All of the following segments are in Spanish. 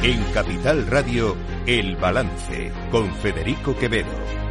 En Capital Radio, El Balance, con Federico Quevedo.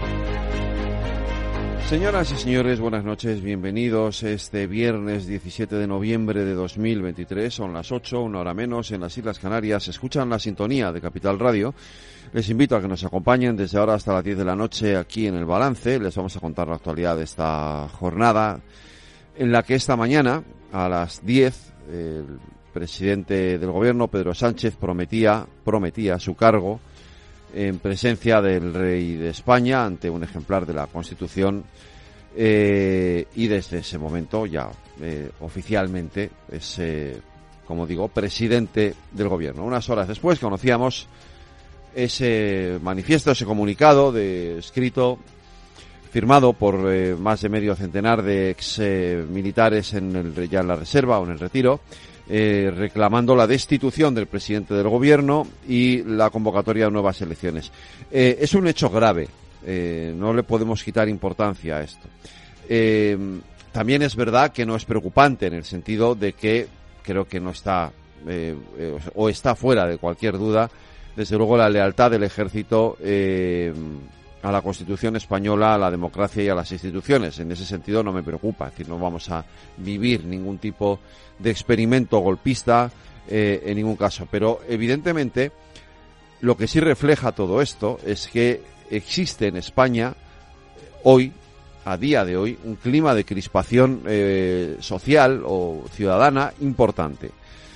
Señoras y señores, buenas noches, bienvenidos este viernes 17 de noviembre de 2023, son las 8, una hora menos, en las Islas Canarias. Escuchan la sintonía de Capital Radio. Les invito a que nos acompañen desde ahora hasta las 10 de la noche aquí en El Balance. Les vamos a contar la actualidad de esta jornada, en la que esta mañana, a las 10, el presidente del gobierno, Pedro Sánchez, prometía su cargo en presencia del rey de España ante un ejemplar de la Constitución, y desde ese momento ya oficialmente es, como digo, presidente del gobierno. Unas horas después conocíamos ese manifiesto, ese comunicado escrito, firmado por más de medio centenar de ex militares ya en la reserva o en el retiro, reclamando la destitución del presidente del gobierno y la convocatoria de nuevas elecciones. Es un hecho grave, no le podemos quitar importancia a esto. También es verdad que no es preocupante, en el sentido de que creo que no está o está fuera de cualquier duda, desde luego, la lealtad del ejército a la Constitución española, a la democracia y a las instituciones. En ese sentido no me preocupa, es decir, no vamos a vivir ningún tipo de experimento golpista en ningún caso. Pero evidentemente lo que sí refleja todo esto es que existe en España hoy, a día de hoy, un clima de crispación social o ciudadana importante.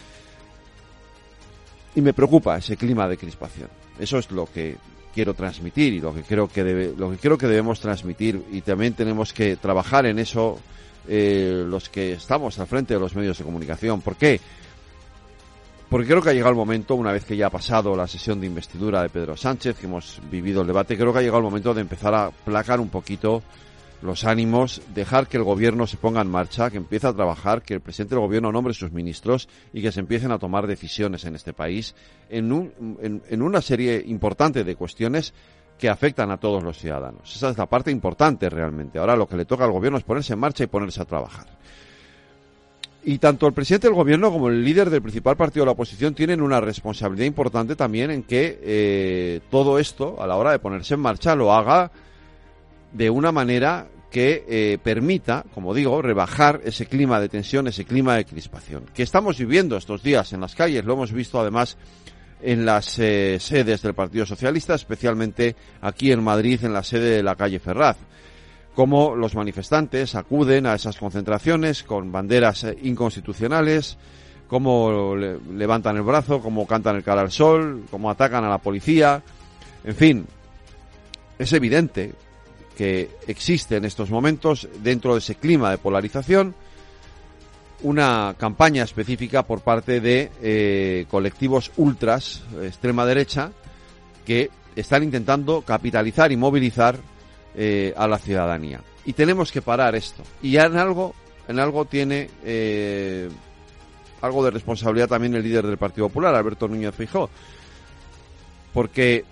Y me preocupa ese clima de crispación. Eso es lo que quiero transmitir y lo que creo que debemos transmitir, y también tenemos que trabajar en eso los que estamos al frente de los medios de comunicación. ¿Por qué? Porque creo que ha llegado el momento, una vez que ya ha pasado la sesión de investidura de Pedro Sánchez, que hemos vivido el debate, creo que ha llegado el momento de empezar a placar un poquito los ánimos, dejar que el gobierno se ponga en marcha, que empiece a trabajar, que el presidente del gobierno nombre sus ministros y que se empiecen a tomar decisiones en este país en una serie importante de cuestiones que afectan a todos los ciudadanos. Esa es la parte importante realmente. Ahora lo que le toca al gobierno es ponerse en marcha y ponerse a trabajar. Y tanto el presidente del gobierno como el líder del principal partido de la oposición tienen una responsabilidad importante también en que todo esto, a la hora de ponerse en marcha, lo haga de una manera que permita, como digo, rebajar ese clima de tensión, ese clima de crispación que estamos viviendo estos días en las calles. Lo hemos visto además en las sedes del Partido Socialista, especialmente aquí en Madrid, en la sede de la calle Ferraz, cómo los manifestantes acuden a esas concentraciones con banderas inconstitucionales, cómo levantan el brazo, cómo cantan el cara al sol, cómo atacan a la policía. En fin, es evidente que existe en estos momentos, dentro de ese clima de polarización, una campaña específica por parte de colectivos ultras, extrema derecha, que están intentando capitalizar y movilizar a la ciudadanía. Y tenemos que parar esto. Y en algo tiene algo de responsabilidad también el líder del Partido Popular, Alberto Núñez Feijóo, porque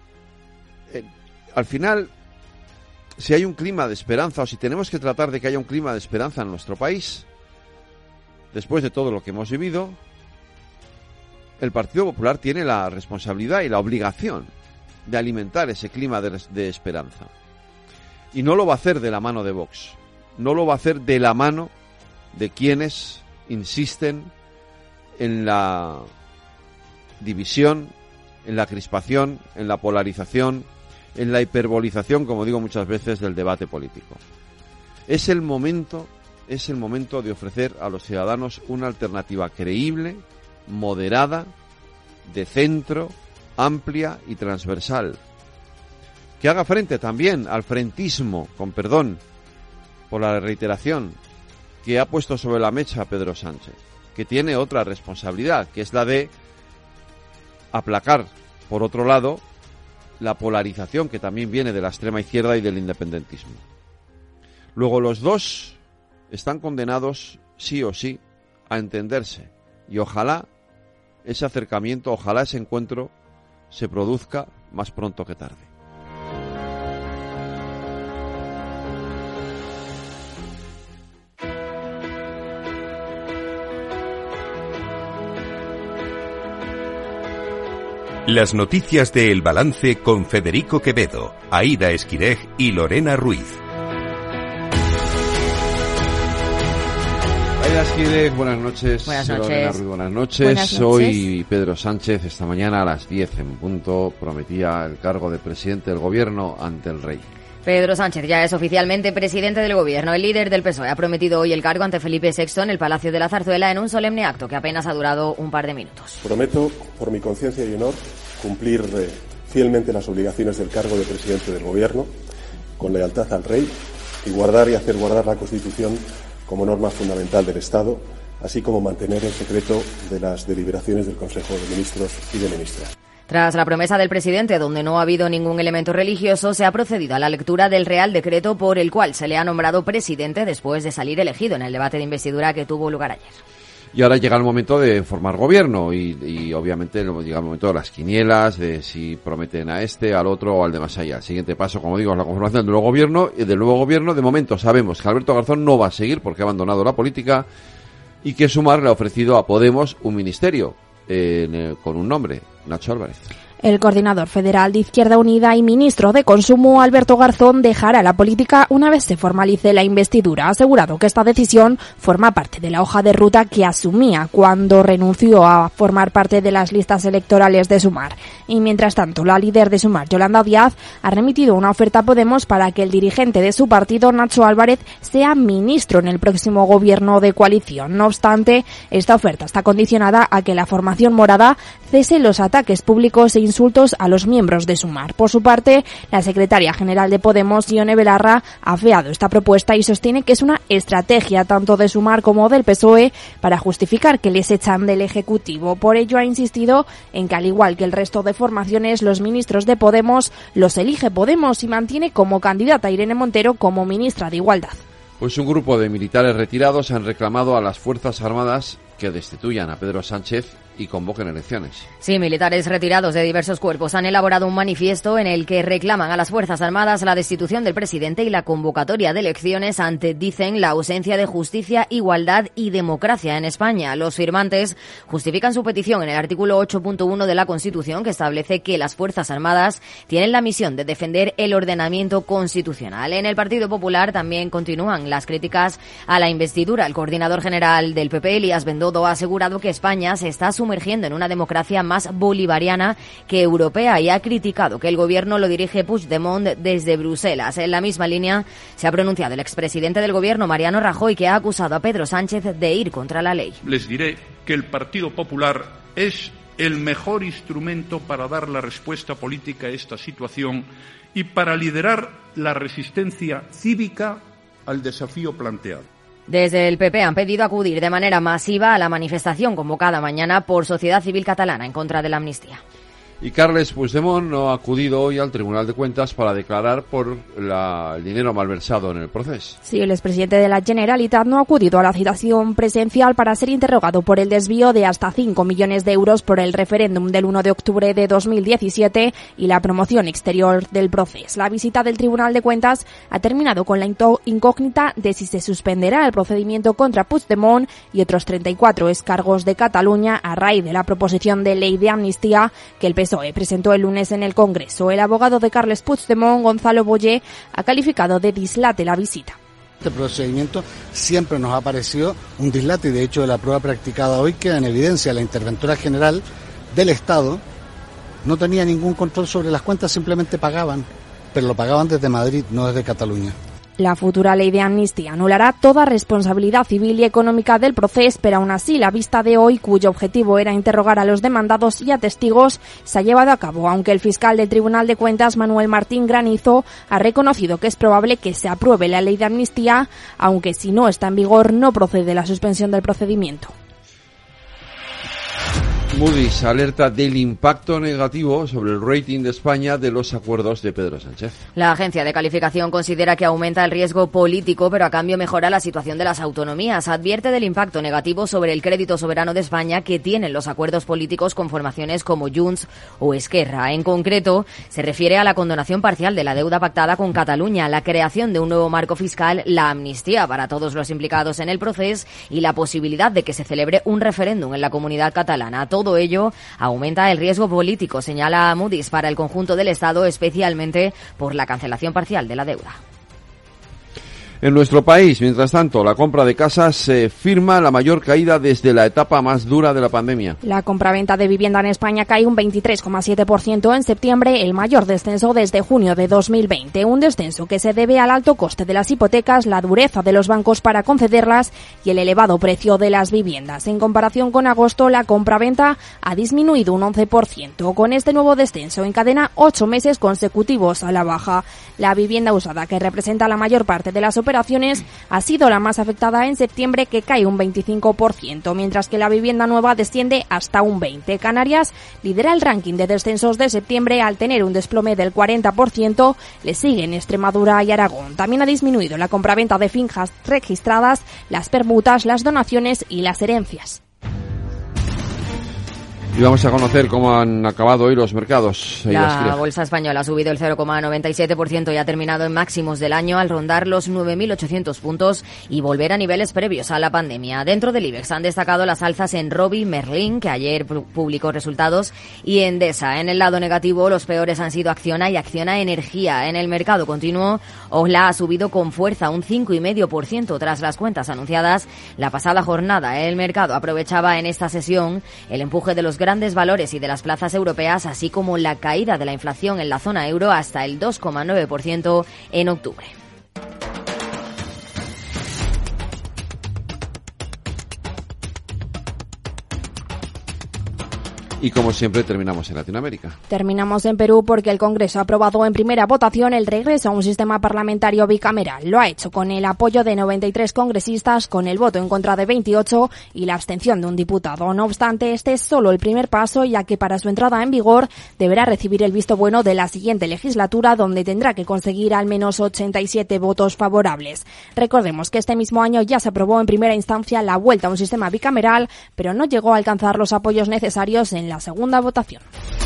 al final, si hay un clima de esperanza, o si tenemos que tratar de que haya un clima de esperanza en nuestro país, después de todo lo que hemos vivido, el Partido Popular tiene la responsabilidad y la obligación de alimentar ese clima de esperanza. Y no lo va a hacer de la mano de Vox, no lo va a hacer de la mano de quienes insisten en la división, en la crispación, en la polarización, en la hiperbolización, como digo muchas veces, del debate político. Es el momento de ofrecer a los ciudadanos una alternativa creíble, moderada, de centro, amplia y transversal, que haga frente también al frentismo, con perdón por la reiteración, que ha puesto sobre la mesa Pedro Sánchez, que tiene otra responsabilidad, que es la de aplacar, por otro lado, la polarización que también viene de la extrema izquierda y del independentismo. Luego los dos están condenados, sí o sí, a entenderse, y ojalá ese acercamiento, ojalá ese encuentro se produzca más pronto que tarde. Las noticias de El Balance con Federico Quevedo, Aída Esquirej y Lorena Ruiz. Aída Esquirej, buenas noches. Buenas noches. Lorena Ruiz, buenas noches. Buenas noches. Hoy Pedro Sánchez, esta mañana a las 10 en punto, prometía el cargo de presidente del gobierno ante el rey. Pedro Sánchez ya es oficialmente presidente del gobierno. El líder del PSOE ha prometido hoy el cargo ante Felipe VI en el Palacio de la Zarzuela en un solemne acto que apenas ha durado un par de minutos. Prometo, por mi conciencia y honor, cumplir fielmente las obligaciones del cargo de presidente del gobierno, con lealtad al rey, y guardar y hacer guardar la Constitución como norma fundamental del Estado, así como mantener el secreto de las deliberaciones del Consejo de Ministros y de Ministras. Tras la promesa del presidente, donde no ha habido ningún elemento religioso, se ha procedido a la lectura del Real Decreto por el cual se le ha nombrado presidente después de salir elegido en el debate de investidura que tuvo lugar ayer. Y ahora llega el momento de formar gobierno y obviamente llega el momento de las quinielas, de si prometen a este, al otro o al de más allá. El siguiente paso, como digo, es la conformación del nuevo gobierno. Y del nuevo gobierno, de momento, sabemos que Alberto Garzón no va a seguir porque ha abandonado la política y que Sumar le ha ofrecido a Podemos un ministerio con un nombre, Nacho Álvarez. El coordinador federal de Izquierda Unida y ministro de Consumo, Alberto Garzón, dejará la política una vez se formalice la investidura. Ha asegurado que esta decisión forma parte de la hoja de ruta que asumía cuando renunció a formar parte de las listas electorales de Sumar. Y mientras tanto, la líder de Sumar, Yolanda Díaz, ha remitido una oferta a Podemos para que el dirigente de su partido, Nacho Álvarez, sea ministro en el próximo gobierno de coalición. No obstante, esta oferta está condicionada a que la formación morada cese los ataques públicos e insultos a los miembros de Sumar. Por su parte, la secretaria general de Podemos, Ione Belarra, ha afeado esta propuesta y sostiene que es una estrategia tanto de Sumar como del PSOE para justificar que les echan del Ejecutivo. Por ello ha insistido en que, al igual que el resto de formaciones, los ministros de Podemos los elige Podemos y mantiene como candidata a Irene Montero como ministra de Igualdad. Pues un grupo de militares retirados han reclamado a las Fuerzas Armadas que destituyan a Pedro Sánchez y convoquen elecciones. Sí, militares retirados de diversos cuerpos han elaborado un manifiesto en el que reclaman a las Fuerzas Armadas la destitución del presidente y la convocatoria de elecciones ante, dicen, la ausencia de justicia, igualdad y democracia en España. Los firmantes justifican su petición en el artículo 8.1 de la Constitución, que establece que las Fuerzas Armadas tienen la misión de defender el ordenamiento constitucional. En el Partido Popular también continúan las críticas a la investidura. El coordinador general del PP, Elías Bendodo, ha asegurado que España se está sumergiendo en una democracia más bolivariana que europea y ha criticado que el gobierno lo dirige Puigdemont desde Bruselas. En la misma línea se ha pronunciado el expresidente del gobierno, Mariano Rajoy, que ha acusado a Pedro Sánchez de ir contra la ley. Les diré que el Partido Popular es el mejor instrumento para dar la respuesta política a esta situación y para liderar la resistencia cívica al desafío planteado. Desde el PP han pedido acudir de manera masiva a la manifestación convocada mañana por Sociedad Civil Catalana en contra de la amnistía. Y Carles Puigdemont no ha acudido hoy al Tribunal de Cuentas para declarar por el dinero malversado en el proceso. Sí, el expresidente de la Generalitat no ha acudido a la citación presencial para ser interrogado por el desvío de hasta 5 millones de euros por el referéndum del 1 de octubre de 2017 y la promoción exterior del proceso. La visita del Tribunal de Cuentas ha terminado con la incógnita de si se suspenderá el procedimiento contra Puigdemont y otros 34 excargos de Cataluña a raíz de la proposición de ley de amnistía que el PSOE presentó el lunes en el Congreso. El abogado de Carles Puigdemont, Gonzalo Boyer, ha calificado de dislate la visita. Este procedimiento siempre nos ha parecido un dislate y de hecho la prueba practicada hoy queda en evidencia. La interventora general del Estado no tenía ningún control sobre las cuentas, simplemente pagaban, pero lo pagaban desde Madrid, no desde Cataluña. La futura ley de amnistía anulará toda responsabilidad civil y económica del proceso, pero aún así la vista de hoy, cuyo objetivo era interrogar a los demandados y a testigos, se ha llevado a cabo, aunque el fiscal del Tribunal de Cuentas, Manuel Martín Granizo, ha reconocido que es probable que se apruebe la ley de amnistía, aunque si no está en vigor no procede la suspensión del procedimiento. Moody's alerta del impacto negativo sobre el rating de España de los acuerdos de Pedro Sánchez. La agencia de calificación considera que aumenta el riesgo político, pero a cambio mejora la situación de las autonomías. Advierte del impacto negativo sobre el crédito soberano de España que tienen los acuerdos políticos con formaciones como Junts o Esquerra. En concreto, se refiere a la condonación parcial de la deuda pactada con Cataluña, la creación de un nuevo marco fiscal, la amnistía para todos los implicados en el proceso y la posibilidad de que se celebre un referéndum en la comunidad catalana. todo ello aumenta el riesgo político, señala Moody's, para el conjunto del Estado, especialmente por la cancelación parcial de la deuda. En nuestro país, mientras tanto, la compra de casas firma la mayor caída desde la etapa más dura de la pandemia. La compraventa de vivienda en España cae un 23,7% en septiembre, el mayor descenso desde junio de 2020. Un descenso que se debe al alto coste de las hipotecas, la dureza de los bancos para concederlas y el elevado precio de las viviendas. En comparación con agosto, la compraventa ha disminuido un 11%. Con este nuevo descenso encadena 8 meses consecutivos a la baja. La vivienda usada, que representa la mayor parte de las operaciones, ha sido la más afectada en septiembre, que cae un 25%, mientras que la vivienda nueva desciende hasta un 20%. Canarias lidera el ranking de descensos de septiembre al tener un desplome del 40%, le siguen Extremadura y Aragón. También ha disminuido la compraventa de fincas registradas, las permutas, las donaciones y las herencias. Y vamos a conocer cómo han acabado hoy los mercados. La bolsa española ha subido el 0,97% y ha terminado en máximos del año al rondar los 9.800 puntos y volver a niveles previos a la pandemia. Dentro del IBEX han destacado las alzas en Robi, Merlin, que ayer publicó resultados, y Endesa. En el lado negativo, los peores han sido Acciona y Acciona Energía. En el mercado continuo, Orla ha subido con fuerza un 5,5% tras las cuentas anunciadas la pasada jornada. El mercado aprovechaba en esta sesión el empuje de los grandes valores y de las plazas europeas, así como la caída de la inflación en la zona euro hasta el 2,9% en octubre. Y como siempre terminamos en Latinoamérica. Terminamos en Perú porque el Congreso ha aprobado en primera votación el regreso a un sistema parlamentario bicameral. Lo ha hecho con el apoyo de 93 congresistas, con el voto en contra de 28 y la abstención de un diputado. No obstante, este es solo el primer paso, ya que para su entrada en vigor deberá recibir el visto bueno de la siguiente legislatura, donde tendrá que conseguir al menos 87 votos favorables. Recordemos que este mismo año ya se aprobó en primera instancia la vuelta a un sistema bicameral, pero no llegó a alcanzar los apoyos necesarios en la segunda votación.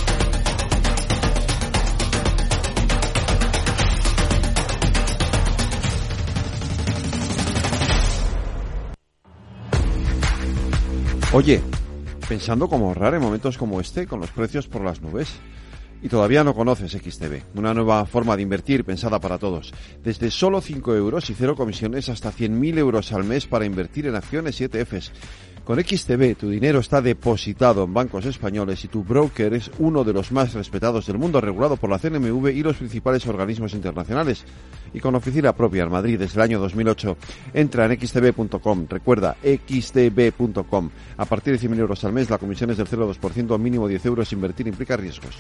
Oye, pensando cómo ahorrar en momentos como este, con los precios por las nubes. Y todavía no conoces XTB, una nueva forma de invertir pensada para todos. Desde solo 5 euros y 0 comisiones hasta 100.000 euros al mes para invertir en acciones y ETFs. Con XTB tu dinero está depositado en bancos españoles y tu broker es uno de los más respetados del mundo, regulado por la CNMV y los principales organismos internacionales. Y con oficina propia en Madrid desde el año 2008. Entra en xtb.com, recuerda, xtb.com. A partir de 100.000 euros al mes la comisión es del 0,2%, mínimo 10 euros, invertir implica riesgos.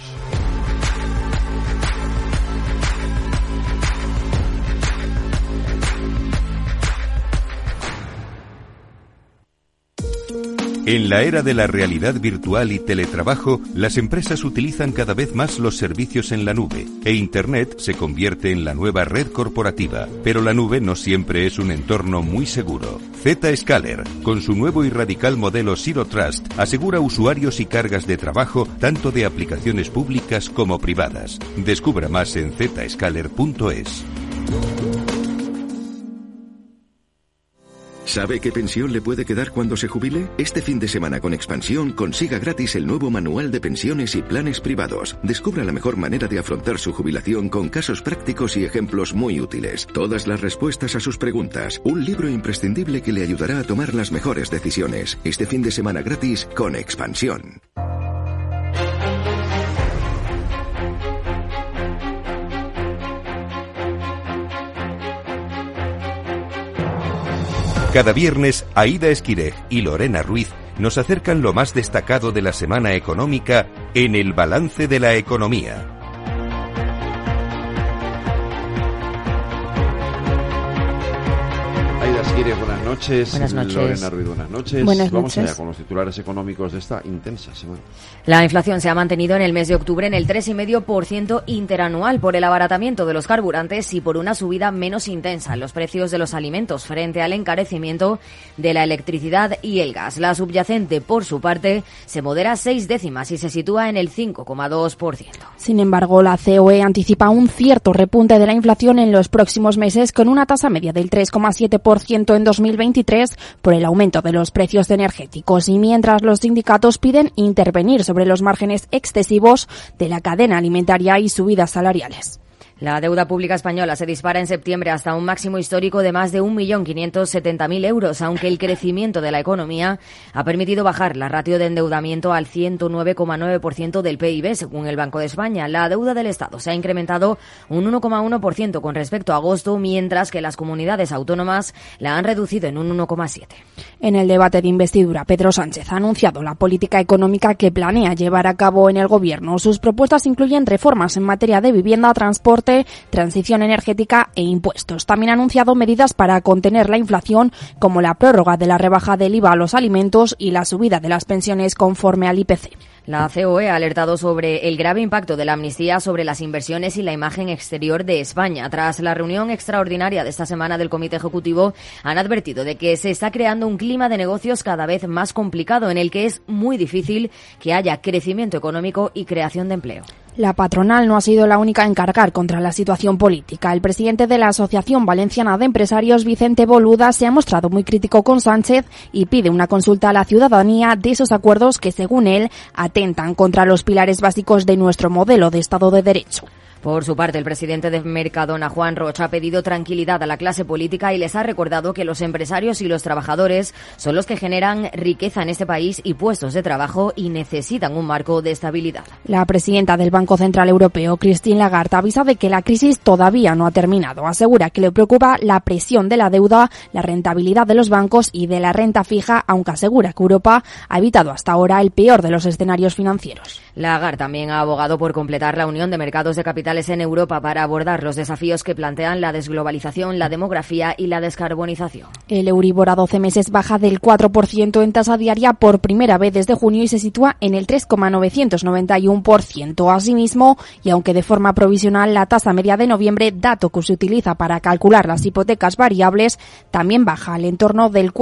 En la era de la realidad virtual y teletrabajo, las empresas utilizan cada vez más los servicios en la nube, e Internet se convierte en la nueva red corporativa. Pero la nube no siempre es un entorno muy seguro. Zscaler, con su nuevo y radical modelo Zero Trust, asegura usuarios y cargas de trabajo tanto de aplicaciones públicas como privadas. Descubra más en zscaler.es. ¿Sabe qué pensión le puede quedar cuando se jubile? Este fin de semana con Expansión consiga gratis el nuevo manual de pensiones y planes privados. Descubra la mejor manera de afrontar su jubilación con casos prácticos y ejemplos muy útiles. Todas las respuestas a sus preguntas. Un libro imprescindible que le ayudará a tomar las mejores decisiones. Este fin de semana gratis con Expansión. Cada viernes, Aída Esquirej y Lorena Ruiz nos acercan lo más destacado de la semana económica en el balance de la economía. Aída Esquirej, buenas noches. Buenas noches. Lorena Ruiz, buenas noches. Buenas Vamos noches. allá con los titulares económicos de esta intensa semana. La inflación se ha mantenido en el mes de octubre en el 3,5% interanual por el abaratamiento de los carburantes y por una subida menos intensa en los precios de los alimentos frente al encarecimiento de la electricidad y el gas. La subyacente, por su parte, se modera 6 décimas y se sitúa en el 5,2%. Sin embargo, la COE anticipa un cierto repunte de la inflación en los próximos meses, con una tasa media del 3,7% 6% en 2023 por el aumento de los precios energéticos y mientras los sindicatos piden intervenir sobre los márgenes excesivos de la cadena alimentaria y subidas salariales. La deuda pública española se dispara en septiembre hasta un máximo histórico de más de 1.570.000 euros, aunque el crecimiento de la economía ha permitido bajar la ratio de endeudamiento al 109,9% del PIB, según el Banco de España. La deuda del Estado se ha incrementado un 1,1% con respecto a agosto, mientras que las comunidades autónomas la han reducido en un 1,7%. En el debate de investidura, Pedro Sánchez ha anunciado la política económica que planea llevar a cabo en el Gobierno. Sus propuestas incluyen reformas en materia de vivienda, transporte, transición energética e impuestos. También ha anunciado medidas para contener la inflación, como la prórroga de la rebaja del IVA a los alimentos y la subida de las pensiones conforme al IPC. La COE ha alertado sobre el grave impacto de la amnistía sobre las inversiones y la imagen exterior de España. Tras la reunión extraordinaria de esta semana del Comité Ejecutivo, han advertido de que se está creando un clima de negocios cada vez más complicado, en el que es muy difícil que haya crecimiento económico y creación de empleo. La patronal no ha sido la única en cargar contra la situación política. El presidente de la Asociación Valenciana de Empresarios, Vicente Boluda, se ha mostrado muy crítico con Sánchez y pide una consulta a la ciudadanía de esos acuerdos que, según él, atentan contra los pilares básicos de nuestro modelo de Estado de Derecho. Por su parte, el presidente de Mercadona, Juan Rocha, ha pedido tranquilidad a la clase política y les ha recordado que los empresarios y los trabajadores son los que generan riqueza en este país y puestos de trabajo y necesitan un marco de estabilidad. La presidenta del Banco Central Europeo, Christine Lagarde, avisa de que la crisis todavía no ha terminado. Asegura que le preocupa la presión de la deuda, la rentabilidad de los bancos y de la renta fija, aunque asegura que Europa ha evitado hasta ahora el peor de los escenarios financieros. Lagarde también ha abogado por completar la unión de mercados de capitales en Europa para abordar los desafíos que plantean la desglobalización, la demografía y la descarbonización. El Euribor a 12 meses baja del 4% en tasa diaria por primera vez desde junio y se sitúa en el 3,991%. Asimismo, y aunque de forma provisional, la tasa media de noviembre, dato que se utiliza para calcular las hipotecas variables, también baja al entorno del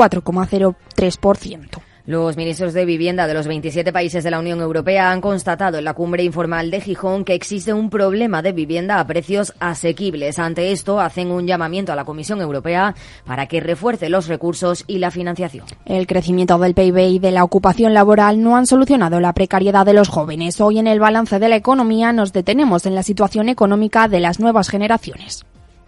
4,03%. Los ministros de Vivienda de los 27 países de la Unión Europea han constatado en la cumbre informal de Gijón que existe un problema de vivienda a precios asequibles. Ante esto, hacen un llamamiento a la Comisión Europea para que refuerce los recursos y la financiación. El crecimiento del PIB y de la ocupación laboral no han solucionado la precariedad de los jóvenes. Hoy en el balance de la economía nos detenemos en la situación económica de las nuevas generaciones.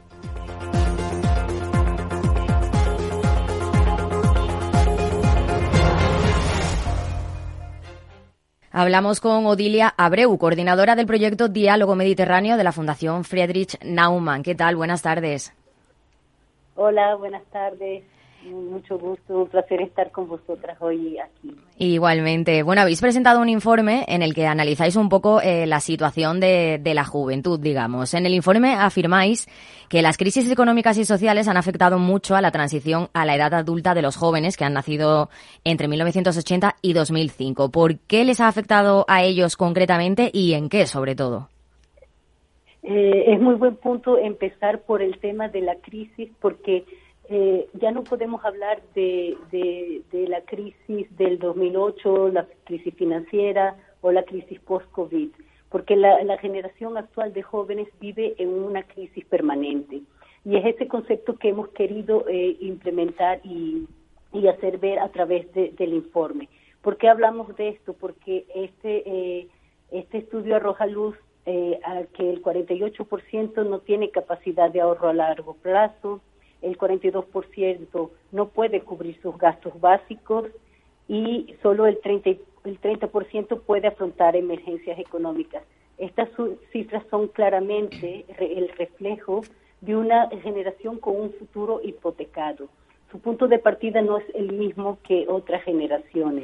Hablamos con Odilia Abreu, coordinadora del proyecto Diálogo Mediterráneo de la Fundación Friedrich Naumann. ¿Qué tal? Buenas tardes. Hola, buenas tardes. Mucho gusto, un placer estar con vosotras hoy aquí. Igualmente. Bueno, habéis presentado un informe en el que analizáis un poco la situación de la juventud, digamos. En el informe afirmáis que las crisis económicas y sociales han afectado mucho a la transición a la edad adulta de los jóvenes que han nacido entre 1980 y 2005. ¿Por qué les ha afectado a ellos concretamente y en qué, sobre todo? Es muy buen punto empezar por el tema de la crisis, porque ya no podemos hablar de la crisis del 2008, la crisis financiera o la crisis post-COVID, porque la generación actual de jóvenes vive en una crisis permanente. Y es ese concepto que hemos querido implementar y hacer ver a través del informe. ¿Por qué hablamos de esto? Porque este estudio arroja luz a que el 48% no tiene capacidad de ahorro a largo plazo, el 42% no puede cubrir sus gastos básicos y solo el 30% puede afrontar emergencias económicas. Estas cifras son claramente el reflejo de una generación con un futuro hipotecado. Su punto de partida no es el mismo que otras generaciones.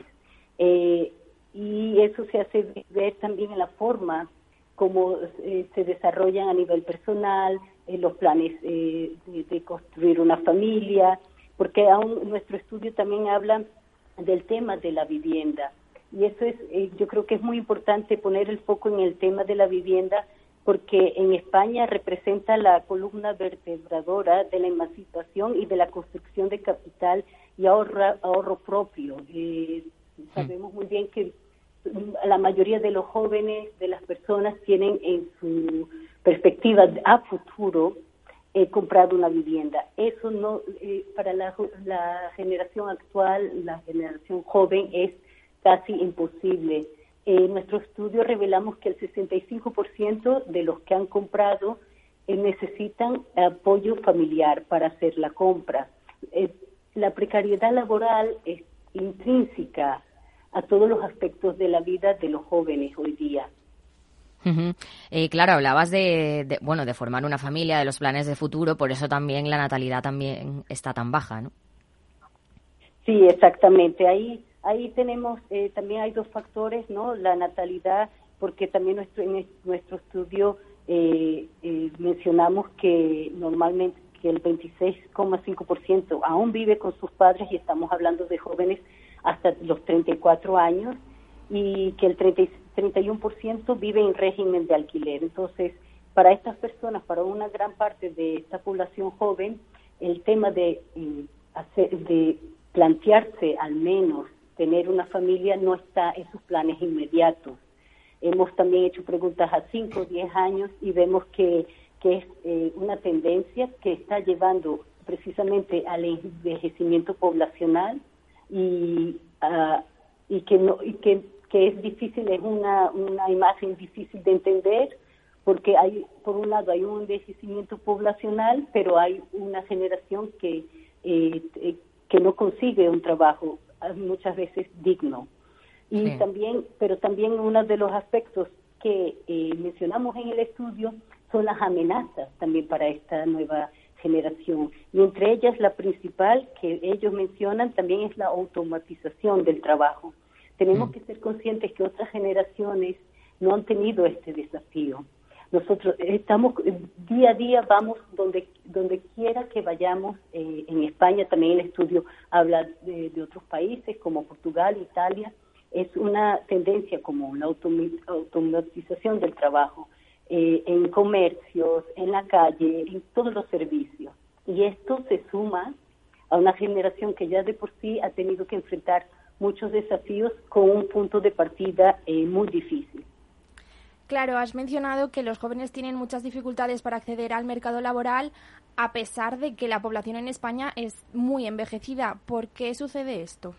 Y eso se hace ver también en la forma como se desarrollan a nivel personal, los planes de construir una familia, porque aún nuestro estudio también habla del tema de la vivienda. Y eso es, yo creo que es muy importante poner el foco en el tema de la vivienda, porque en España representa la columna vertebradora de la emancipación y de la construcción de capital y ahorro propio. Sabemos muy bien que la mayoría de los jóvenes, de las personas, tienen en su perspectiva a futuro comprar una vivienda. Eso no, para la generación actual, la generación joven, es casi imposible. En nuestro estudio revelamos que el 65% de los que han comprado necesitan apoyo familiar para hacer la compra. La precariedad laboral es intrínseca a todos los aspectos de la vida de los jóvenes hoy día. Uh-huh. Claro, hablabas de formar una familia, de los planes de futuro, por eso también la natalidad también está tan baja, ¿no? Sí, exactamente. Ahí tenemos, también hay dos factores, ¿no? La natalidad, porque también en nuestro estudio mencionamos que normalmente que el 26,5% aún vive con sus padres, y estamos hablando de jóvenes hasta los 34 años, y que el 31% vive en régimen de alquiler. Entonces, para estas personas, para una gran parte de esta población joven, el tema de plantearse al menos tener una familia no está en sus planes inmediatos. Hemos también hecho preguntas a 5 o 10 años y vemos que es una tendencia que está llevando precisamente al envejecimiento poblacional y que es difícil, es una imagen difícil de entender, porque por un lado hay un envejecimiento poblacional, pero hay una generación que no consigue un trabajo muchas veces digno. Y sí. También uno de los aspectos que mencionamos en el estudio son las amenazas también para esta nueva generación. Y entre ellas la principal que ellos mencionan también es la automatización del trabajo. Tenemos que ser conscientes que otras generaciones no han tenido este desafío. Nosotros estamos día a día, vamos donde quiera que vayamos. En España también el estudio habla de otros países como Portugal, Italia. Es una tendencia común, la automatización del trabajo en comercios, en la calle, en todos los servicios. Y esto se suma a una generación que ya de por sí ha tenido que enfrentar muchos desafíos con un punto de partida muy difícil. Claro, has mencionado que los jóvenes tienen muchas dificultades para acceder al mercado laboral, a pesar de que la población en España es muy envejecida. ¿Por qué sucede esto?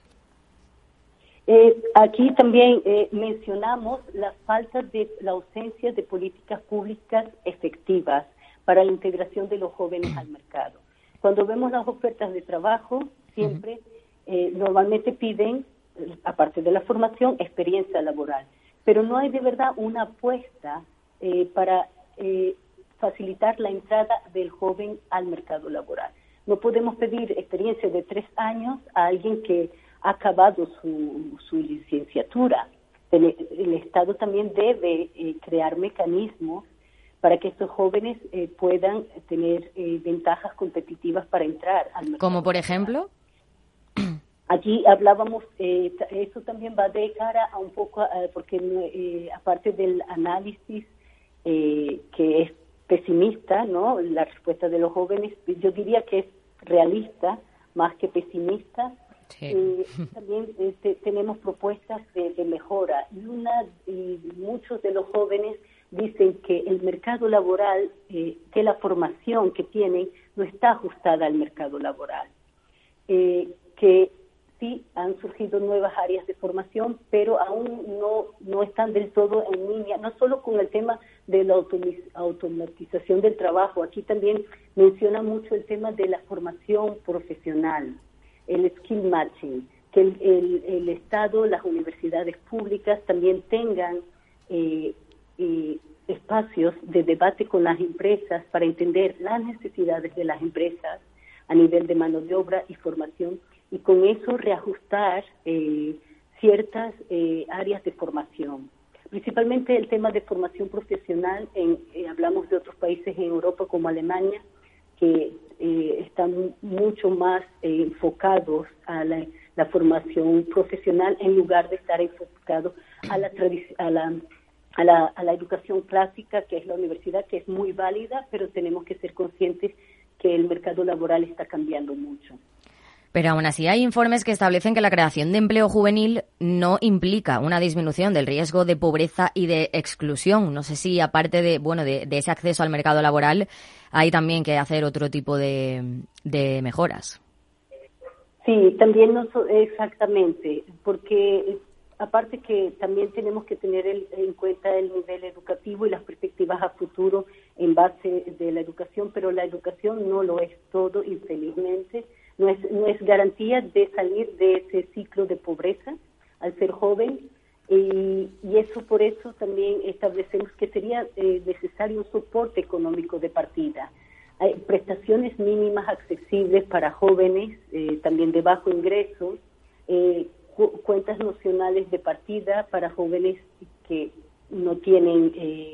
Aquí también mencionamos la ausencia de políticas públicas efectivas para la integración de los jóvenes al mercado. Cuando vemos las ofertas de trabajo, siempre normalmente piden, aparte de la formación, experiencia laboral. Pero no hay de verdad una apuesta para facilitar la entrada del joven al mercado laboral. No podemos pedir experiencia de 3 años a alguien que ha acabado su licenciatura. El Estado también debe crear mecanismos para que estos jóvenes puedan tener ventajas competitivas para entrar al mercado. ¿Como por ejemplo? Allí hablábamos, eso también va de cara a un poco, porque aparte del análisis que es pesimista, ¿no? La respuesta de los jóvenes, yo diría que es realista más que pesimista. Sí. También tenemos propuestas de mejora y muchos de los jóvenes dicen que el mercado laboral, que la formación que tienen no está ajustada al mercado laboral, que sí han surgido nuevas áreas de formación, pero aún no están del todo en línea, no solo con el tema de la automatización del trabajo. Aquí también menciona mucho el tema de la formación profesional, el skill matching, que el Estado, las universidades públicas también tengan espacios de debate con las empresas para entender las necesidades de las empresas a nivel de mano de obra y formación, y con eso reajustar ciertas áreas de formación. Principalmente el tema de formación profesional, hablamos de otros países en Europa como Alemania, que están mucho más enfocados a la formación profesional en lugar de estar enfocados a la educación clásica, que es la universidad, que es muy válida, pero tenemos que ser conscientes que el mercado laboral está cambiando mucho. Pero aún así hay informes que establecen que la creación de empleo juvenil no implica una disminución del riesgo de pobreza y de exclusión. No sé si aparte de ese acceso al mercado laboral hay también que hacer otro tipo de mejoras. Sí, también exactamente, porque aparte que también tenemos que tener en cuenta el nivel educativo y las perspectivas a futuro en base de la educación, pero la educación no lo es todo, infelizmente. No es garantía de salir de ese ciclo de pobreza al ser joven, y eso por eso también establecemos que sería necesario un soporte económico de partida. Hay prestaciones mínimas accesibles para jóvenes, también de bajo ingreso, cuentas nacionales de partida para jóvenes que no tienen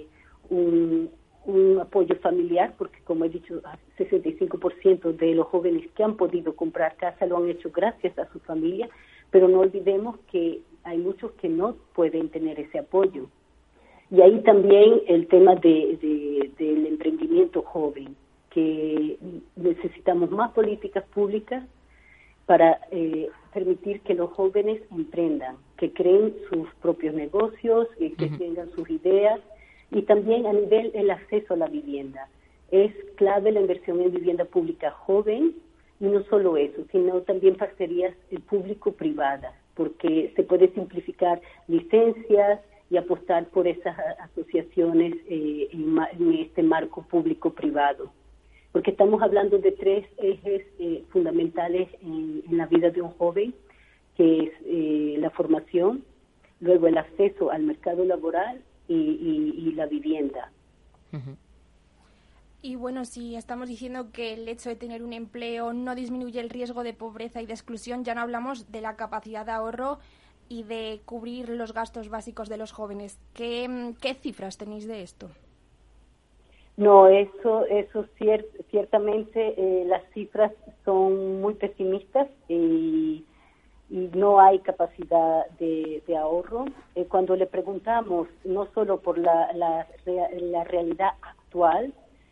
un apoyo familiar, porque como he dicho, 65% de los jóvenes que han podido comprar casa lo han hecho gracias a su familia, pero no olvidemos que hay muchos que no pueden tener ese apoyo. Y ahí también el tema del emprendimiento joven, que necesitamos más políticas públicas para permitir que los jóvenes emprendan, que creen sus propios negocios, que tengan sus ideas. Y también a nivel el acceso a la vivienda. Es clave la inversión en vivienda pública joven, y no solo eso, sino también parcerías público-privadas, porque se puede simplificar licencias y apostar por esas asociaciones en este marco público-privado. Porque estamos hablando de tres ejes fundamentales en la vida de un joven, que es la formación, luego el acceso al mercado laboral y la vivienda. Uh-huh. Y bueno, si estamos diciendo que el hecho de tener un empleo no disminuye el riesgo de pobreza y de exclusión, ya no hablamos de la capacidad de ahorro y de cubrir los gastos básicos de los jóvenes. ¿Qué cifras tenéis de esto? No, eso ciertamente las cifras son muy pesimistas y no hay capacidad de ahorro. Cuando le preguntamos, no solo por la realidad actual,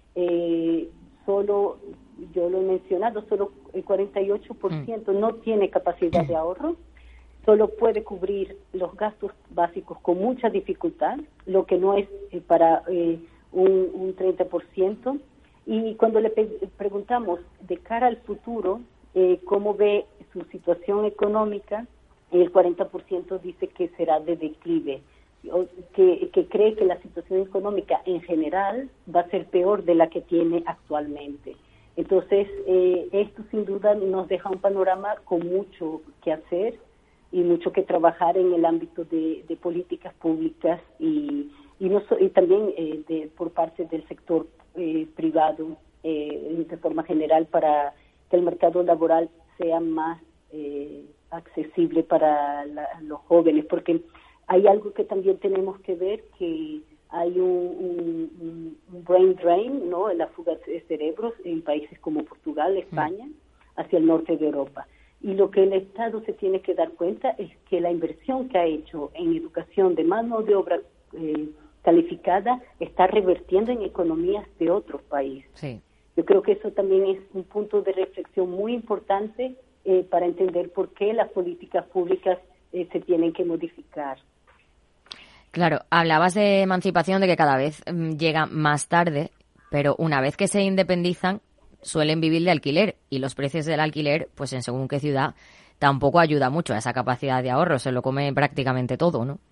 solo, yo lo he mencionado, solo el 48% no tiene capacidad de ahorro, solo puede cubrir los gastos básicos con mucha dificultad, lo que no es para un 30%. Y cuando le preguntamos de cara al futuro, cómo ve su situación económica, el 40% dice que será de declive, que cree que la situación económica en general va a ser peor de la que tiene actualmente. Entonces, esto sin duda nos deja un panorama con mucho que hacer y mucho que trabajar en el ámbito de políticas públicas y también por parte del sector privado de forma general, para que el mercado laboral sea más accesible para los jóvenes, porque hay algo que también tenemos que ver, que hay un brain drain, ¿no?, la fuga de cerebros en países como Portugal, España, hacia el norte de Europa. Y lo que el Estado se tiene que dar cuenta es que la inversión que ha hecho en educación de mano de obra calificada está revertiendo en economías de otros países. Sí. Yo creo que eso también es un punto de reflexión muy importante para entender por qué las políticas públicas se tienen que modificar. Claro, hablabas de emancipación, de que cada vez llega más tarde, pero una vez que se independizan suelen vivir de alquiler, y los precios del alquiler, pues en según qué ciudad, tampoco ayuda mucho a esa capacidad de ahorro, se lo come prácticamente todo, ¿no?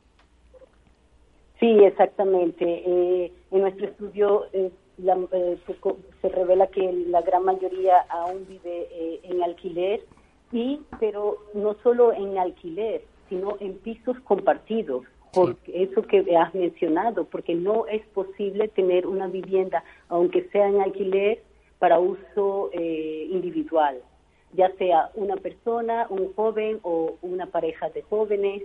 Sí, exactamente. En nuestro estudio se revela que la gran mayoría aún vive en alquiler, pero no solo en alquiler, sino en pisos compartidos, porque eso que has mencionado, porque no es posible tener una vivienda, aunque sea en alquiler, para uso individual, ya sea una persona, un joven o una pareja de jóvenes.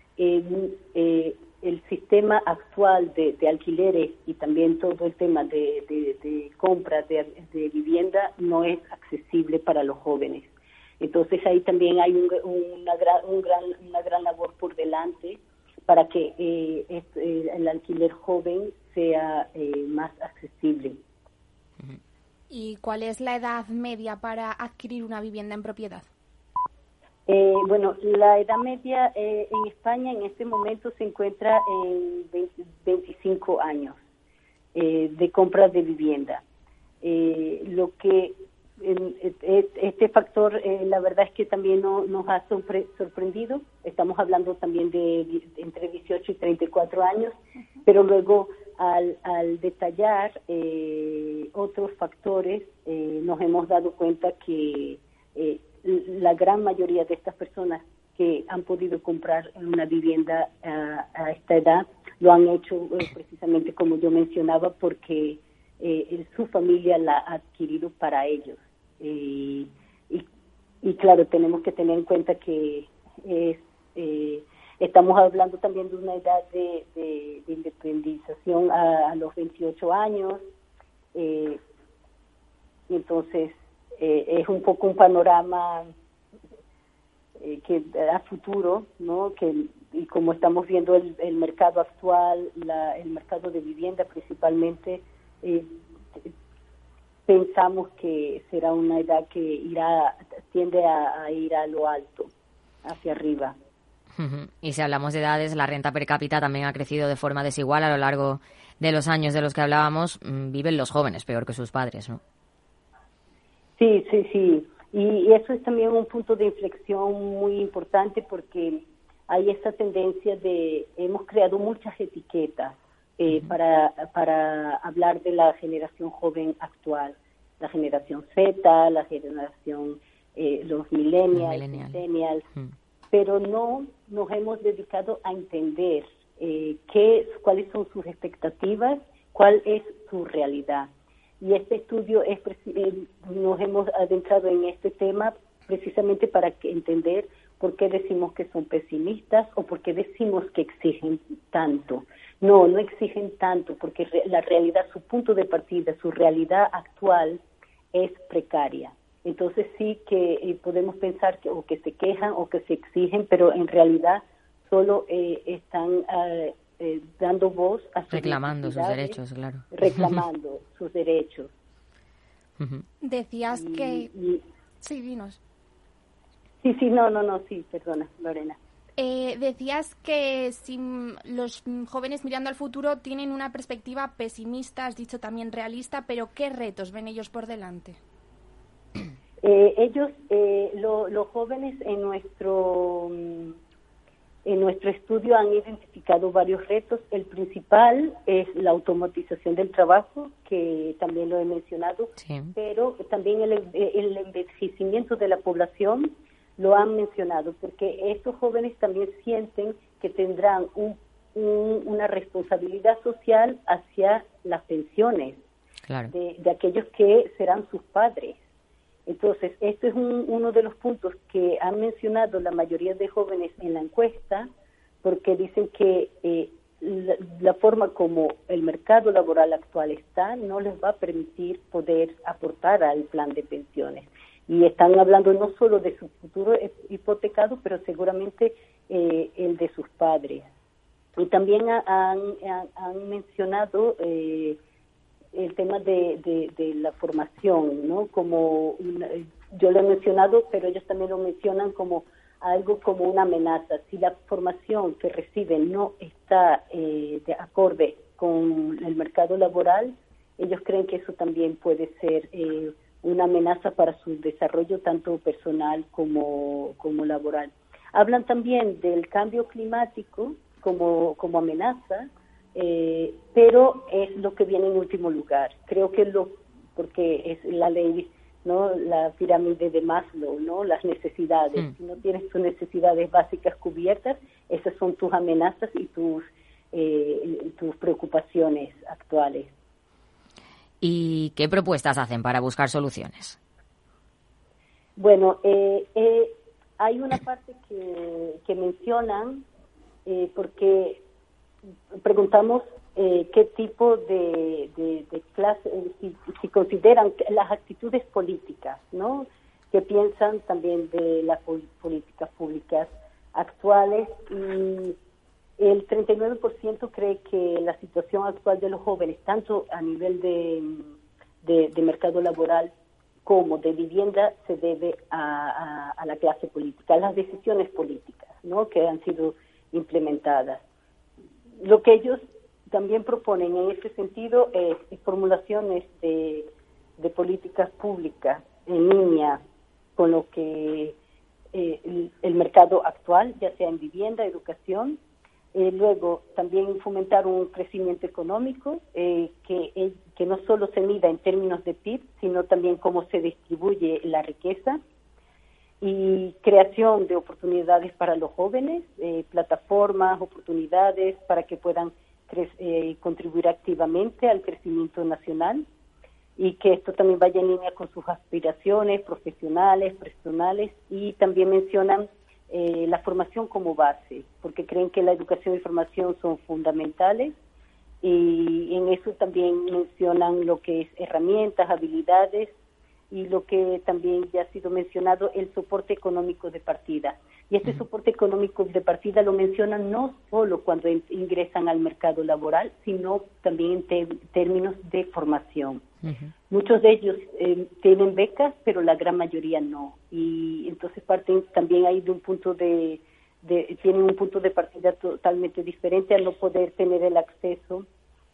El sistema actual de alquileres y también todo el tema de compra de vivienda no es accesible para los jóvenes. Entonces ahí también hay una gran labor por delante para que el alquiler joven sea más accesible. ¿Y cuál es la edad media para adquirir una vivienda en propiedad? Bueno, la edad media en España en este momento se encuentra en 25 años de compra de vivienda. Lo que este factor, la verdad es que también nos ha sorprendido. Estamos hablando también de entre 18 y 34 años, pero luego al detallar otros factores nos hemos dado cuenta que la gran mayoría de estas personas que han podido comprar una vivienda a esta edad lo han hecho precisamente como yo mencionaba porque su familia la ha adquirido para ellos. Y claro, tenemos que tener en cuenta que estamos hablando también de una edad de independización a los 28 años. Y entonces es un poco un panorama que a futuro, ¿no? Y como estamos viendo el mercado actual, el mercado de vivienda principalmente, pensamos que será una edad que tiende a ir a lo alto, hacia arriba. Y si hablamos de edades, la renta per cápita también ha crecido de forma desigual a lo largo de los años de los que hablábamos. Viven los jóvenes peor que sus padres, ¿no? Sí. Y eso es también un punto de inflexión muy importante porque hay esta tendencia hemos creado muchas etiquetas para hablar de la generación joven actual, la generación Z, la generación, los millennials, pero no nos hemos dedicado a entender cuáles son sus expectativas, cuál es su realidad. Y este estudio nos hemos adentrado en este tema precisamente para entender por qué decimos que son pesimistas o por qué decimos que exigen tanto. No exigen tanto porque la realidad, su punto de partida, su realidad actual es precaria. Entonces sí que podemos pensar que se quejan o que se exigen, pero en realidad solo están dando voz a sus reclamando sus derechos, claro. Reclamando sus derechos. Decías que... Sí, dinos. Sí, perdona, Lorena. Decías que si los jóvenes mirando al futuro tienen una perspectiva pesimista, has dicho también realista, pero ¿qué retos ven ellos por delante? Los jóvenes en nuestro estudio han identificado varios retos. El principal es la automatización del trabajo, que también lo he mencionado, sí. Pero también el envejecimiento de la población lo han mencionado, porque estos jóvenes también sienten que tendrán una responsabilidad social hacia las pensiones, claro, de aquellos que serán sus padres. Entonces, este es uno de los puntos que han mencionado la mayoría de jóvenes en la encuesta, porque dicen que la forma como el mercado laboral actual está no les va a permitir poder aportar al plan de pensiones. Y están hablando no solo de su futuro hipotecado, pero seguramente el de sus padres. Y también han mencionado el tema de la formación, ¿no? Como yo lo he mencionado, pero ellos también lo mencionan como algo como una amenaza. Si la formación que reciben no está de acorde con el mercado laboral, ellos creen que eso también puede ser una amenaza para su desarrollo tanto personal como laboral. Hablan también del cambio climático como amenaza, pero es lo que viene en último lugar. Creo que porque es la ley, ¿no? La pirámide de Maslow, ¿no? Las necesidades. Si no tienes tus necesidades básicas cubiertas, esas son tus amenazas y tus preocupaciones actuales. ¿Y qué propuestas hacen para buscar soluciones? Bueno, hay una parte que mencionan, porque preguntamos qué tipo de clase, si consideran las actitudes políticas, ¿no? ¿Qué piensan también de las políticas públicas actuales? Y el 39% cree que la situación actual de los jóvenes, tanto a nivel de mercado laboral como de vivienda se debe a la clase política, a las decisiones políticas, ¿no?, que han sido implementadas. Lo que ellos también proponen en ese sentido es formulaciones de políticas públicas en línea con lo que el mercado actual, ya sea en vivienda, educación. Luego, también fomentar un crecimiento económico que no solo se mida en términos de PIB, sino también cómo se distribuye la riqueza. Y creación de oportunidades para los jóvenes, plataformas, oportunidades para que puedan contribuir activamente al crecimiento nacional, y que esto también vaya en línea con sus aspiraciones profesionales, personales, y también mencionan la formación como base, porque creen que la educación y formación son fundamentales, y en eso también mencionan lo que es herramientas, habilidades, y lo que también ya ha sido mencionado, el soporte económico de partida. Y este soporte económico de partida lo mencionan no solo cuando ingresan al mercado laboral, sino también en términos de formación. Muchos de ellos tienen becas, pero la gran mayoría no. Y entonces parten también ahí de un punto tienen un punto de partida totalmente diferente al no poder tener el acceso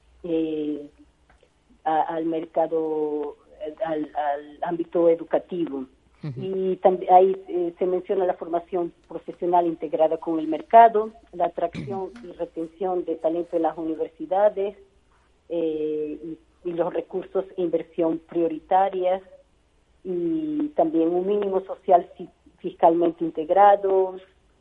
al mercado, al ámbito educativo. Y también ahí se menciona la formación profesional integrada con el mercado, la atracción y retención de talento en las universidades, y los recursos e inversión prioritarias, y también un mínimo social fiscalmente integrado.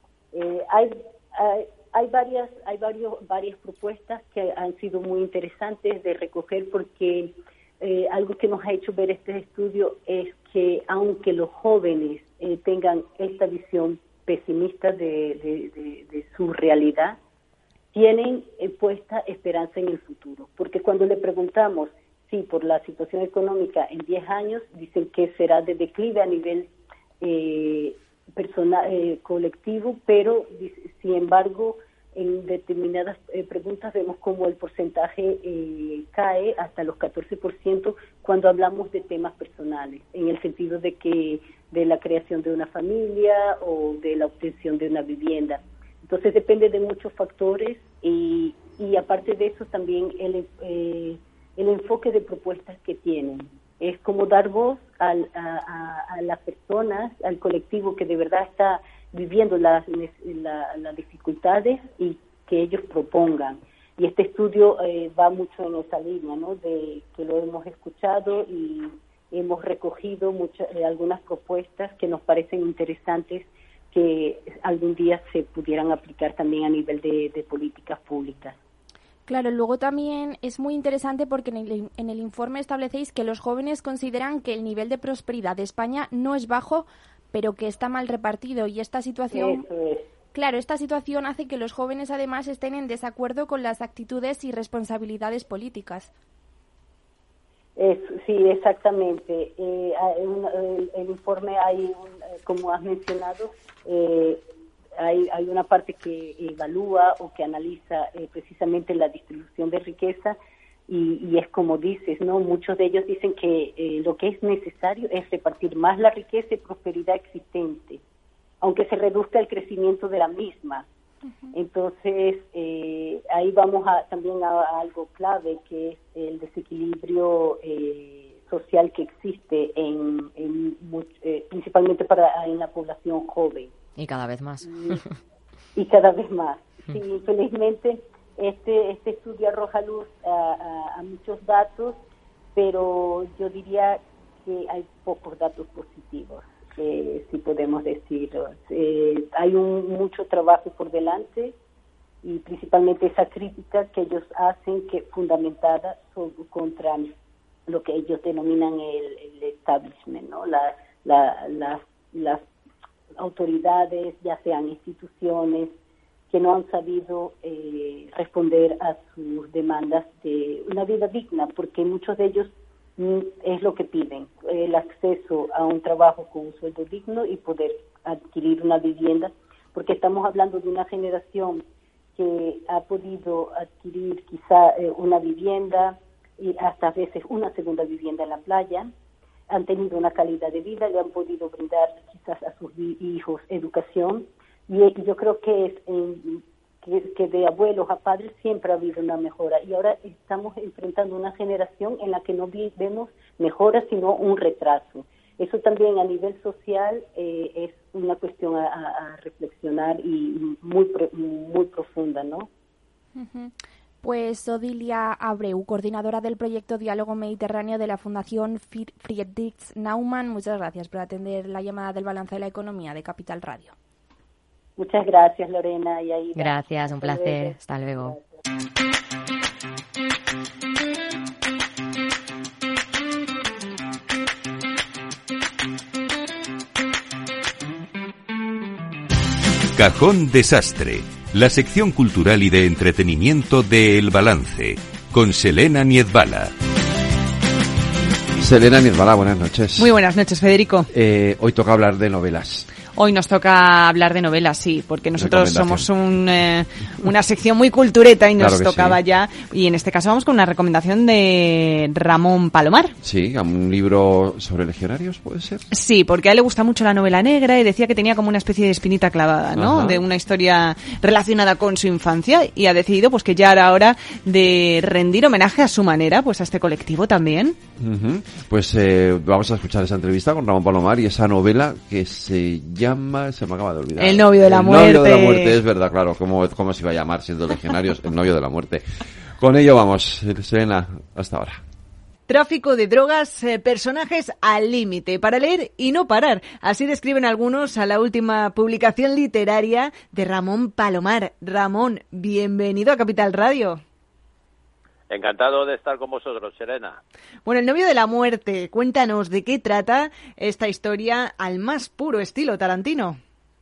Hay varias propuestas que han sido muy interesantes de recoger, porque algo que nos ha hecho ver este estudio es que aunque los jóvenes tengan esta visión pesimista de su realidad, tienen puesta esperanza en el futuro, porque cuando le preguntamos si por la situación económica en 10 años, dicen que será de declive a nivel personal, colectivo, pero sin embargo en determinadas preguntas vemos como el porcentaje cae hasta los 14% cuando hablamos de temas personales, en el sentido de la creación de una familia o de la obtención de una vivienda. Entonces depende de muchos factores, y aparte de eso también el enfoque de propuestas que tienen. Es como dar voz a las personas, al colectivo que de verdad está viviendo las dificultades, y que ellos propongan. Y este estudio va mucho en esa línea, ¿no?, de que lo hemos escuchado y hemos recogido algunas propuestas que nos parecen interesantes, que algún día se pudieran aplicar también a nivel de políticas públicas. Claro, luego también es muy interesante porque en el informe establecéis que los jóvenes consideran que el nivel de prosperidad de España no es bajo, pero que está mal repartido, y esta situación... Eso es. Claro, esta situación hace que los jóvenes además estén en desacuerdo con las actitudes y responsabilidades políticas. Sí, exactamente. El informe como has mencionado, hay una parte que evalúa o que analiza precisamente la distribución de riqueza, y es como dices, ¿no? Muchos de ellos dicen que lo que es necesario es repartir más la riqueza y prosperidad existente, aunque se reduzca el crecimiento de la misma. Entonces, ahí vamos también a algo clave, que es el desequilibrio social que existe principalmente en la población joven. Y cada vez más. Y cada vez más. Sí, infelizmente, este estudio arroja luz a muchos datos, pero yo diría que hay pocos datos positivos, si podemos decirlo. Hay mucho trabajo por delante, y principalmente esa crítica que ellos hacen, que fundamentada contra lo que ellos denominan el establishment, ¿no? Las autoridades, ya sean instituciones, que no han sabido responder a sus demandas de una vida digna, porque muchos de ellos es lo que piden, el acceso a un trabajo con un sueldo digno y poder adquirir una vivienda, porque estamos hablando de una generación que ha podido adquirir quizá una vivienda, y hasta a veces una segunda vivienda en la playa, han tenido una calidad de vida, le han podido brindar quizás a sus hijos educación, y yo creo que de abuelos a padres siempre ha habido una mejora, y ahora estamos enfrentando una generación en la que no vemos mejora sino un retraso. Eso también a nivel social es una cuestión a reflexionar y muy profunda, ¿no? Uh-huh. Pues Odilia Abreu, coordinadora del proyecto Diálogo Mediterráneo de la Fundación Friedrich Naumann, muchas gracias por atender la llamada del Balance de la Economía de Capital Radio. Muchas gracias, Lorena y Aida. Gracias, un placer. Hasta luego. Cajón Desastre, la sección cultural y de entretenimiento de El Balance, con Selena Niezbala. Selena Niezbala, buenas noches. Muy buenas noches, Federico. Hoy toca hablar de novelas. Hoy nos toca hablar de novelas, sí, porque nosotros somos una sección muy cultureta y nos tocaba sí. Ya. Y en este caso vamos con una recomendación de Ramón Palomar. Sí, un libro sobre legionarios, ¿puede ser? Sí, porque a él le gusta mucho la novela negra y decía que tenía como una especie de espinita clavada, ¿no? Ajá. De una historia relacionada con su infancia, y ha decidido pues que ya era hora de rendir homenaje a su manera, pues a este colectivo también. Uh-huh. Pues vamos a escuchar esa entrevista con Ramón Palomar y esa novela que se me acaba de olvidar. El novio de la muerte. El novio de la muerte, es verdad, claro. ¿Cómo se iba a llamar siendo legionarios? El novio de la muerte. Con ello vamos, Selena, hasta ahora. Tráfico de drogas, personajes al límite, para leer y no parar. Así describen algunos a la última publicación literaria de Ramón Palomar. Ramón, bienvenido a Capital Radio. Encantado de estar con vosotros, Selena. Bueno, El novio de la muerte, cuéntanos de qué trata esta historia al más puro estilo Tarantino.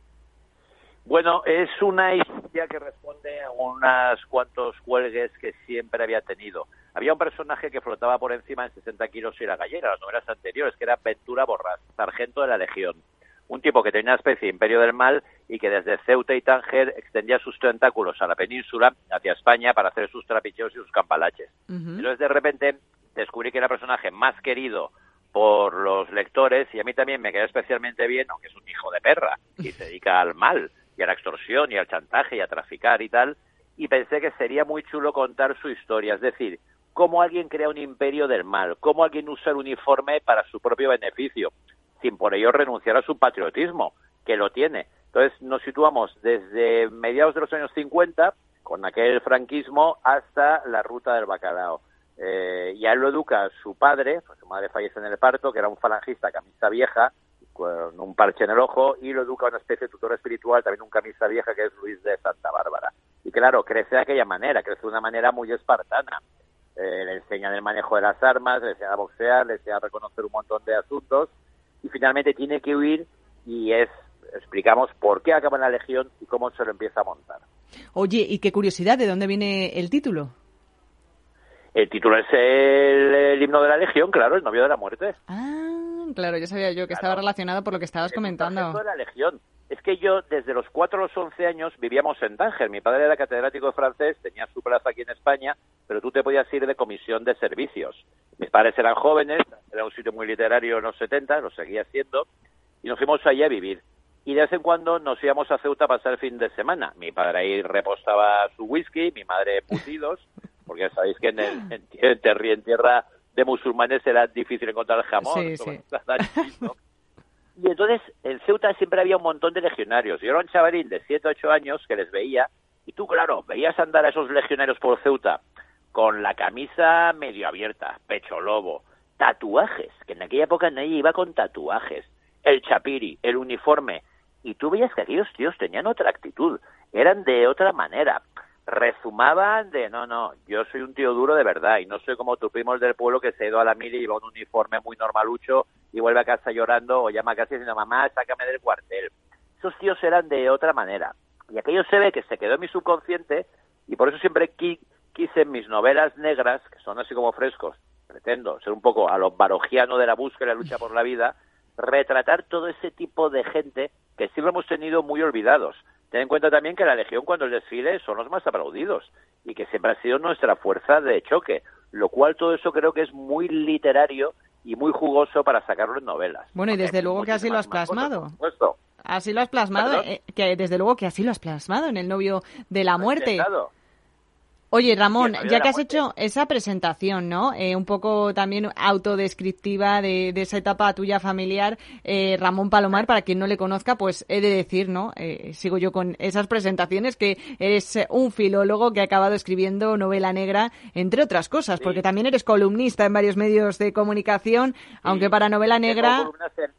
Bueno, es una historia que responde a unos cuantos cuelgues que siempre había tenido. Había un personaje que flotaba por encima en 60 kilos y era gallera, las novelas anteriores, que era Ventura Borrás, sargento de la Legión. Un tipo que tenía una especie de imperio del mal y que desde Ceuta y Tánger extendía sus tentáculos a la península, hacia España, para hacer sus trapicheos y sus campalaches. Uh-huh. Entonces, de repente, descubrí que era el personaje más querido por los lectores, y a mí también me quedó especialmente bien, aunque es un hijo de perra, y se dedica al mal, y a la extorsión, y al chantaje, y a traficar y tal, y pensé que sería muy chulo contar su historia, es decir, cómo alguien crea un imperio del mal, cómo alguien usa el uniforme para su propio beneficio, sin por ello renunciar a su patriotismo, que lo tiene. Entonces nos situamos desde mediados de los años 50, con aquel franquismo, hasta la ruta del bacalao. Y a él lo educa su padre, pues su madre fallece en el parto, que era un falangista camisa vieja, con un parche en el ojo, y lo educa una especie de tutor espiritual, también un camisa vieja, que es Luis de Santa Bárbara. Y claro, crece de aquella manera, crece de una manera muy espartana. Le enseñan el manejo de las armas, le enseñan a boxear, le enseñan a reconocer un montón de asuntos, y finalmente tiene que huir, y explicamos por qué acaba en la Legión y cómo se lo empieza a montar. Oye, y qué curiosidad, ¿de dónde viene el título? El título es el himno de la Legión, claro, el novio de la muerte. Ah, claro, ya sabía yo que estaba relacionado por lo que estabas comentando. El de la Legión. Es que yo, desde los 4 a los 11 años, vivíamos en Tánger. Mi padre era catedrático de francés, tenía su plaza aquí en España, pero tú te podías ir de comisión de servicios. Mis padres eran jóvenes, era un sitio muy literario en los 70, lo seguía siendo, y nos fuimos allí a vivir. Y de vez en cuando nos íbamos a Ceuta a pasar el fin de semana. Mi padre ahí repostaba su whisky, mi madre pucidos, porque ya sabéis que en tierra de musulmanes era difícil encontrar jamón. Sí. Y entonces en Ceuta siempre había un montón de legionarios. Yo era un chavalín de 7 o 8 años que les veía, y tú, claro, veías andar a esos legionarios por Ceuta con la camisa medio abierta, pecho lobo, tatuajes, que en aquella época nadie iba con tatuajes, el chapiri, el uniforme, y tú veías que aquellos tíos tenían otra actitud, eran de otra manera, rezumaban de, no, yo soy un tío duro de verdad, y no soy como tu primo el del pueblo que se ha ido a la mili y lleva un uniforme muy normalucho y vuelve a casa llorando o llama a casa diciendo, mamá, sácame del cuartel. Esos tíos eran de otra manera, y aquello se ve que se quedó en mi subconsciente, y por eso siempre quise en mis novelas negras, que son así como frescos, pretendo ser un poco a lo barogiano de la búsqueda y la lucha por la vida, retratar todo ese tipo de gente que siempre hemos tenido muy olvidados. Ten en cuenta también que la Legión, cuando el desfile, son los más aplaudidos y que siempre ha sido nuestra fuerza de choque, lo cual todo eso creo que es muy literario y muy jugoso para sacarlo en novelas. Bueno, y desde luego que así lo has plasmado. Por supuesto. Así lo has plasmado, que desde luego que así lo has plasmado en El novio de la muerte. Oye, Ramón, ya que has hecho esa presentación, ¿no? Un poco también autodescriptiva de esa etapa tuya familiar, Ramón Palomar, para quien no le conozca, pues he de decir, ¿no? Sigo yo con esas presentaciones, que eres un filólogo que ha acabado escribiendo novela negra, entre otras cosas, porque también eres columnista en varios medios de comunicación, aunque para novela negra...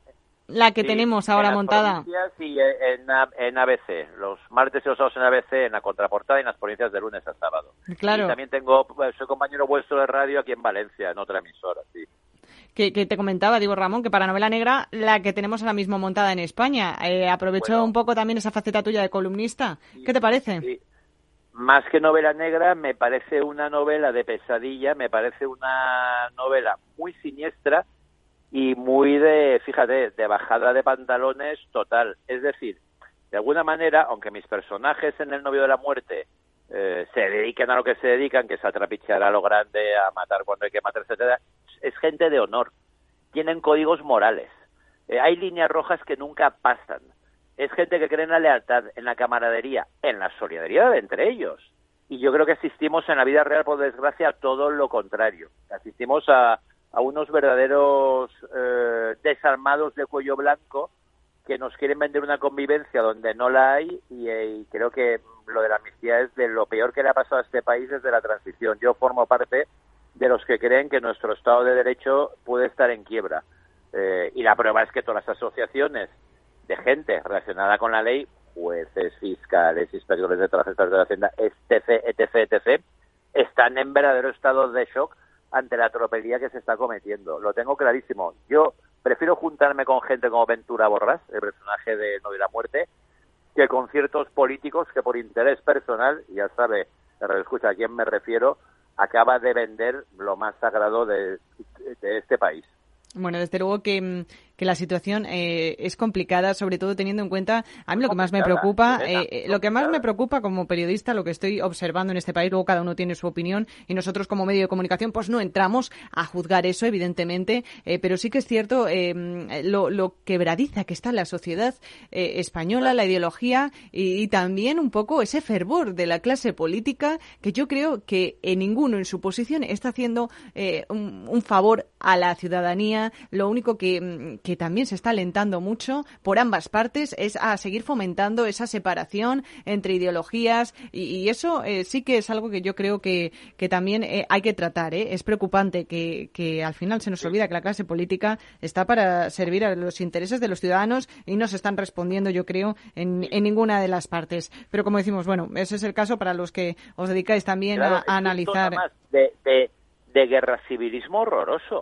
La que tenemos ahora montada. Sí, en ABC, los martes y los sábados en ABC, en la contraportada y en las provincias de lunes a sábado. Claro. Y también soy compañero vuestro de radio aquí en Valencia, en otra emisora, sí. Que te comentaba, digo, Ramón, que para novela negra, la que tenemos ahora mismo montada en España, aprovecho un poco también esa faceta tuya de columnista. Sí, ¿qué te parece? Sí. Más que novela negra, me parece una novela de pesadilla, me parece una novela muy siniestra, y muy de bajada de pantalones total. Es decir, de alguna manera, aunque mis personajes en El novio de la muerte se dediquen a lo que se dedican, que es a trapichear a lo grande, a matar cuando hay que matar, etcétera, es gente de honor. Tienen códigos morales. Hay líneas rojas que nunca pasan. Es gente que cree en la lealtad, en la camaradería, en la solidaridad entre ellos. Y yo creo que asistimos en la vida real, por desgracia, a todo lo contrario. Asistimos a unos verdaderos desarmados de cuello blanco que nos quieren vender una convivencia donde no la hay y creo que lo de la amnistía es de lo peor que le ha pasado a este país desde la transición. Yo formo parte de los que creen que nuestro Estado de Derecho puede estar en quiebra y la prueba es que todas las asociaciones de gente relacionada con la ley, jueces, fiscales, inspectores de trabajo, de la Hacienda, etc., están en verdadero estado de shock ante la tropelía que se está cometiendo. Lo tengo clarísimo. Yo prefiero juntarme con gente como Ventura Borrás, el personaje de No de la Muerte, que con ciertos políticos que por interés personal, ya sabe, escucha a quién me refiero, acaba de vender lo más sagrado de este país. Bueno, desde luego que la situación es complicada, sobre todo teniendo en cuenta, a mí lo que más me preocupa, me preocupa como periodista, lo que estoy observando en este país, luego cada uno tiene su opinión y nosotros como medio de comunicación pues no entramos a juzgar eso, evidentemente, pero sí que es cierto lo quebradiza que está la sociedad española, la ideología y también un poco ese fervor de la clase política que yo creo que ninguno en su posición está haciendo un favor a la ciudadanía. Lo único que también se está alentando mucho por ambas partes es a seguir fomentando esa separación entre ideologías y eso sí que es algo que yo creo que también hay que tratar. Es preocupante que al final se nos olvida que la clase política está para servir a los intereses de los ciudadanos y no se están respondiendo, yo creo, en ninguna de las partes. Pero como decimos, bueno, ese es el caso para los que os dedicáis también a analizar. Más de guerra civilismo horroroso.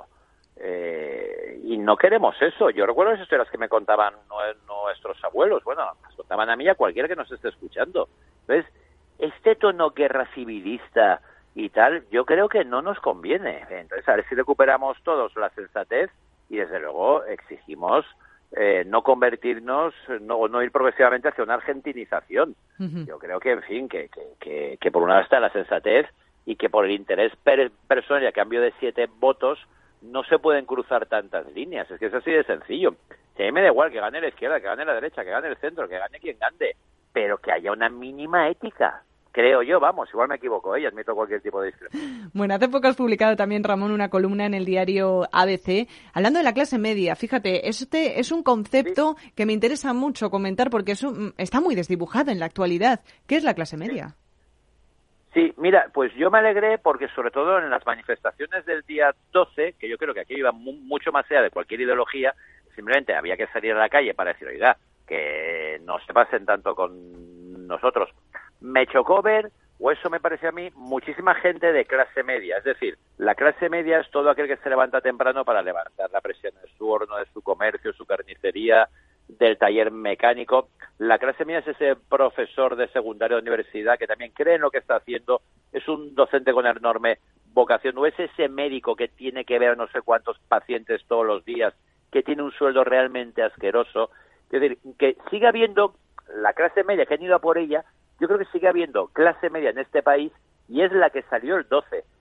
Y no queremos eso. Yo recuerdo esas historias que me contaban nuestros abuelos. Bueno, nos contaban a mí y a cualquiera que nos esté escuchando. Entonces, este tono guerra civilista y tal, yo creo que no nos conviene. Entonces, a ver si recuperamos todos la sensatez y, desde luego, exigimos no convertirnos, no ir progresivamente hacia una argentinización. Yo creo que, en fin, que por un lado está la sensatez y que por el interés personal y a cambio de 7 votos no se pueden cruzar tantas líneas. Es que es así de sencillo. Si a mí me da igual que gane la izquierda, que gane la derecha, que gane el centro, que gane quien gane, pero que haya una mínima ética. Creo yo, vamos, igual me equivoco, y admito cualquier tipo de discrepancia. Bueno, hace poco has publicado también, Ramón, una columna en el diario ABC, hablando de la clase media. Fíjate, este es un concepto que me interesa mucho comentar porque está muy desdibujado en la actualidad. ¿Qué es la clase media? Sí, mira, pues yo me alegré porque sobre todo en las manifestaciones del día 12, que yo creo que aquí iba mucho más allá de cualquier ideología, simplemente había que salir a la calle para decir, oiga, que no se pasen tanto con nosotros. Me chocó ver, o eso me parece a mí, muchísima gente de clase media. Es decir, la clase media es todo aquel que se levanta temprano para levantar la presión de su horno, de su comercio, su carnicería, del taller mecánico. La clase media es ese profesor de secundaria de universidad que también cree en lo que está haciendo, es un docente con enorme vocación, o es ese médico que tiene que ver no sé cuántos pacientes todos los días, que tiene un sueldo realmente asqueroso. Es decir, que siga habiendo la clase media que han ido a por ella. Yo creo que sigue habiendo clase media en este país y es la que salió el 12.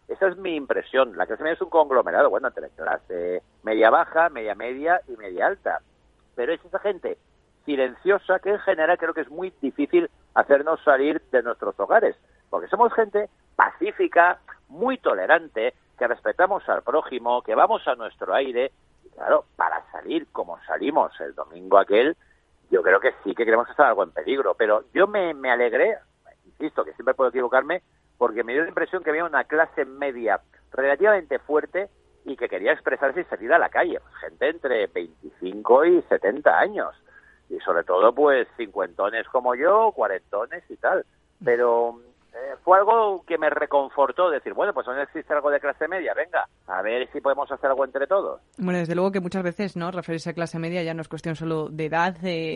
Esa es mi impresión. La clase media es un conglomerado, bueno, entre clase media baja, media y media alta. Pero es esa gente silenciosa que en general creo que es muy difícil hacernos salir de nuestros hogares. Porque somos gente pacífica, muy tolerante, que respetamos al prójimo, que vamos a nuestro aire. Y claro, para salir como salimos el domingo aquel, yo creo que sí que queremos estar algo en peligro. Pero yo me alegré, insisto, que siempre puedo equivocarme, porque me dio la impresión que había una clase media relativamente fuerte y que quería expresarse y salir a la calle. Gente entre 25 y 70 años. Y sobre todo, pues, cincuentones como yo, cuarentones y tal. Pero fue algo que me reconfortó, decir, bueno, pues no existe algo de clase media, venga, a ver si podemos hacer algo entre todos. Bueno, desde luego que muchas veces, ¿no?, referirse a clase media ya no es cuestión solo de edad,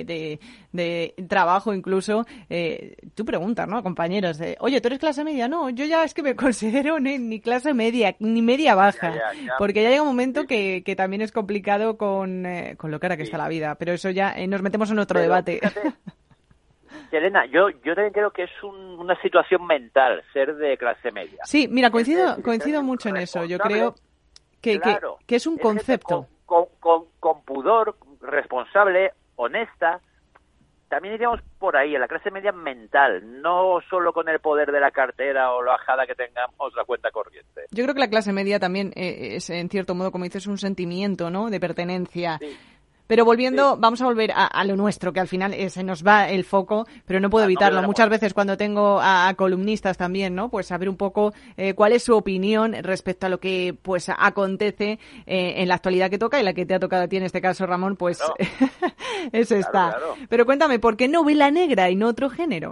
de trabajo incluso. Tú preguntas, ¿no?, compañeros, oye, ¿tú eres clase media? No, yo ya es que me considero ni clase media, ni media baja, ya. Porque ya llega un momento que también es complicado con lo cara que está la vida, pero eso ya nos metemos en otro debate. Fíjate, Elena, yo también creo que es una situación mental ser de clase media. Sí, mira, coincido mucho en eso. Yo creo que es un concepto. Con pudor, responsable, honesta. También iríamos por ahí, en la clase media mental, no solo con el poder de la cartera o la ajada que tengamos la cuenta corriente. Yo creo que la clase media también es, en cierto modo, como dices, un sentimiento, ¿no?, de pertenencia. Sí. Pero volviendo, vamos a volver a lo nuestro, que al final se nos va el foco, pero no puedo evitarlo. Muchas veces cuando tengo a columnistas también, ¿no?, pues saber un poco cuál es su opinión respecto a lo que pues acontece en la actualidad que toca y la que te ha tocado a ti en este caso, Ramón, pues eso está. Claro. Pero cuéntame, ¿por qué novela negra y no otro género?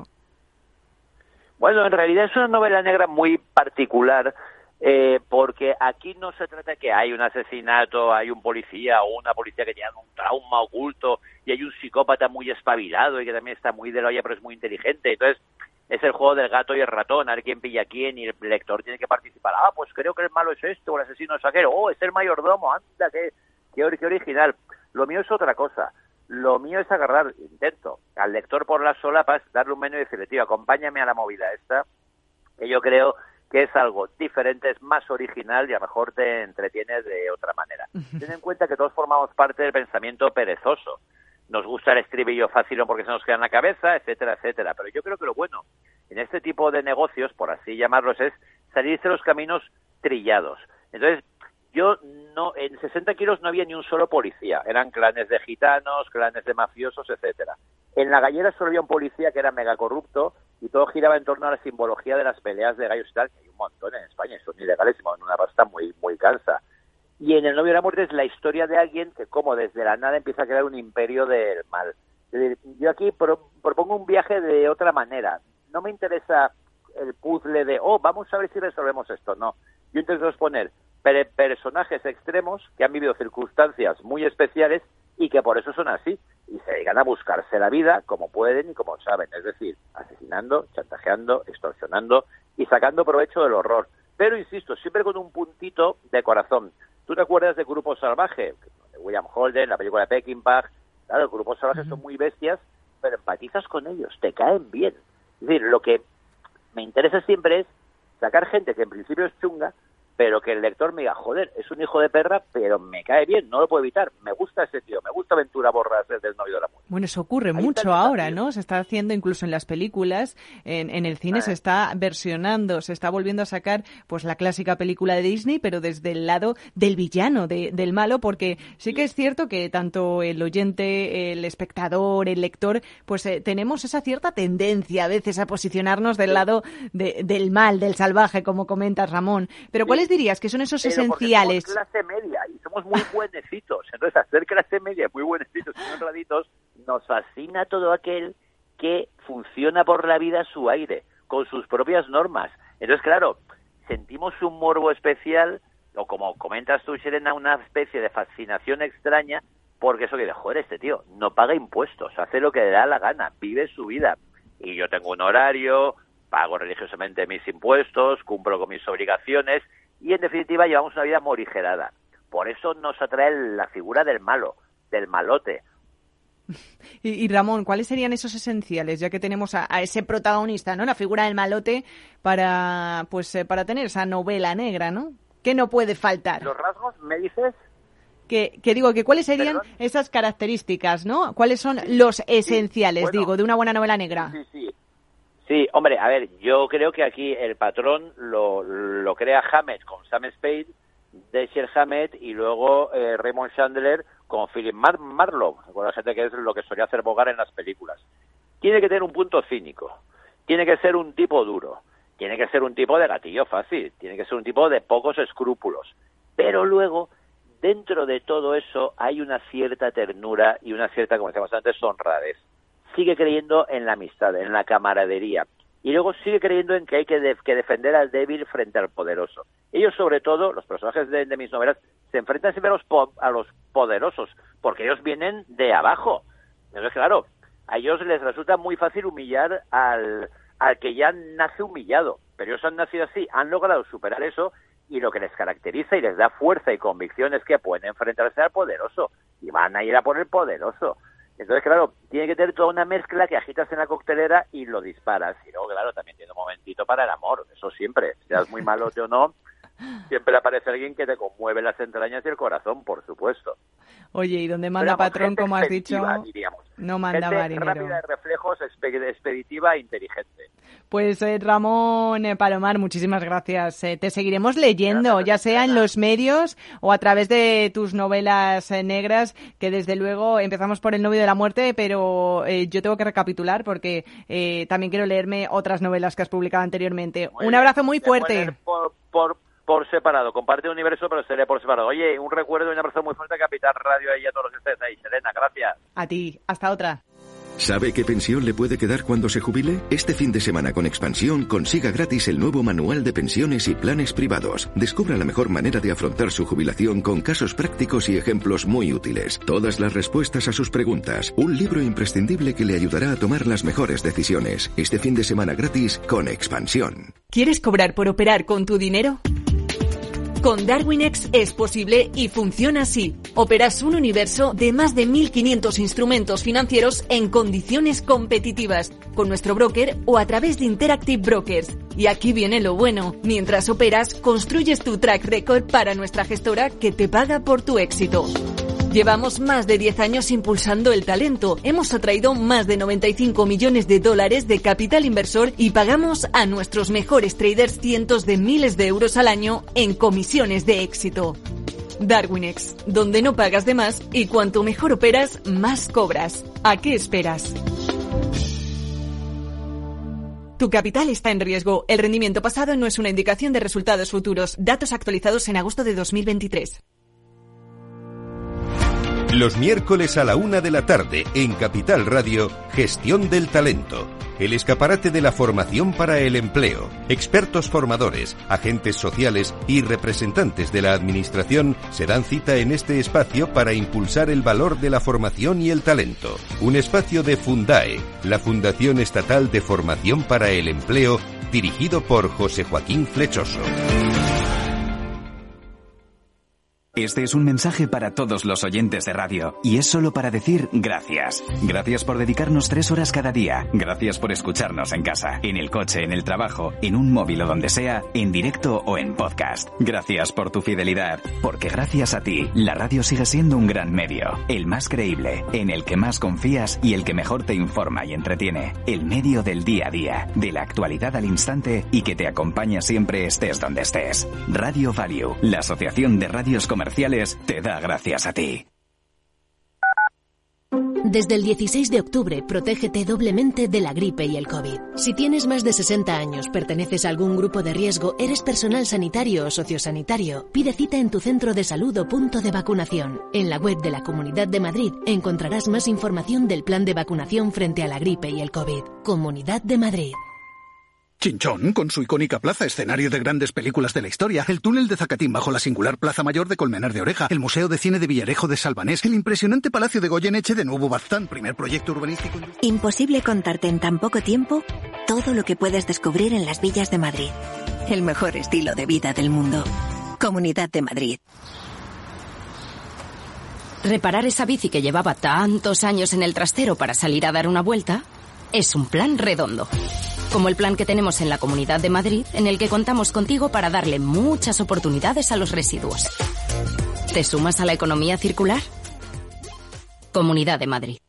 Bueno, en realidad es una novela negra muy particular. Porque aquí no se trata de que hay un asesinato, hay un policía o una policía que tiene un trauma oculto y hay un psicópata muy espabilado y que también está muy de la olla pero es muy inteligente. Entonces es el juego del gato y el ratón, a ver quién pilla a quién y el lector tiene que participar. Ah, pues creo que el malo es esto, o el asesino es aquel, es el mayordomo, anda, qué original. Lo mío es otra cosa. Lo mío es intento al lector por las solapas, darle un menú y decirle, tío, acompáñame a la movida esta, que yo creo que es algo diferente, es más original y a lo mejor te entretienes de otra manera. Ten en cuenta que todos formamos parte del pensamiento perezoso. Nos gusta el estribillo fácil porque se nos queda en la cabeza, etcétera, etcétera. Pero yo creo que lo bueno en este tipo de negocios, por así llamarlos, es salirse de los caminos trillados. Entonces, en 60 kilos no había ni un solo policía. Eran clanes de gitanos, clanes de mafiosos, etcétera. En La Gallera solo había un policía que era mega corrupto y todo giraba en torno a la simbología de las peleas de gallos y tal, que hay un montón en España, y son ilegales y en una pasta muy, muy cansa. Y en El novio de la muerte es la historia de alguien que como desde la nada empieza a crear un imperio del mal. Es decir, yo aquí propongo un viaje de otra manera. No me interesa el puzzle de, vamos a ver si resolvemos esto. No, yo intento exponer personajes extremos que han vivido circunstancias muy especiales y que por eso son así y se dedican a buscarse la vida como pueden y como saben, es decir, asesinando, chantajeando, extorsionando y sacando provecho del horror. Pero insisto, siempre con un puntito de corazón. ¿Tú te acuerdas de Grupo Salvaje? De William Holden, la película de Peckinpah. Claro, los grupos salvajes son muy bestias, pero empatizas con ellos, te caen bien. Es decir, lo que me interesa siempre es sacar gente que en principio es chunga, pero que el lector me diga, joder, es un hijo de perra, pero me cae bien, no lo puedo evitar, me gusta ese tío, me gusta Ventura Borras del novio de la muerte. Bueno, eso ocurre mucho ahora, ¿no? Se está haciendo incluso en las películas, en el cine se está versionando, se está volviendo a sacar pues la clásica película de Disney, pero desde el lado del villano, del malo, porque sí que es cierto que tanto el oyente, el espectador, el lector, pues tenemos esa cierta tendencia a veces a posicionarnos del lado del mal, del salvaje, como comentas, Ramón. Pero ¿cuáles dirías que son esos esenciales? Somos clase media y somos muy buenecitos. Entonces, hacer clase media muy buenecitos y honraditos nos fascina todo aquel que funciona por la vida a su aire, con sus propias normas. Entonces, claro, sentimos un morbo especial, o como comentas tú, Serena, una especie de fascinación extraña, porque eso que de joder, este tío no paga impuestos, hace lo que le da la gana, vive su vida. Y yo tengo un horario, pago religiosamente mis impuestos, cumplo con mis obligaciones, y en definitiva llevamos una vida morigerada. Por eso nos atrae la figura del malo, del malote. Y Ramón, ¿cuáles serían esos esenciales, ya que tenemos a ese protagonista, ¿no? La figura del malote para tener esa novela negra, ¿no? ¿Qué no puede faltar? ¿Los rasgos, me dices? Que cuáles serían esas características, ¿no? ¿Cuáles son los esenciales, de una buena novela negra? Sí, hombre, a ver, yo creo que aquí el patrón lo crea Hammett con Sam Spade, Dashiell Hammett y luego Raymond Chandler con Philip Marlowe, con la gente que es lo que solía hacer Bogart en las películas. Tiene que tener un punto cínico, tiene que ser un tipo duro, tiene que ser un tipo de gatillo fácil, tiene que ser un tipo de pocos escrúpulos, pero luego dentro de todo eso hay una cierta ternura y una cierta, como decíamos antes, honradez. Sigue creyendo en la amistad, en la camaradería. Y luego sigue creyendo en que hay que defender al débil frente al poderoso. Ellos, sobre todo, los personajes de mis novelas, se enfrentan siempre a los poderosos, porque ellos vienen de abajo. Entonces, claro, a ellos les resulta muy fácil humillar al que ya nace humillado. Pero ellos han nacido así, han logrado superar eso, y lo que les caracteriza y les da fuerza y convicción es que pueden enfrentarse al poderoso, y van a ir a por el poderoso. Entonces, claro, tiene que tener toda una mezcla que agitas en la coctelera y lo disparas. Y luego, claro, también tiene un momentito para el amor, eso siempre. Seas muy malote o no, siempre aparece alguien que te conmueve las entrañas y el corazón, por supuesto. Oye, y donde manda patrón, como has dicho, diríamos. No manda marinero. Rápida de reflejos, expeditiva e inteligente. Pues Ramón Palomar, muchísimas gracias. Te seguiremos leyendo, ya sea en los medios o a través de tus novelas negras, que desde luego empezamos por El novio de la muerte, pero yo tengo que recapitular porque también quiero leerme otras novelas que has publicado anteriormente. Un abrazo muy fuerte. Por separado, comparte el universo, pero seré por separado. Oye, un recuerdo y un abrazo muy fuerte a Capital Radio y a todos los que estés ahí. Selena, gracias. A ti, hasta otra. ¿Sabe qué pensión le puede quedar cuando se jubile? Este fin de semana con Expansión consiga gratis el nuevo manual de pensiones y planes privados. Descubra la mejor manera de afrontar su jubilación con casos prácticos y ejemplos muy útiles. Todas las respuestas a sus preguntas. Un libro imprescindible que le ayudará a tomar las mejores decisiones. Este fin de semana gratis con Expansión. ¿Quieres cobrar por operar con tu dinero? Con Darwinex es posible y funciona así. Operas un universo de más de 1.500 instrumentos financieros en condiciones competitivas, con nuestro broker o a través de Interactive Brokers. Y aquí viene lo bueno. Mientras operas, construyes tu track record para nuestra gestora que te paga por tu éxito. Llevamos más de 10 años impulsando el talento. Hemos atraído más de $95 millones de capital inversor y pagamos a nuestros mejores traders cientos de miles de euros al año en comisiones de éxito. Darwinex, donde no pagas de más y cuanto mejor operas, más cobras. ¿A qué esperas? Tu capital está en riesgo. El rendimiento pasado no es una indicación de resultados futuros. Datos actualizados en agosto de 2023. Los miércoles a la 1:00 p.m. en Capital Radio, Gestión del Talento. El escaparate de la formación para el empleo. Expertos formadores, agentes sociales y representantes de la administración se dan cita en este espacio para impulsar el valor de la formación y el talento. Un espacio de Fundae, la Fundación Estatal de Formación para el Empleo, dirigido por José Joaquín Flechoso. Este es un mensaje para todos los oyentes de radio, y es solo para decir gracias. Gracias por dedicarnos 3 horas cada día. Gracias por escucharnos en casa, en el coche, en el trabajo, en un móvil o donde sea, en directo o en podcast. Gracias por tu fidelidad, porque gracias a ti, la radio sigue siendo un gran medio, el más creíble, en el que más confías y el que mejor te informa y entretiene. El medio del día a día, de la actualidad al instante y que te acompaña siempre estés donde estés. Radio Value, la Asociación de Radios Comerciales, te da gracias a ti. Desde el 16 de octubre, protégete doblemente de la gripe y el COVID. Si tienes más de 60 años, perteneces a algún grupo de riesgo, eres personal sanitario o sociosanitario, pide cita en tu centro de salud o punto de vacunación. En la web de la Comunidad de Madrid encontrarás más información del plan de vacunación frente a la gripe y el COVID. Comunidad de Madrid. Chinchón, con su icónica plaza, escenario de grandes películas de la historia, el túnel de Zacatín bajo la singular Plaza Mayor de Colmenar de Oreja, el Museo de Cine de Villarejo de Salvanés, el impresionante Palacio de Goyeneche de Nuevo Baztán, primer proyecto urbanístico. Imposible contarte en tan poco tiempo todo lo que puedes descubrir en las villas de Madrid. El mejor estilo de vida del mundo. Comunidad de Madrid. Reparar esa bici que llevaba tantos años en el trastero para salir a dar una vuelta es un plan redondo. Como el plan que tenemos en la Comunidad de Madrid, en el que contamos contigo para darle muchas oportunidades a los residuos. ¿Te sumas a la economía circular? Comunidad de Madrid.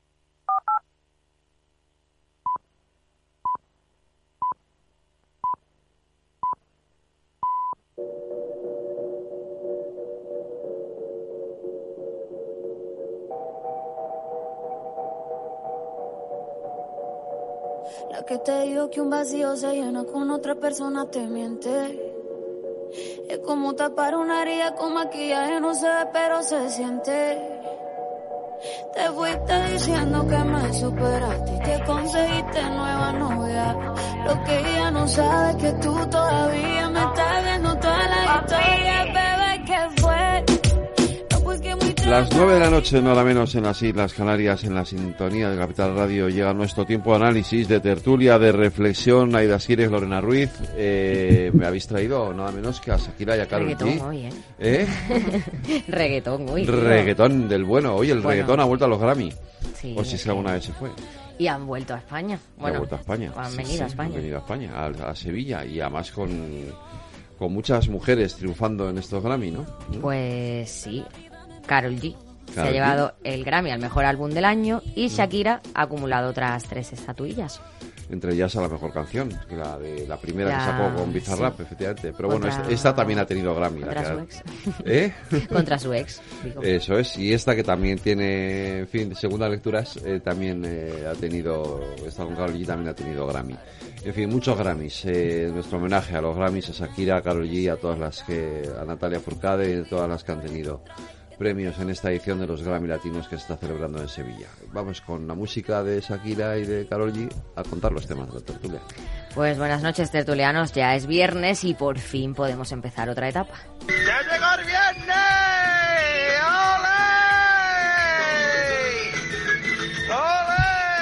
La que te digo que un vacío se llena con otra persona te miente. Es como tapar una herida con maquillaje, no se ve pero se siente. Te fuiste diciendo que me superaste y que conseguiste nueva novia. Lo que ella no sabe es que tú todavía me estás viendo toda la historia, bebé, ¿qué fue? Las 9 de la noche, no la menos, en las Islas Canarias, en la sintonía de Capital Radio, llega nuestro tiempo de análisis, de tertulia, de reflexión. Aida Sires, Lorena Ruiz, me habéis traído nada menos que a Shakira y a Karol G. Reggaetón hoy, ¿eh? Reggaetón hoy. Reggaetón del bueno. Oye, el reggaetón ha vuelto a los Grammy. Sí, o si es que alguna vez se fue. Y han vuelto a España. Bueno, han vuelto a España. Han venido a España. Han venido a España, a Sevilla, y además con muchas mujeres triunfando en estos Grammy, ¿no? Pues sí. Karol G se ha llevado el Grammy al mejor álbum del año y Shakira ha acumulado otras 3 estatuillas. Entre ellas a la mejor canción, la primera que sacó con Bizarrap, sí. Efectivamente. Pero bueno, esta también ha tenido Grammy. Contra su ex. Contra su ex, digo. Eso es, y esta que también tiene, en fin, segunda lecturas, también ha tenido, esta con Karol G también ha tenido Grammy. En fin, muchos Grammys. Nuestro homenaje a los Grammys, a Shakira, a Karol G, a Natalia Furcade, todas las que han tenido premios en esta edición de los Grammy Latinos que se está celebrando en Sevilla. Vamos con la música de Shakira y de Karol G a contar los temas de la tertulia. Pues buenas noches, tertulianos. Ya es viernes y por fin podemos empezar otra etapa. ¡Ya llegó el viernes! ¡Ole! ¡Ole!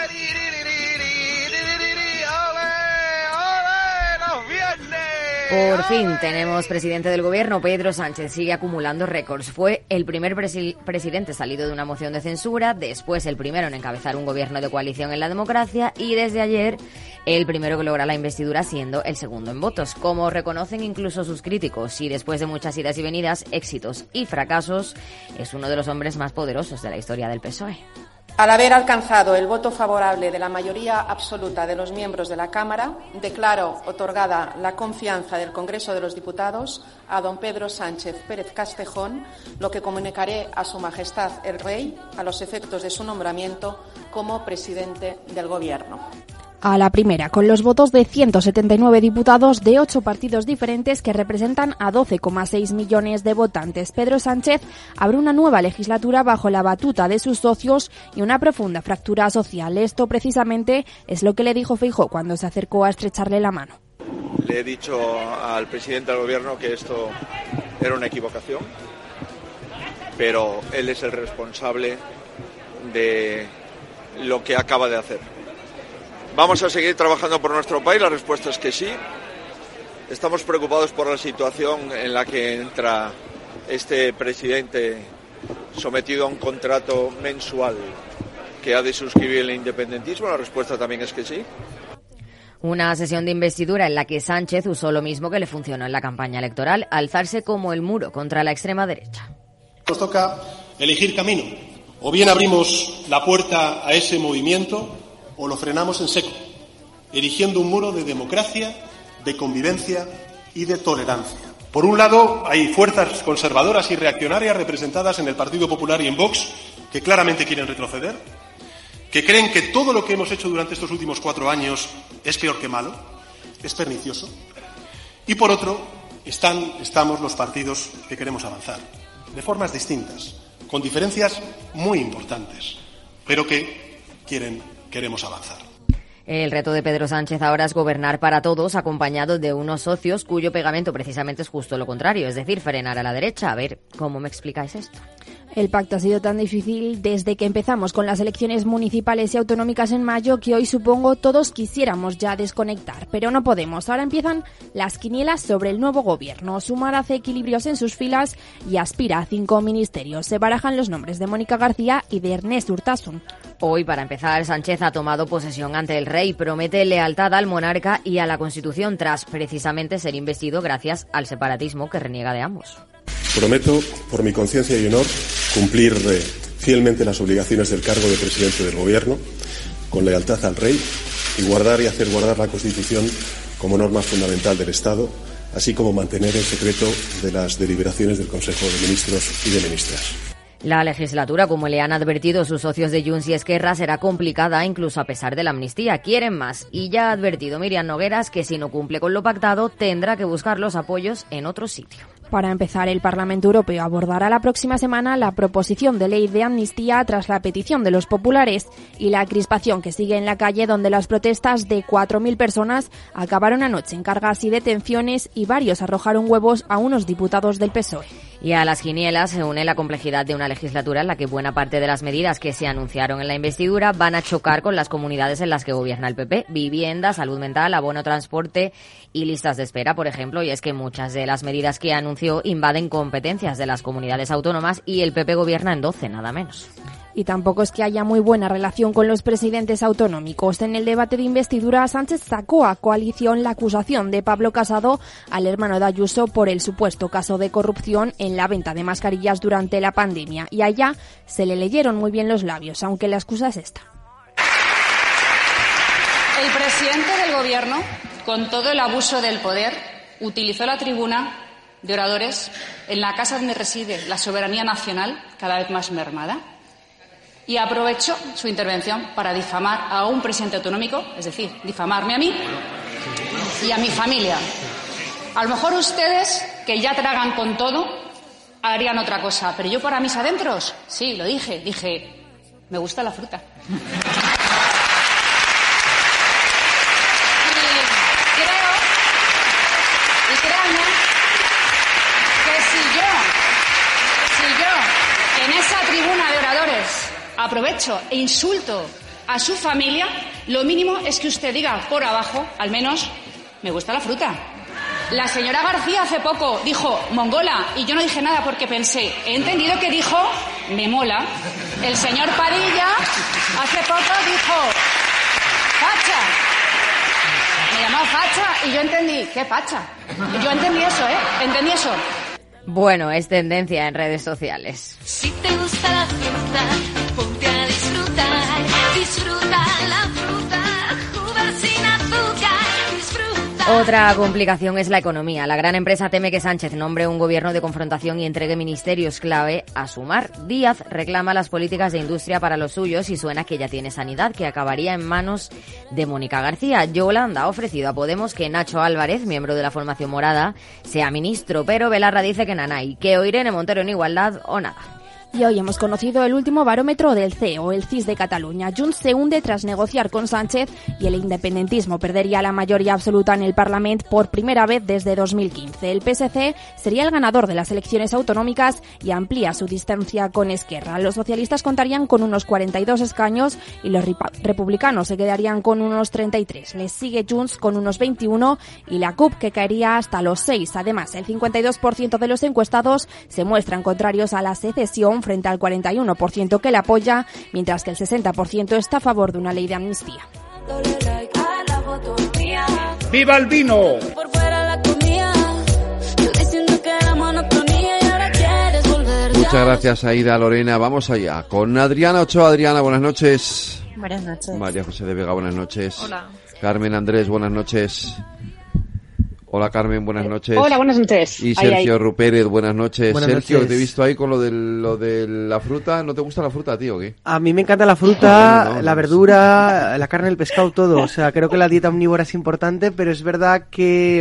Por fin tenemos presidente del gobierno. Pedro Sánchez sigue acumulando récords. Fue el primer presidente salido de una moción de censura, después el primero en encabezar un gobierno de coalición en la democracia y desde ayer el primero que logra la investidura, siendo el segundo en votos. Como reconocen incluso sus críticos, y después de muchas idas y venidas, éxitos y fracasos, es uno de los hombres más poderosos de la historia del PSOE. Al haber alcanzado el voto favorable de la mayoría absoluta de los miembros de la Cámara, declaro otorgada la confianza del Congreso de los Diputados a don Pedro Sánchez Pérez Castejón, lo que comunicaré a Su Majestad el Rey a los efectos de su nombramiento como presidente del Gobierno. A la primera, con los votos de 179 diputados de 8 partidos diferentes que representan a 12,6 millones de votantes. Pedro Sánchez abre una nueva legislatura bajo la batuta de sus socios y una profunda fractura social. Esto precisamente es lo que le dijo Feijóo cuando se acercó a estrecharle la mano. Le he dicho al presidente del Gobierno que esto era una equivocación, pero él es el responsable de lo que acaba de hacer. ¿Vamos a seguir trabajando por nuestro país? La respuesta es que sí. Estamos preocupados por la situación en la que entra este presidente sometido a un contrato mensual que ha de suscribir el independentismo. La respuesta también es que sí. Una sesión de investidura en la que Sánchez usó lo mismo que le funcionó en la campaña electoral, alzarse como el muro contra la extrema derecha. Nos toca elegir camino. O bien abrimos la puerta a ese movimiento o lo frenamos en seco, erigiendo un muro de democracia, de convivencia y de tolerancia. Por un lado, hay fuerzas conservadoras y reaccionarias representadas en el Partido Popular y en Vox que claramente quieren retroceder, que creen que todo lo que hemos hecho durante estos últimos 4 años es peor que malo, es pernicioso. Y por otro, estamos los partidos que queremos avanzar, de formas distintas, con diferencias muy importantes, pero que queremos avanzar. El reto de Pedro Sánchez ahora es gobernar para todos, acompañado de unos socios cuyo pegamento precisamente es justo lo contrario, es decir, frenar a la derecha. A ver, ¿cómo me explicáis esto? El pacto ha sido tan difícil desde que empezamos con las elecciones municipales y autonómicas en mayo que hoy supongo todos quisiéramos ya desconectar, pero no podemos. Ahora empiezan las quinielas sobre el nuevo gobierno. Sumar hace equilibrios en sus filas y aspira a 5 ministerios. Se barajan los nombres de Mónica García y de Ernest Urtasun. Hoy, para empezar, Sánchez ha tomado posesión ante el rey, promete lealtad al monarca y a la Constitución tras precisamente ser investido gracias al separatismo que reniega de ambos. Prometo, por mi conciencia y honor, cumplir fielmente las obligaciones del cargo de presidente del Gobierno, con lealtad al rey y guardar y hacer guardar la Constitución como norma fundamental del Estado, así como mantener el secreto de las deliberaciones del Consejo de Ministros y de Ministras. La legislatura, como le han advertido sus socios de Junts y Esquerra, será complicada incluso a pesar de la amnistía. Quieren más y ya ha advertido Míriam Nogueras que si no cumple con lo pactado tendrá que buscar los apoyos en otro sitio. Para empezar, el Parlamento Europeo abordará la próxima semana la proposición de ley de amnistía tras la petición de los populares y la crispación que sigue en la calle, donde las protestas de 4.000 personas acabaron anoche en cargas y detenciones y varios arrojaron huevos a unos diputados del PSOE. Y a las quinielas se une la complejidad de una legislatura en la que buena parte de las medidas que se anunciaron en la investidura van a chocar con las comunidades en las que gobierna el PP. Vivienda, salud mental, abono, transporte y listas de espera, por ejemplo. Y es que muchas de las medidas que anunció invaden competencias de las comunidades autónomas y el PP gobierna en 12, nada menos. Y tampoco es que haya muy buena relación con los presidentes autonómicos. En el debate de investidura, Sánchez sacó a coalición la acusación de Pablo Casado al hermano de Ayuso por el supuesto caso de corrupción en la venta de mascarillas durante la pandemia. Y allá se le leyeron muy bien los labios, aunque la excusa es esta. El presidente del Gobierno, con todo el abuso del poder, utilizó la tribuna de oradores en la casa donde reside la soberanía nacional, cada vez más mermada, y aprovechó su intervención para difamar a un presidente autonómico, es decir, difamarme a mí y a mi familia. A lo mejor ustedes, que ya tragan con todo, harían otra cosa, pero yo para mis adentros, sí, lo dije, me gusta la fruta. Y créanme que si yo en esa tribuna de oradores aprovecho e insulto a su familia, lo mínimo es que usted diga por abajo, al menos, me gusta la fruta. La señora García hace poco dijo mongola y yo no dije nada porque pensé, he entendido que dijo me mola. El señor Padilla hace poco dijo facha. Me llamó facha y yo entendí, ¿qué facha? Yo entendí eso, entendí eso. Bueno, es tendencia en redes sociales. Si te gusta la fruta, ponte a disfrutar. Disfruta la fruta, jugar sin azúcar. Disfruta. Otra complicación es la economía. La gran empresa teme que Sánchez nombre un gobierno de confrontación y entregue ministerios clave a Sumar. Díaz reclama las políticas de industria para los suyos y suena que ya tiene sanidad, que acabaría en manos de Mónica García. Yolanda ha ofrecido a Podemos que Nacho Álvarez, miembro de la formación morada, sea ministro, pero Belarra dice que nanay, que o Irene Montero en igualdad o nada. Y hoy hemos conocido el último barómetro del CEO, el CIS de Cataluña. Junts se hunde tras negociar con Sánchez y el independentismo perdería la mayoría absoluta en el Parlamento por primera vez desde 2015. El PSC sería el ganador de las elecciones autonómicas y amplía su distancia con Esquerra. Los socialistas contarían con unos 42 escaños y los republicanos se quedarían con unos 33. Les sigue Junts con unos 21 y la CUP, que caería hasta los 6. Además, el 52% de los encuestados se muestran contrarios a la secesión frente al 41% que la apoya, mientras que el 60% está a favor de una ley de amnistía. ¡Viva el vino! Muchas gracias, Aida, Lorena. Vamos allá con Adriana Ochoa. Adriana, buenas noches. Buenas noches. María José de Vega, buenas noches. Hola. Carmen Andrés, buenas noches. Hola Carmen, buenas noches. Hola, buenas noches. Y Sergio Rupérez, buenas noches. Buenas Sergio, noches. te he visto ahí con lo de la fruta. ¿No te gusta la fruta, tío, o qué? A mí me encanta la fruta, la verdura, la carne, el pescado, todo. O sea, creo que la dieta omnívora es importante, pero es verdad que, hombre,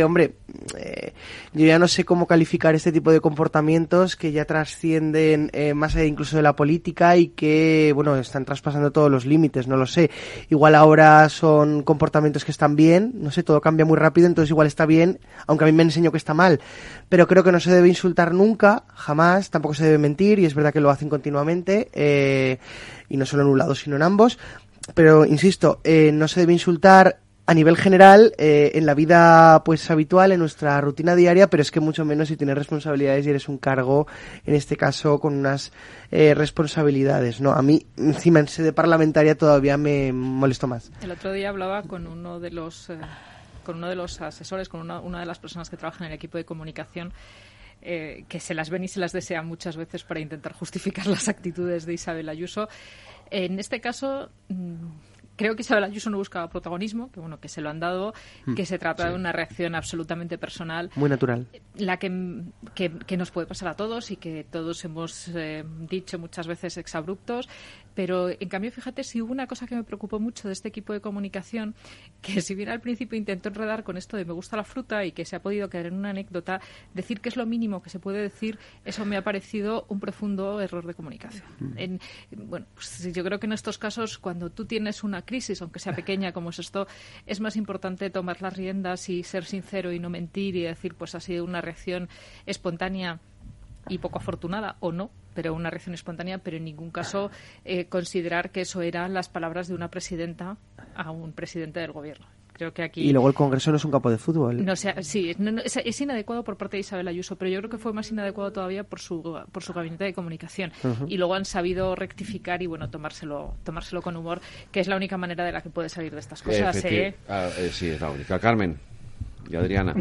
yo ya no sé cómo calificar este tipo de comportamientos que ya trascienden más allá incluso de la política y que, bueno, están traspasando todos los límites, no lo sé. Igual ahora son comportamientos que están bien, no sé, todo cambia muy rápido, entonces igual está bien, aunque a mí me enseñó que está mal. Pero creo que no se debe insultar nunca, jamás, tampoco se debe mentir, y es verdad que lo hacen continuamente, y no solo en un lado, sino en ambos. Pero, insisto, no se debe insultar a nivel general, en la vida pues habitual, en nuestra rutina diaria, pero es que mucho menos si tienes responsabilidades y eres un cargo, en este caso con unas responsabilidades, ¿no? A mí, encima en sede parlamentaria, todavía me molesto más. El otro día hablaba con uno de los asesores, con una de las personas que trabajan en el equipo de comunicación, que se las ven y se las desean muchas veces para intentar justificar las actitudes de Isabel Ayuso. En este caso, creo que Isabel Ayuso no buscaba protagonismo, que bueno, que se lo han dado, que se trata de una reacción absolutamente personal. Muy natural. La que nos puede pasar a todos y que todos hemos dicho muchas veces exabruptos. Pero, en cambio, fíjate, si hubo una cosa que me preocupó mucho de este equipo de comunicación, que si bien al principio intentó enredar con esto de me gusta la fruta y que se ha podido quedar en una anécdota, decir que es lo mínimo que se puede decir, eso me ha parecido un profundo error de comunicación. Bueno, pues yo creo que en estos casos, cuando tú tienes una crisis, aunque sea pequeña como es esto, es más importante tomar las riendas y ser sincero y no mentir y decir, pues ha sido una reacción espontánea y poco afortunada, o no, pero una reacción espontánea, pero en ningún caso considerar que eso eran las palabras de una presidenta a un presidente del gobierno. Creo que aquí... Y luego el Congreso no es un campo de fútbol. No sé, sí, es inadecuado por parte de Isabel Ayuso, pero yo creo que fue más inadecuado todavía por su gabinete de comunicación. Y luego han sabido rectificar y, bueno, tomárselo con humor, que es la única manera de la que puede salir de estas cosas. Sí, es la única. Carmen y Adriana.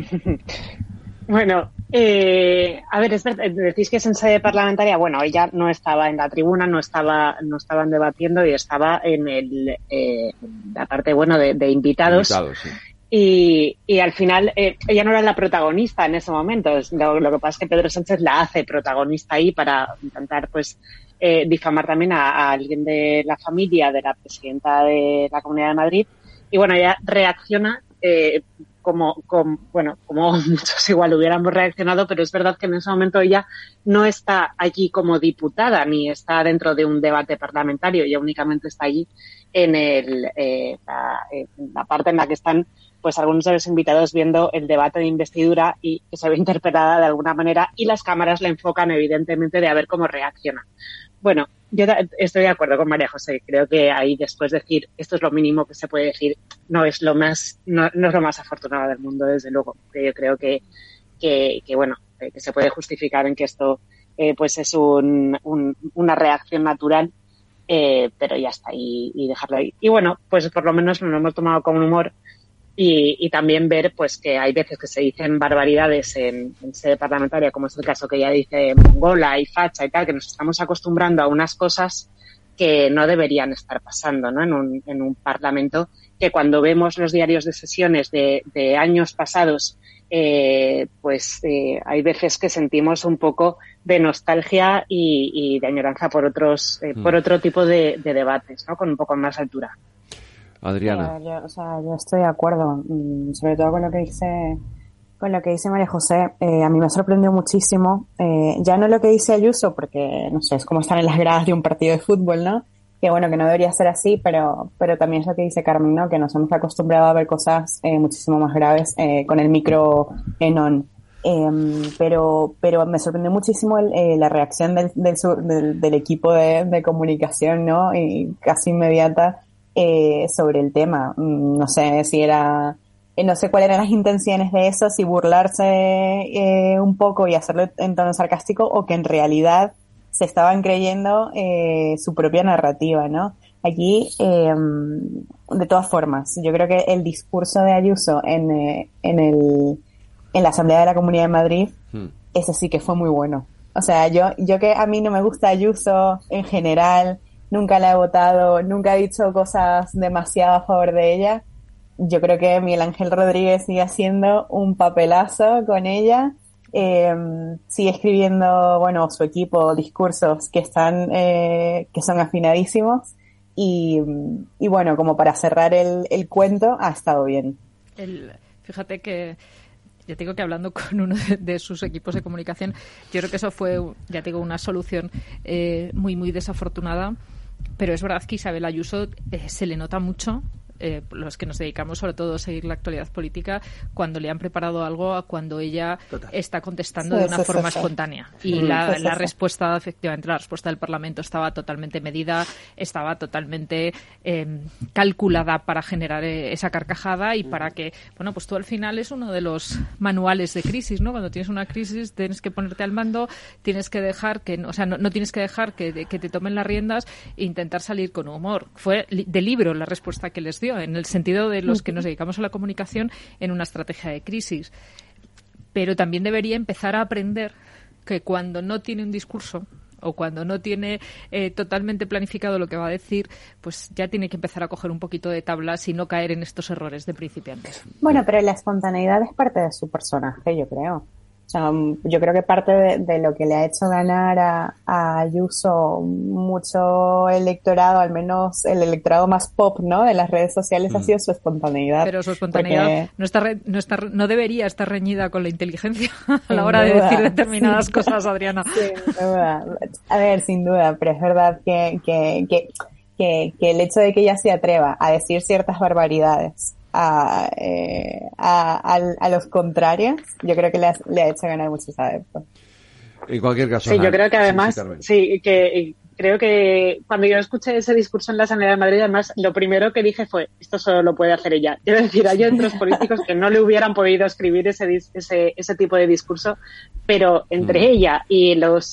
Bueno, a ver, decís que es en sede parlamentaria. Bueno, ella no estaba en la tribuna, no estaban debatiendo y estaba en la parte, bueno, de invitados. Sí. Y al final, ella no era la protagonista en ese momento. Lo que pasa es que Pedro Sánchez la hace protagonista ahí para intentar, pues, difamar también a alguien de la familia de la presidenta de la Comunidad de Madrid. Y bueno, ella reacciona, como muchos igual hubiéramos reaccionado, pero es verdad que en ese momento ella no está allí como diputada ni está dentro de un debate parlamentario, ella únicamente está allí en la parte en la que están pues algunos de los invitados viendo el debate de investidura y que se ve interpelada de alguna manera y las cámaras la enfocan evidentemente de a ver cómo reacciona. Bueno, yo estoy de acuerdo con María José. Creo que ahí después decir esto es lo mínimo que se puede decir no es lo más afortunado del mundo, desde luego. Yo creo que se puede justificar en que esto pues es una reacción natural, pero ya está, y dejarlo ahí. Y bueno, pues por lo menos lo hemos tomado con humor. Y también ver pues que hay veces que se dicen barbaridades en sede parlamentaria, como es el caso que ella dice mongola y facha y tal, que nos estamos acostumbrando a unas cosas que no deberían estar pasando, ¿no? En un parlamento, que cuando vemos los diarios de sesiones de años pasados, hay veces que sentimos un poco de nostalgia y de añoranza por otro tipo de debates, ¿no? Con un poco más altura. Adriana. Yo estoy de acuerdo, sobre todo con lo que dice María José. A mí me sorprendió muchísimo, ya no lo que dice Ayuso, porque no sé, es como estar en las gradas de un partido de fútbol, ¿no? Que bueno, que no debería ser así, pero también es lo que dice Carmen, ¿no? Que nos hemos acostumbrado a ver cosas muchísimo más graves con el micro en on. Pero me sorprendió muchísimo la reacción del equipo de comunicación, ¿no? Y casi inmediata sobre el tema. No sé si era, no sé cuáles eran las intenciones de eso, si burlarse un poco y hacerlo en tono sarcástico o que en realidad se estaban creyendo su propia narrativa, ¿no? Aquí, de todas formas, yo creo que el discurso de Ayuso en la Asamblea de la Comunidad de Madrid, ese sí que fue muy bueno. O sea, yo que a mí no me gusta Ayuso en general, nunca la he votado, nunca he dicho cosas demasiado a favor de ella. Yo creo que Miguel Ángel Rodríguez sigue haciendo un papelazo con ella. Sigue escribiendo, bueno, su equipo, discursos que son afinadísimos. Y bueno, como para cerrar el cuento, ha estado bien. Fíjate que ya te digo que hablando con uno de sus equipos de comunicación, yo creo que eso fue, ya te digo, una solución muy, muy desafortunada, pero es verdad que Isabel Ayuso se le nota mucho, los que nos dedicamos sobre todo a seguir la actualidad política, cuando le han preparado algo, cuando ella está contestando de una forma espontánea. Y la respuesta, efectivamente, la respuesta del Parlamento estaba totalmente medida, estaba totalmente calculada para generar esa carcajada y para que, bueno, pues tú al final es uno de los manuales de crisis, ¿no? Cuando tienes una crisis tienes que ponerte al mando, tienes que dejar que, o sea, no tienes que dejar que te tomen las riendas e intentar salir con humor. Fue de libro la respuesta que les dio, en el sentido de los que nos dedicamos a la comunicación en una estrategia de crisis. Pero también debería empezar a aprender que cuando no tiene un discurso o cuando no tiene totalmente planificado lo que va a decir, pues ya tiene que empezar a coger un poquito de tablas y no caer en estos errores de principiantes. Bueno, pero la espontaneidad es parte de su personaje, yo creo. O sea, yo creo que parte de lo que le ha hecho ganar a Ayuso mucho electorado, al menos el electorado más pop, ¿no?, de las redes sociales, ha sido su espontaneidad. Pero su espontaneidad no debería estar reñida con la inteligencia a la hora de decir determinadas cosas, Adriana. Sin duda. A ver, sin duda, pero es verdad que el hecho de que ella se atreva a decir ciertas barbaridades a los contrarios, yo creo que le ha hecho ganar muchos adeptos. En cualquier caso. Sí, yo creo que además, creo que cuando yo escuché ese discurso en la Sanidad de Madrid, además, lo primero que dije fue, esto solo lo puede hacer ella. Quiero decir, hay otros políticos que no le hubieran podido escribir ese tipo de discurso, pero entre ella y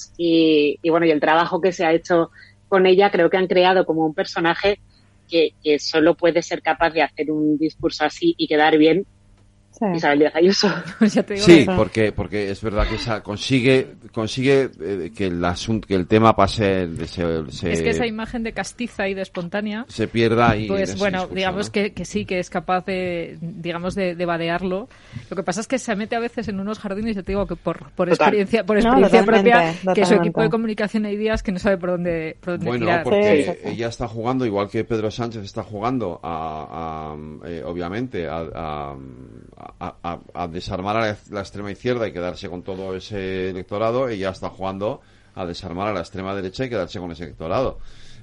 el trabajo que se ha hecho con ella, creo que han creado como un personaje que solo puede ser capaz de hacer un discurso así y quedar bien. Isabel Díaz Ayuso. Sí, porque es verdad que consigue que el tema pase, es que esa imagen de castiza y de espontánea se pierda y pues bueno, digamos, ¿no? que sí, que es capaz de, digamos, de vadearlo. Lo que pasa es que se mete a veces en unos jardines, yo te digo que por experiencia propia, que su equipo de comunicación hay días que no sabe por dónde tirar. Porque ella está jugando, igual que Pedro Sánchez está jugando obviamente a desarmar a la extrema izquierda y quedarse con todo ese electorado. Ella está jugando a desarmar a la extrema derecha y quedarse con ese electorado.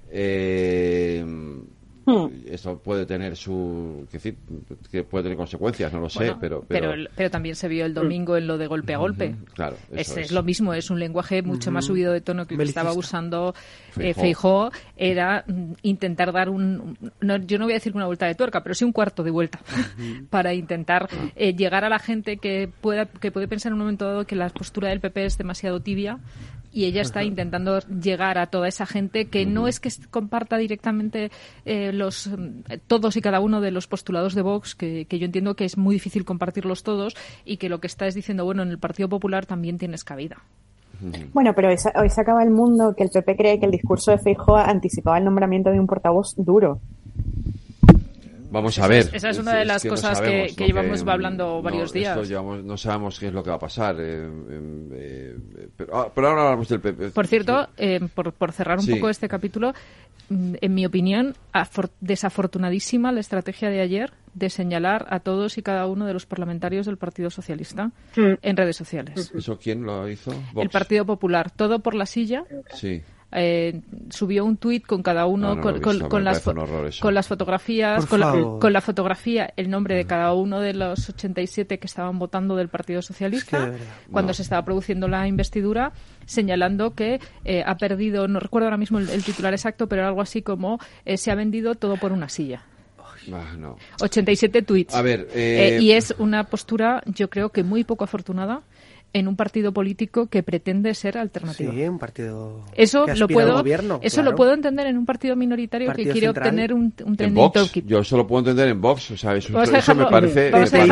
Esto puede tener que puede tener consecuencias, no lo sé, pero también se vio el domingo en lo de golpe a golpe. Claro, es lo mismo, es un lenguaje mucho más subido de tono que el que estaba usando Feijóo. Era intentar dar yo no voy a decir una vuelta de tuerca, pero sí un cuarto de vuelta para intentar llegar a la gente que puede pensar en un momento dado que la postura del PP es demasiado tibia. Y ella está intentando llegar a toda esa gente que no es que comparta directamente todos y cada uno de los postulados de Vox, que yo entiendo que es muy difícil compartirlos todos, y que lo que está es diciendo, bueno, en el Partido Popular también tienes cabida. Bueno, pero hoy se acaba el mundo que el PP cree que el discurso de Feijóo anticipaba el nombramiento de un portavoz duro. Vamos a ver. Esa es una de las cosas que llevamos hablando varios días. No sabemos qué es lo que va a pasar. Pero ahora hablamos del PP. Por cierto, por cerrar un poco este capítulo, en mi opinión, desafortunadísima la estrategia de ayer de señalar a todos y cada uno de los parlamentarios del Partido Socialista en redes sociales. ¿Eso quién lo hizo? Vox. El Partido Popular. Todo por la silla. Sí. Subió un tuit con cada uno con las fotografías, con la fotografía, el nombre de cada uno de los 87 que estaban votando del Partido Socialista cuando se estaba produciendo la investidura, señalando que ha perdido, no recuerdo ahora mismo el titular exacto, pero algo así como se ha vendido todo por una silla. 87 tuits. A ver, y es una postura, yo creo que muy poco afortunada en un partido político que pretende ser alternativo. Sí, un partido eso que lo puedo gobierno, lo puedo entender en un partido minoritario que quiere obtener un trending topic. Yo eso lo puedo entender en Vox, o sea, eso me parece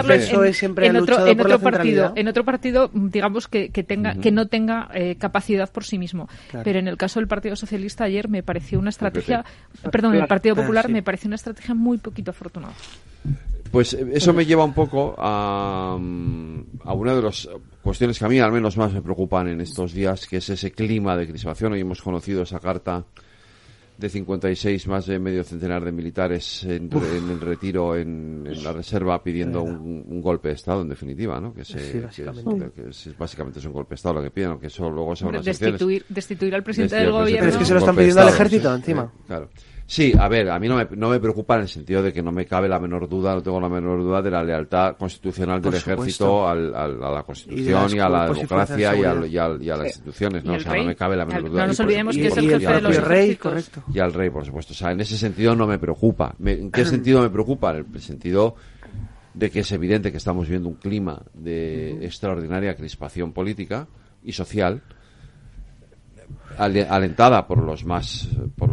en otro partido, digamos que tenga que no tenga capacidad por sí mismo. Claro. Pero en el caso del Partido Socialista ayer me pareció una estrategia, el Partido Popular me pareció una estrategia muy poquito afortunada. Pues eso me lleva un poco a una de las cuestiones que a mí al menos más me preocupan en estos días, que es ese clima de crispación. Hoy hemos conocido esa carta de 56, más de medio centenar de militares en el retiro en la reserva pidiendo un golpe de Estado, en definitiva, ¿no? Básicamente es un golpe de Estado lo que piden, aunque eso luego son las destituir al presidente del gobierno. Pero es que se lo están pidiendo al ejército encima. Claro. Sí, a ver, a mí no me preocupa en el sentido de que no me cabe la menor duda, no tengo la menor duda de la lealtad constitucional del ejército a la Constitución y a la democracia y a las instituciones, ¿no? O sea, no me cabe la menor duda. No nos olvidemos que es el jefe de los rey, correcto. Y al rey, por supuesto. O sea, en ese sentido no me preocupa. ¿En qué sentido me preocupa? En el sentido de que es evidente que estamos viviendo un clima de extraordinaria crispación política y social, alentada por los más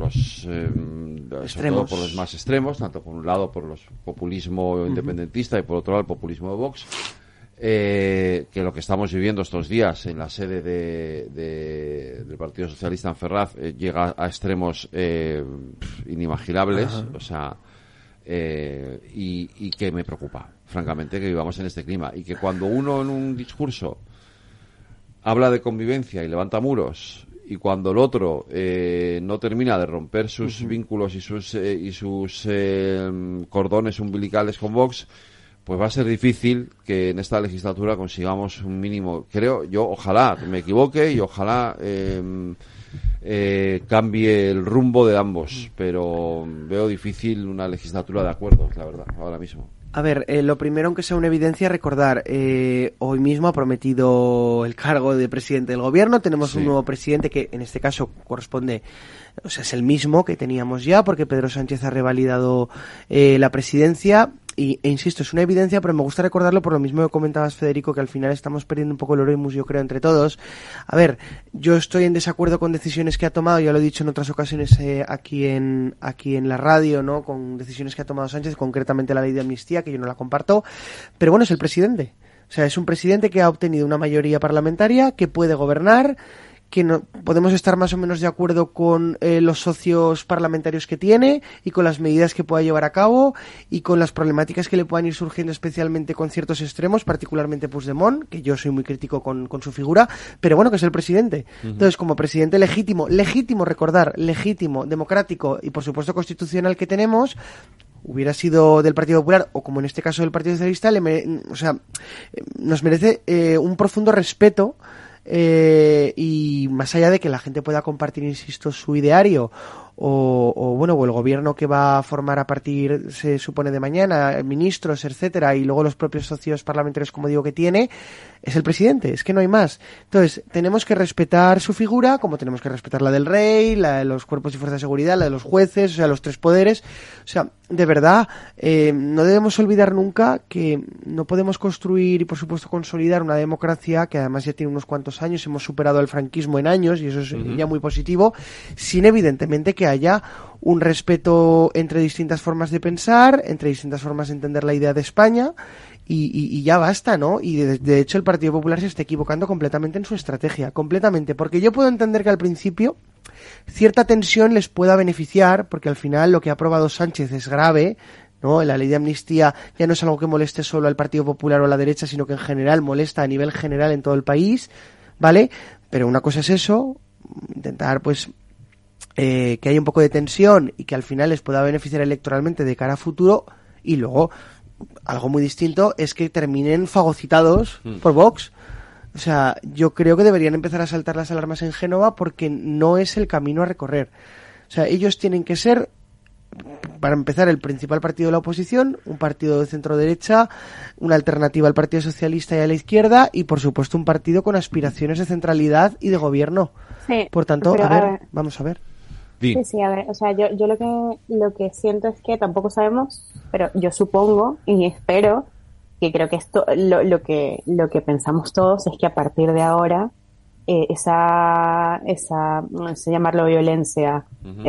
extremos, tanto por un lado por los populismo independentista y por otro lado el populismo de Vox, que lo que estamos viviendo estos días en la sede del Partido Socialista en Ferraz llega a extremos inimaginables. O sea, y que me preocupa, francamente, que vivamos en este clima y que cuando uno en un discurso habla de convivencia y levanta muros, y cuando el otro no termina de romper sus vínculos y sus cordones umbilicales con Vox, pues va a ser difícil que en esta legislatura consigamos un mínimo. Creo yo, ojalá me equivoque y ojalá cambie el rumbo de ambos, pero veo difícil una legislatura de acuerdos, la verdad, ahora mismo. A ver, lo primero, aunque sea una evidencia, recordar, hoy mismo ha prometido el cargo de presidente del gobierno, tenemos un nuevo presidente que en este caso corresponde, o sea, es el mismo que teníamos ya, porque Pedro Sánchez ha revalidado la presidencia. E insisto, es una evidencia, pero me gusta recordarlo por lo mismo que comentabas, Federico, que al final estamos perdiendo un poco el Oremus, yo creo, entre todos. A ver, yo estoy en desacuerdo con decisiones que ha tomado, ya lo he dicho en otras ocasiones aquí en la radio, ¿no? Con decisiones que ha tomado Sánchez, concretamente la ley de amnistía, que yo no la comparto, pero bueno, es el presidente. O sea, es un presidente que ha obtenido una mayoría parlamentaria, que puede gobernar, que no podemos estar más o menos de acuerdo con los socios parlamentarios que tiene y con las medidas que pueda llevar a cabo y con las problemáticas que le puedan ir surgiendo, especialmente con ciertos extremos, particularmente Puigdemont, que yo soy muy crítico con su figura, pero bueno, que es el presidente. Entonces, como presidente legítimo, democrático y por supuesto constitucional que tenemos, hubiera sido del Partido Popular o como en este caso del Partido Socialista, nos merece un profundo respeto. Y más allá de que la gente pueda compartir, insisto, su ideario o el gobierno que va a formar a partir, se supone, de mañana, ministros, etcétera, y luego los propios socios parlamentarios, como digo, que tiene, es el presidente, es que no hay más. Entonces, tenemos que respetar su figura, como tenemos que respetar la del rey, la de los cuerpos y fuerzas de seguridad, la de los jueces, o sea, los tres poderes. O sea, de verdad, no debemos olvidar nunca que no podemos construir y, por supuesto, consolidar una democracia que además ya tiene unos cuantos años, hemos superado el franquismo en años, y eso es ya muy positivo, sin evidentemente que haya un respeto entre distintas formas de pensar, entre distintas formas de entender la idea de España, y ya basta, ¿no? Y de hecho el Partido Popular se está equivocando completamente en su estrategia, completamente, porque yo puedo entender que al principio cierta tensión les pueda beneficiar, porque al final lo que ha aprobado Sánchez es grave, ¿no? La ley de amnistía ya no es algo que moleste solo al Partido Popular o a la derecha, sino que en general molesta a nivel general en todo el país, ¿vale? Pero una cosa es eso, intentar pues que haya un poco de tensión y que al final les pueda beneficiar electoralmente de cara a futuro, y luego algo muy distinto es que terminen fagocitados por Vox. O sea, yo creo que deberían empezar a saltar las alarmas en Génova, porque no es el camino a recorrer. O sea, ellos tienen que ser, para empezar, el principal partido de la oposición, un partido de centro-derecha, una alternativa al Partido Socialista y a la izquierda, y por supuesto un partido con aspiraciones de centralidad y de gobierno. Sí, por tanto, vamos a ver. Sí, a ver, o sea, yo lo que siento es que tampoco sabemos, pero yo supongo y espero que creo que esto, lo que pensamos todos es que a partir de ahora esa no sé llamarlo violencia,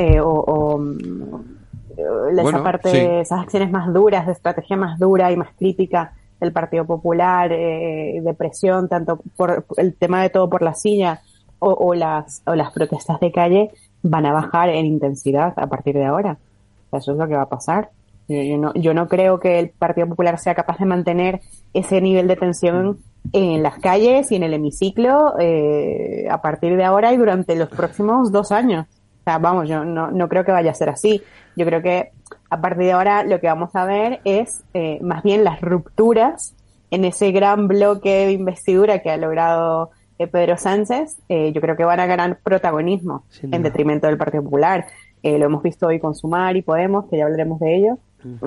esa parte, esas acciones más duras, de estrategia más dura y más crítica del Partido Popular, de presión, tanto por el tema de todo por la silla o las protestas de calle, van a bajar en intensidad a partir de ahora. O sea, eso es lo que va a pasar. Yo no creo que el Partido Popular sea capaz de mantener ese nivel de tensión en las calles y en el hemiciclo a partir de ahora y durante los próximos 2 años. O sea, vamos, yo no creo que vaya a ser así. Yo creo que a partir de ahora lo que vamos a ver es más bien las rupturas en ese gran bloque de investidura que ha logrado Pedro Sánchez. Yo creo que van a ganar protagonismo en detrimento del Partido Popular. Lo hemos visto hoy con Sumar y Podemos, que ya hablaremos de ello,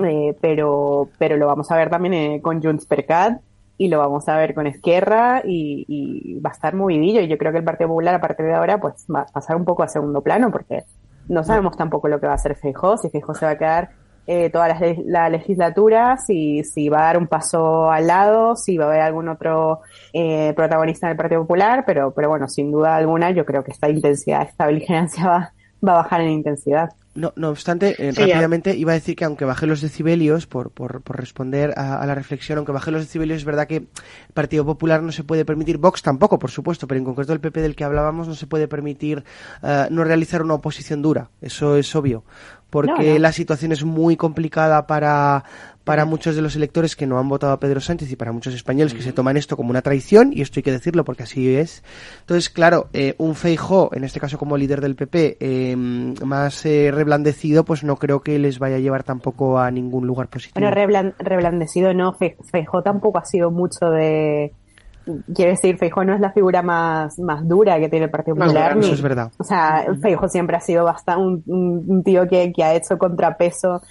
pero lo vamos a ver también con Junts per Cat, y lo vamos a ver con Esquerra, y va a estar movidillo. Y yo creo que el Partido Popular a partir de ahora pues va a pasar un poco a segundo plano, porque no sabemos tampoco lo que va a hacer Feijóo, si Feijóo se va a quedar toda la legislatura, si va a dar un paso al lado, si va a haber algún otro protagonista del Partido Popular, pero bueno, sin duda alguna yo creo que esta intensidad, esta beligerancia va a bajar en intensidad. No obstante, rápidamente iba a decir que aunque baje los decibelios, por responder a la reflexión, aunque baje los decibelios, es verdad que el Partido Popular no se puede permitir, Vox tampoco, por supuesto, pero en concreto el PP del que hablábamos no se puede permitir no realizar una oposición dura, eso es obvio, porque la situación es muy complicada para muchos de los electores que no han votado a Pedro Sánchez y para muchos españoles que se toman esto como una traición, y esto hay que decirlo porque así es. Entonces, claro, un Feijóo, en este caso como líder del PP, más reblandecido, pues no creo que les vaya a llevar tampoco a ningún lugar positivo. Bueno, reblandecido no, Feijóo tampoco ha sido mucho de... Quiero decir, Feijóo no es la figura más dura que tiene el Partido Popular. Eso es verdad. O sea, Feijóo siempre ha sido bastante un tío que ha hecho contrapeso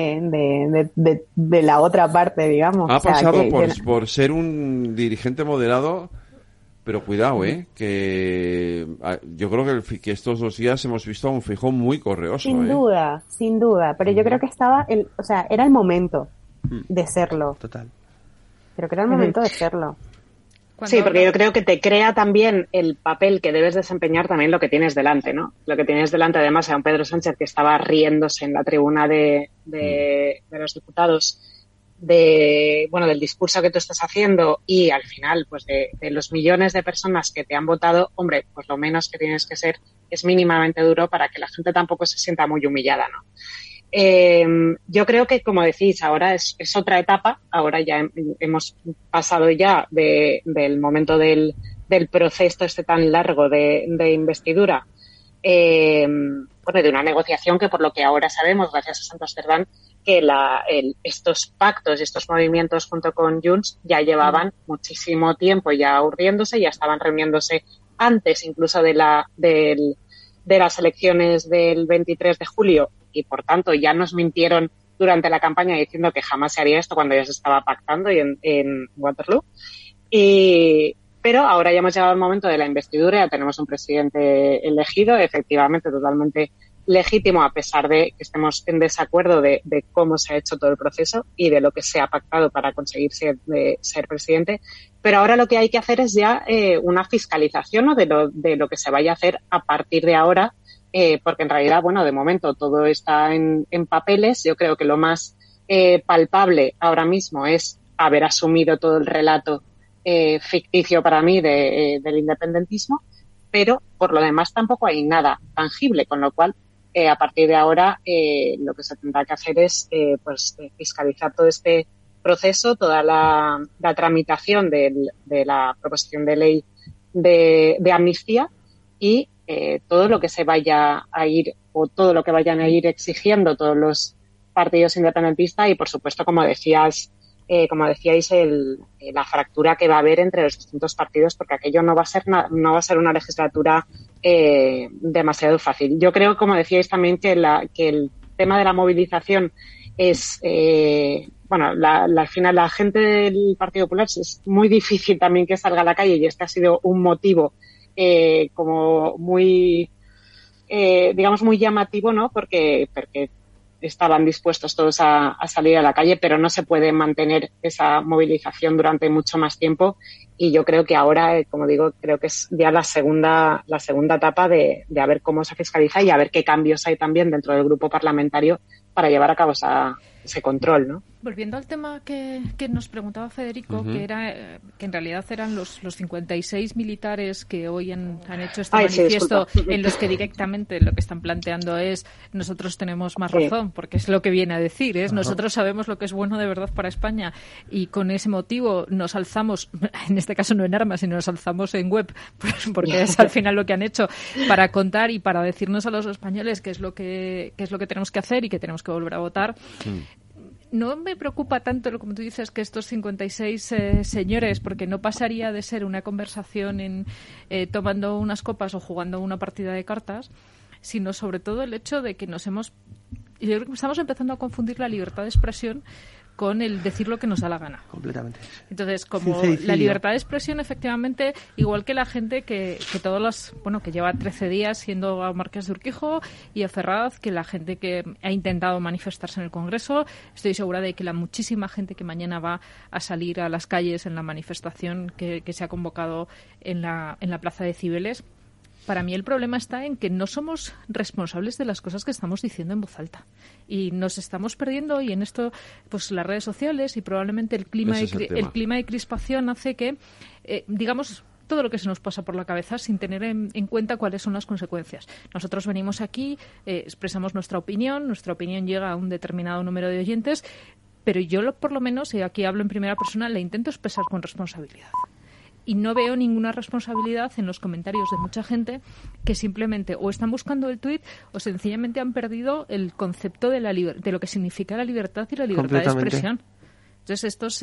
de la otra parte, digamos. Ha pasado por ser un dirigente moderado, pero cuidado, que yo creo que estos 2 días hemos visto a un Feijóo muy correoso. Sin duda, pero yo creo que era el momento de serlo. Total. Creo que era el momento de serlo. Sí, porque yo creo que te crea también el papel que debes desempeñar, también lo que tienes delante, ¿no? Lo que tienes delante, además, era un Pedro Sánchez que estaba riéndose en la tribuna de los diputados del discurso que tú estás haciendo, y al final, pues de los millones de personas que te han votado, hombre, pues lo menos que tienes que ser es mínimamente duro para que la gente tampoco se sienta muy humillada, ¿no? Yo creo que, como decís, ahora es otra etapa. Ahora ya hemos pasado ya del momento del proceso tan largo de investidura, de una negociación que, por lo que ahora sabemos, gracias a Santos Cerdán, que estos pactos y estos movimientos junto con Junts ya llevaban muchísimo tiempo ya urdiéndose, ya estaban reuniéndose antes incluso de las elecciones del 23 de julio, y por tanto ya nos mintieron durante la campaña diciendo que jamás se haría esto cuando ya se estaba pactando en Waterloo. Pero ahora ya hemos llegado al momento de la investidura, ya tenemos un presidente elegido, efectivamente totalmente legítimo, a pesar de que estemos en desacuerdo de cómo se ha hecho todo el proceso y de lo que se ha pactado para conseguir ser presidente. Pero ahora lo que hay que hacer es ya una fiscalización, ¿no?, de lo que se vaya a hacer a partir de ahora, porque en realidad, de momento todo está en papeles. Yo creo que lo más palpable ahora mismo es haber asumido todo el relato ficticio para mí del independentismo, pero por lo demás tampoco hay nada tangible, con lo cual a partir de ahora lo que se tendrá que hacer es fiscalizar todo este proceso, toda la tramitación de la proposición de ley de amnistía, y todo lo que se vaya a ir, o todo lo que vayan a ir exigiendo todos los partidos independentistas, y por supuesto, como decíais, la fractura que va a haber entre los distintos partidos, porque aquello no va a ser una legislatura demasiado fácil. Yo creo, como decíais también, que el tema de la movilización es al final la gente del Partido Popular es muy difícil también que salga a la calle, y este ha sido un motivo como muy muy llamativo, ¿no? Porque estaban dispuestos todos a salir a la calle, pero no se puede mantener esa movilización durante mucho más tiempo, y yo creo que ahora, como digo, creo que es ya la segunda etapa de a ver cómo se fiscaliza y a ver qué cambios hay también dentro del grupo parlamentario para llevar a cabo ese control, ¿no? Volviendo al tema que nos preguntaba Federico, que en realidad eran los 56 militares que hoy han hecho este manifiesto, en los que directamente lo que están planteando es nosotros tenemos más razón, porque es lo que viene a decir, nosotros sabemos lo que es bueno de verdad para España, y con ese motivo nos alzamos, en este caso no en armas, sino nos alzamos en web, pues porque es al final lo que han hecho, para contar y para decirnos a los españoles qué es lo que tenemos que hacer y que tenemos que volver a votar. No me preocupa tanto, como tú dices, que estos 56 señores, porque no pasaría de ser una conversación tomando unas copas o jugando una partida de cartas, sino sobre todo el hecho de que yo creo que estamos empezando a confundir la libertad de expresión con el decir lo que nos da la gana. Completamente. Entonces, como la libertad de expresión, efectivamente, igual que la gente que que lleva 13 días siendo a Marqués de Urquijo y a Ferraz, que la gente que ha intentado manifestarse en el Congreso, estoy segura de que la muchísima gente que mañana va a salir a las calles en la manifestación que se ha convocado en la Plaza de Cibeles. Para mí el problema está en que no somos responsables de las cosas que estamos diciendo en voz alta y nos estamos perdiendo, y en esto pues las redes sociales y probablemente el clima de crispación hace que digamos todo lo que se nos pasa por la cabeza sin tener en cuenta cuáles son las consecuencias. Nosotros venimos aquí, expresamos nuestra opinión llega a un determinado número de oyentes, pero yo por lo menos, y aquí hablo en primera persona, la intento expresar con responsabilidad. Y no veo ninguna responsabilidad en los comentarios de mucha gente que simplemente o están buscando el tuit o sencillamente han perdido el concepto de lo que significa la libertad y la libertad de expresión. Entonces, estos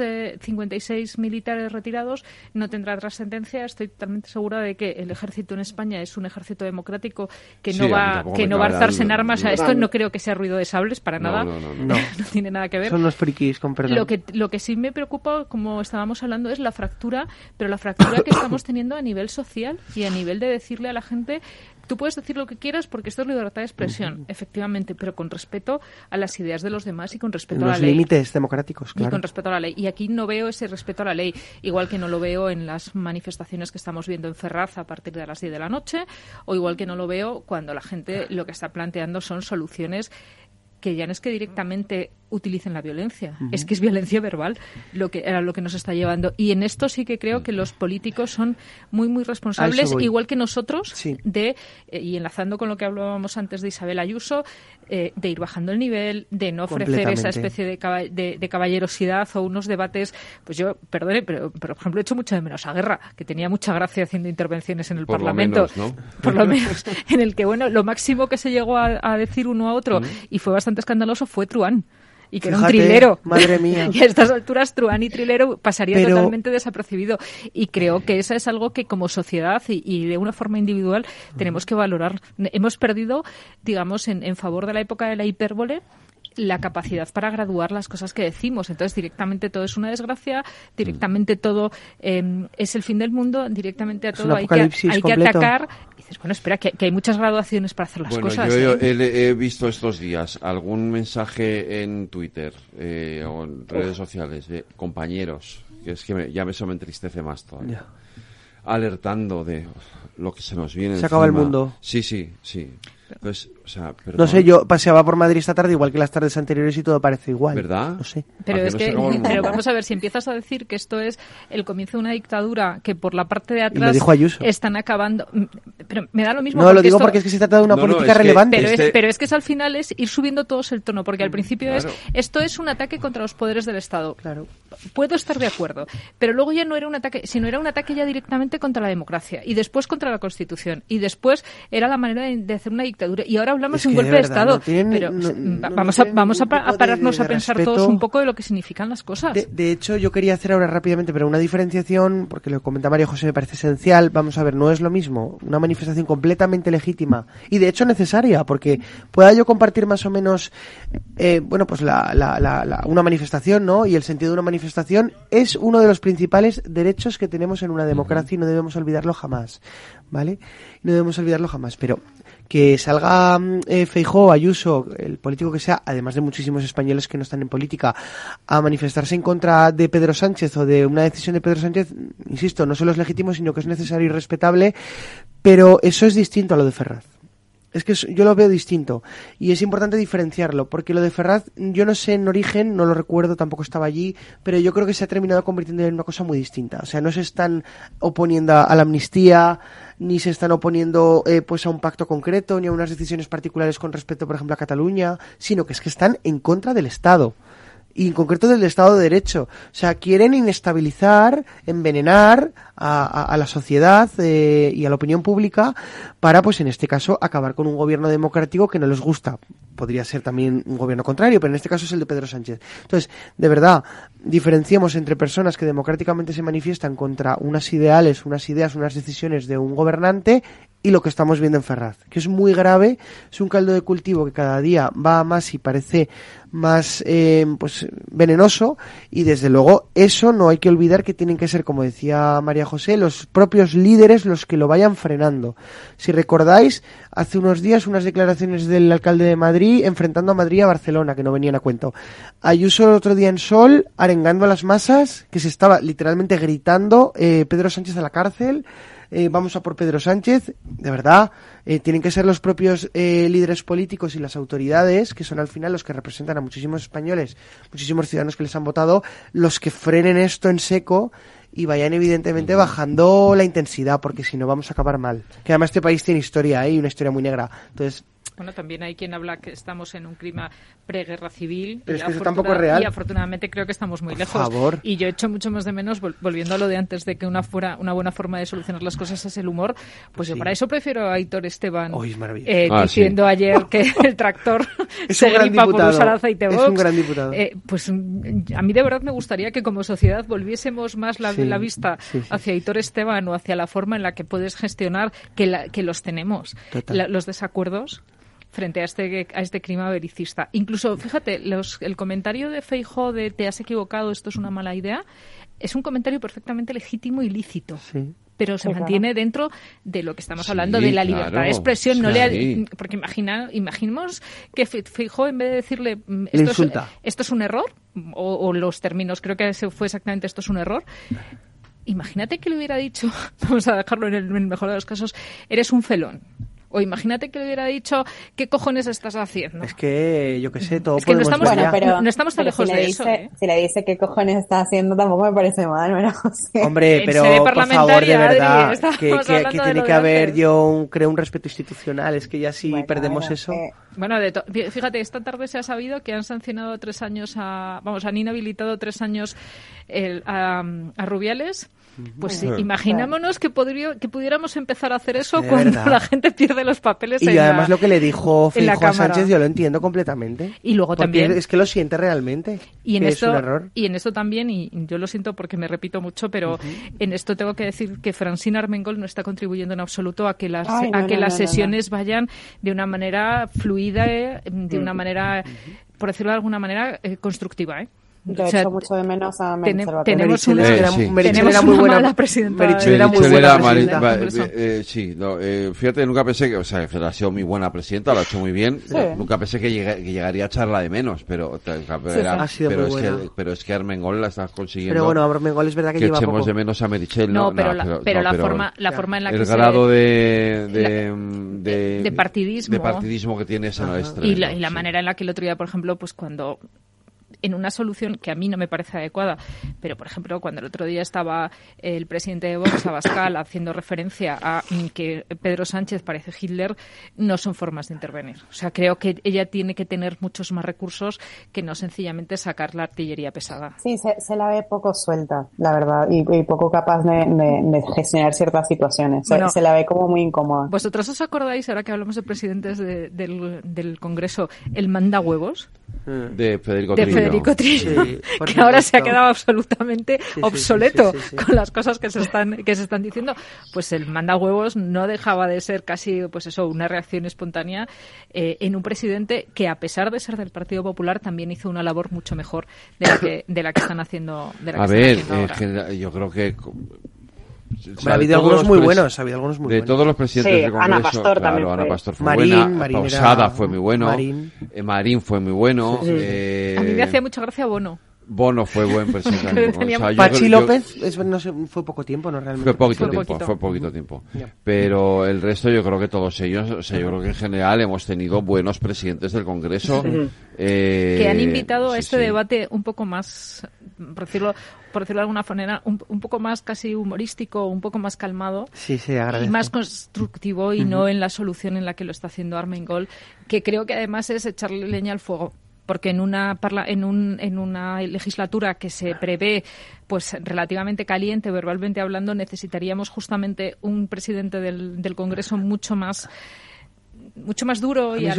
56 militares retirados no tendrá trascendencia. Estoy totalmente segura de que el ejército en España es un ejército democrático que no va a alzarse en armas. Esto no creo que sea ruido de sables para nada. No tiene nada que ver. Son los frikis, con perdón. Lo que sí me preocupa, como estábamos hablando, es la fractura, pero la fractura que estamos teniendo a nivel social y a nivel de decirle a la gente: tú puedes decir lo que quieras porque esto es libertad de expresión, efectivamente, pero con respeto a las ideas de los demás y con respeto a la ley. Los límites democráticos, claro. Y con respeto a la ley. Y aquí no veo ese respeto a la ley, igual que no lo veo en las manifestaciones que estamos viendo en Ferraz a partir de las 10 de la noche, o igual que no lo veo cuando la gente lo que está planteando son soluciones que ya no es que directamente utilicen la violencia, es que es violencia verbal lo que nos está llevando. Y en esto sí que creo que los políticos son muy, muy responsables, igual que nosotros, y enlazando con lo que hablábamos antes de Isabel Ayuso, de ir bajando el nivel, de no ofrecer esa especie de caballerosidad o unos debates. Pues yo, perdone, pero por ejemplo he hecho mucho de menos a Guerra, que tenía mucha gracia haciendo intervenciones en el Parlamento. Por lo menos, en el que, bueno, lo máximo que se llegó a decir uno a otro, y fue bastante escandaloso, fue Truán. Y que era un trilero. Madre mía. Y a estas alturas Truán y trilero pasaría totalmente desapercibido. Y creo que eso es algo que como sociedad y de una forma individual tenemos que valorar. Hemos perdido, digamos, en favor de la época de la hipérbole, la capacidad para graduar las cosas que decimos. Entonces, directamente todo es una desgracia, directamente todo es el fin del mundo, directamente a todo hay que atacar. Y dices, bueno, espera, que hay muchas graduaciones para hacer las cosas. Yo he visto estos días algún mensaje en Twitter o en redes sociales de compañeros, que es que ya eso me entristece más todavía, alertando de lo que se nos viene encima. Se acaba el mundo. Sí. Pues, no sé, yo paseaba por Madrid esta tarde igual que las tardes anteriores y todo parece igual. ¿Verdad? No sé. Pero pero vamos a ver, si empiezas a decir que esto es el comienzo de una dictadura, que por la parte de atrás están acabando... Pero me da lo mismo. No, lo digo porque es que se trata de una política relevante. Pero es que al final es ir subiendo todos el tono, porque al principio esto es un ataque contra los poderes del Estado. Claro. Puedo estar de acuerdo, pero luego ya no era un ataque, sino era un ataque ya directamente contra la democracia, y después contra la Constitución, y después era la manera de hacer una dictadura, y ahora hablamos de un golpe de Estado. Vamos a pararnos a pensar todos un poco de lo que significan las cosas. De hecho, yo quería hacer ahora rápidamente, pero una diferenciación, porque lo comenta María José, me parece esencial. Vamos a ver, no es lo mismo una manifestación completamente legítima y de hecho necesaria, porque pueda yo compartir más o menos pues una manifestación, ¿no? Y el sentido de una manifestación es uno de los principales derechos que tenemos en una democracia y no debemos olvidarlo jamás, ¿vale? No debemos olvidarlo jamás, pero que salga Feijóo, Ayuso, el político que sea, además de muchísimos españoles que no están en política, a manifestarse en contra de Pedro Sánchez o de una decisión de Pedro Sánchez, insisto, no solo es legítimo, sino que es necesario y respetable, pero eso es distinto a lo de Ferraz. Es que yo lo veo distinto y es importante diferenciarlo, porque lo de Ferraz, yo no sé en origen, no lo recuerdo, tampoco estaba allí, pero yo creo que se ha terminado convirtiendo en una cosa muy distinta. O sea, no se están oponiendo a la amnistía, ni se están oponiendo pues a un pacto concreto, ni a unas decisiones particulares con respecto, por ejemplo, a Cataluña, sino que es que están en contra del Estado. Y en concreto del Estado de Derecho. O sea, quieren inestabilizar, envenenar a la sociedad y a la opinión pública para, pues en este caso, acabar con un gobierno democrático que no les gusta. Podría ser también un gobierno contrario, pero en este caso es el de Pedro Sánchez. Entonces, de verdad, diferenciemos entre personas que democráticamente se manifiestan contra unas ideales, unas ideas, unas decisiones de un gobernante y lo que estamos viendo en Ferraz, que es muy grave, es un caldo de cultivo que cada día va a más y parece más pues venenoso, y desde luego eso no hay que olvidar que tienen que ser, como decía María José, los propios líderes los que lo vayan frenando. Si recordáis, hace unos días unas declaraciones del alcalde de Madrid enfrentando a Madrid y a Barcelona, que no venían a cuento. Ayuso el otro día en Sol arengando a las masas, que se estaba literalmente gritando Pedro Sánchez a la cárcel, vamos a por Pedro Sánchez. De verdad, tienen que ser los propios líderes políticos y las autoridades, que son al final los que representan a muchísimos españoles, muchísimos ciudadanos que les han votado, los que frenen esto en seco y vayan evidentemente bajando la intensidad, porque si no vamos a acabar mal. Que además este país tiene historia, y una historia muy negra. Entonces, bueno, también hay quien habla que estamos en un clima preguerra civil. Pero es que eso tampoco es real. Y afortunadamente creo que estamos muy lejos. Por favor. Y yo echo mucho más de menos, volviendo a lo de antes, de que una buena forma de solucionar las cosas es el humor. Pues sí. Yo para eso prefiero a Aitor Esteban diciendo ayer que el tractor se gripa por usar aceite Vox. Es un gran diputado. Pues a mí de verdad me gustaría que como sociedad volviésemos más la vista hacia Aitor Esteban o hacia la forma en la que puedes gestionar que los tenemos. Los desacuerdos frente a este clima belicista. Incluso, fíjate, el comentario de Feijóo de te has equivocado, esto es una mala idea, es un comentario perfectamente legítimo y lícito. Sí. Pero se mantiene dentro de lo que estamos hablando, de la libertad de expresión. Porque imaginemos que Feijóo, en vez de decirle esto es un error, o los términos, creo que fue exactamente esto es un error, imagínate que le hubiera dicho, vamos a dejarlo en el mejor de los casos, eres un felón. O imagínate que le hubiera dicho, ¿qué cojones estás haciendo? Es que, yo qué sé, todo es que podemos no estamos tan lejos de eso. Si le dice qué cojones está haciendo, tampoco me parece mal, ¿no? Hombre, pero por favor, de verdad, que tiene que haber, creo, un respeto institucional. Es que ya si perdemos eso... Bueno, fíjate, esta tarde se ha sabido que han sancionado 3 años han inhabilitado 3 años a Rubiales. Pues sí, imaginémonos que pudiéramos empezar a hacer eso cuando la gente pierde los papeles y además lo que le dijo Feijóo a Sánchez yo lo entiendo completamente. Y luego porque también es que lo siente realmente. Y en esto es un error. Y en esto también, y yo lo siento porque me repito mucho, pero en esto tengo que decir que Francina Armengol no está contribuyendo en absoluto a que las sesiones vayan de una manera fluida, de una manera, por decirlo de alguna manera, constructiva, Yo he hecho mucho de menos a Meritxell Batet. Tenemos una muy buena presidenta. Meritxell era muy buena presidenta. Fíjate, nunca pensé que, ha sido muy buena presidenta, lo ha hecho muy bien. Sí. Nunca pensé que llegaría a echarla de menos, pero es que Armengol la está consiguiendo. Pero bueno, Armengol es verdad que lleva echemos poco. de menos a Meritxell, pero la forma en la que el grado de partidismo que tiene esa nuestra. Y la manera en la que el otro día, por ejemplo, pues cuando en una solución que a mí no me parece adecuada, pero por ejemplo cuando el otro día estaba el presidente de Vox, Abascal, haciendo referencia a que Pedro Sánchez parece Hitler, no son formas de intervenir. O sea, creo que ella tiene que tener muchos más recursos que no sencillamente sacar la artillería pesada. Sí, se la ve poco suelta, la verdad, y poco capaz de gestionar ciertas situaciones. Bueno, se la ve como muy incómoda. ¿Vosotros os acordáis, ahora que hablamos de presidentes del Congreso, el manda huevos? De Federico Trillo, que ahora se ha quedado absolutamente obsoleto con las cosas que se están diciendo. Pues el mandahuevos no dejaba de ser casi, pues eso, una reacción espontánea en un presidente que, a pesar de ser del Partido Popular, también hizo una labor mucho mejor de la que están haciendo. Yo creo que ha habido algunos muy buenos. De todos los presidentes del Congreso, Ana Pastor también Ana Pastor fue buena, Pausada fue muy bueno, Marín fue muy bueno. A mí me hacía mucha gracia Bono. Bono fue buen presidente. Pachi López no sé, fue poco tiempo, ¿no? Realmente. Fue poquito tiempo. Pero el resto yo creo que todos ellos, o sea, yo creo que en general hemos tenido buenos presidentes del Congreso. Que han invitado a este debate un poco más, por decirlo de alguna manera, un poco más casi humorístico, un poco más calmado. Sí, agradezco. Y más constructivo y no en la solución en la que lo está haciendo Armengol, que creo que además es echarle leña al fuego. Porque en una legislatura que se prevé pues relativamente caliente, verbalmente hablando, necesitaríamos justamente un presidente del Congreso mucho más duro y a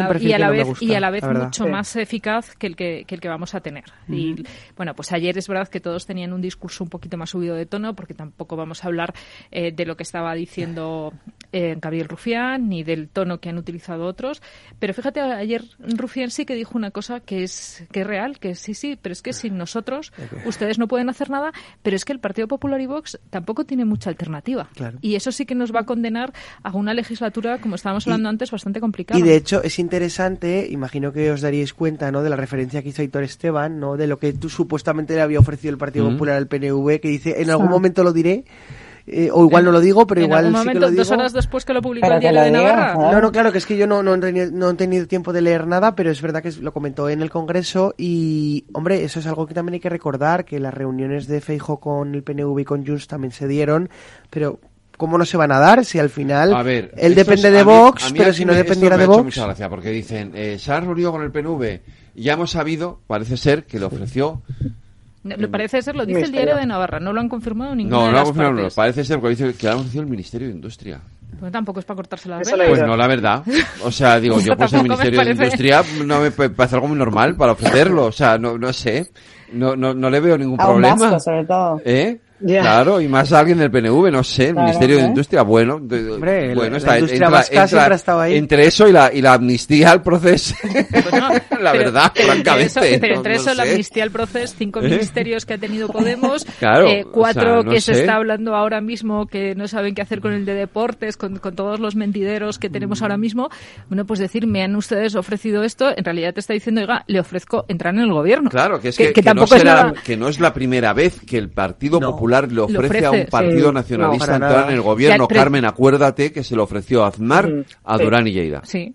la vez mucho más eficaz que el que vamos a tener. Y bueno, pues ayer es verdad que todos tenían un discurso un poquito más subido de tono, porque tampoco vamos a hablar de lo que estaba diciendo Gabriel Rufián ni del tono que han utilizado otros, pero fíjate, ayer Rufián sí que dijo una cosa que es real, que sí, pero es que sin nosotros ustedes no pueden hacer nada, pero es que el Partido Popular y Vox tampoco tiene mucha alternativa. Claro. Y eso sí que nos va a condenar a una legislatura, como estábamos hablando antes, bastante complicada. Y de hecho es interesante, imagino que os daríais cuenta, ¿no?, de la referencia que hizo Aitor Esteban, ¿no?, de lo que tú supuestamente le había ofrecido el Partido Popular al PNV, que dice, en algún momento lo diré, o igual no lo digo, pero igual sí que lo digo. 2 horas después que lo publicó el Diario de Navarra. No, claro, que es que yo no he tenido tiempo de leer nada, pero es verdad que lo comentó en el Congreso y, hombre, eso es algo que también hay que recordar, que las reuniones de Feijóo con el PNV y con Junts también se dieron, pero ¿cómo no se van a dar si al final él depende de Vox, pero si no dependiera de Vox? Me ha hecho mucha gracia porque dicen, se ha reunido con el PNV y ya hemos sabido, parece ser, que le ofreció... No, parece ser, lo dice el Diario de Navarra, no lo han confirmado ninguna de las partes. No, parece ser porque dice que le han ofrecido el Ministerio de Industria. Pues tampoco es para cortarse las venas. Pues no, la verdad. O sea, digo, yo pues el Ministerio de Industria no me parece algo muy normal para ofrecerlo. O sea, no sé. No le veo ningún problema. Un vasco, sobre todo. Claro, y más a alguien del PNV, no sé, el Ministerio de Industria, bueno, hombre, bueno, la industria vasca siempre ha estado ahí. Entre eso y la amnistía al proceso, la verdad, francamente. Pero entre eso, la amnistía al proceso, 5 ministerios que ha tenido Podemos, claro, 4 que se está hablando ahora mismo que no saben qué hacer con el de deportes, con todos los mentideros que tenemos ahora mismo. Bueno, pues decir, me han ustedes ofrecido esto, en realidad te está diciendo, oiga, le ofrezco entrar en el gobierno. Claro, que es que tampoco que no es la primera vez que el Partido Popular le ofrece a un partido nacionalista entrar en el gobierno. Carmen, acuérdate que se lo ofreció a Aznar, a Durán y Lleida. Sí.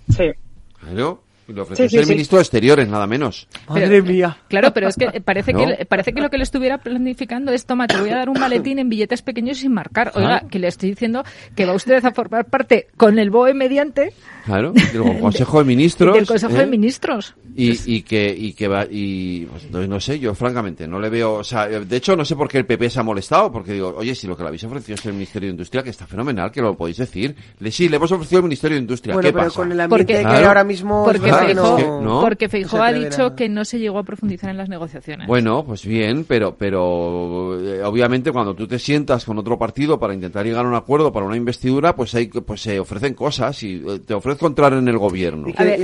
Claro, y le ofreció ser ministro de Exteriores, nada menos. Madre mía. Claro, pero es que parece que lo que le estuviera planificando es, toma, te voy a dar un maletín en billetes pequeños sin marcar. Oiga, que le estoy diciendo que va usted a formar parte con el BOE mediante... Claro, del Consejo de Ministros. Del Consejo de Ministros. Y que va, pues, no sé, yo francamente no le veo, o sea, de hecho no sé por qué el PP se ha molestado, porque digo, oye, si lo que le habéis ofrecido es el Ministerio de Industria, que está fenomenal, que lo podéis decir. Sí, le hemos ofrecido el Ministerio de Industria, bueno, ¿qué pero pasa? Con el ambiente que hay ahora mismo... Porque Feijóo ha dicho que no se llegó a profundizar en las negociaciones. Bueno, pues bien, pero obviamente cuando tú te sientas con otro partido para intentar llegar a un acuerdo para una investidura, pues se ofrecen cosas y te ofrezco entrar en el gobierno.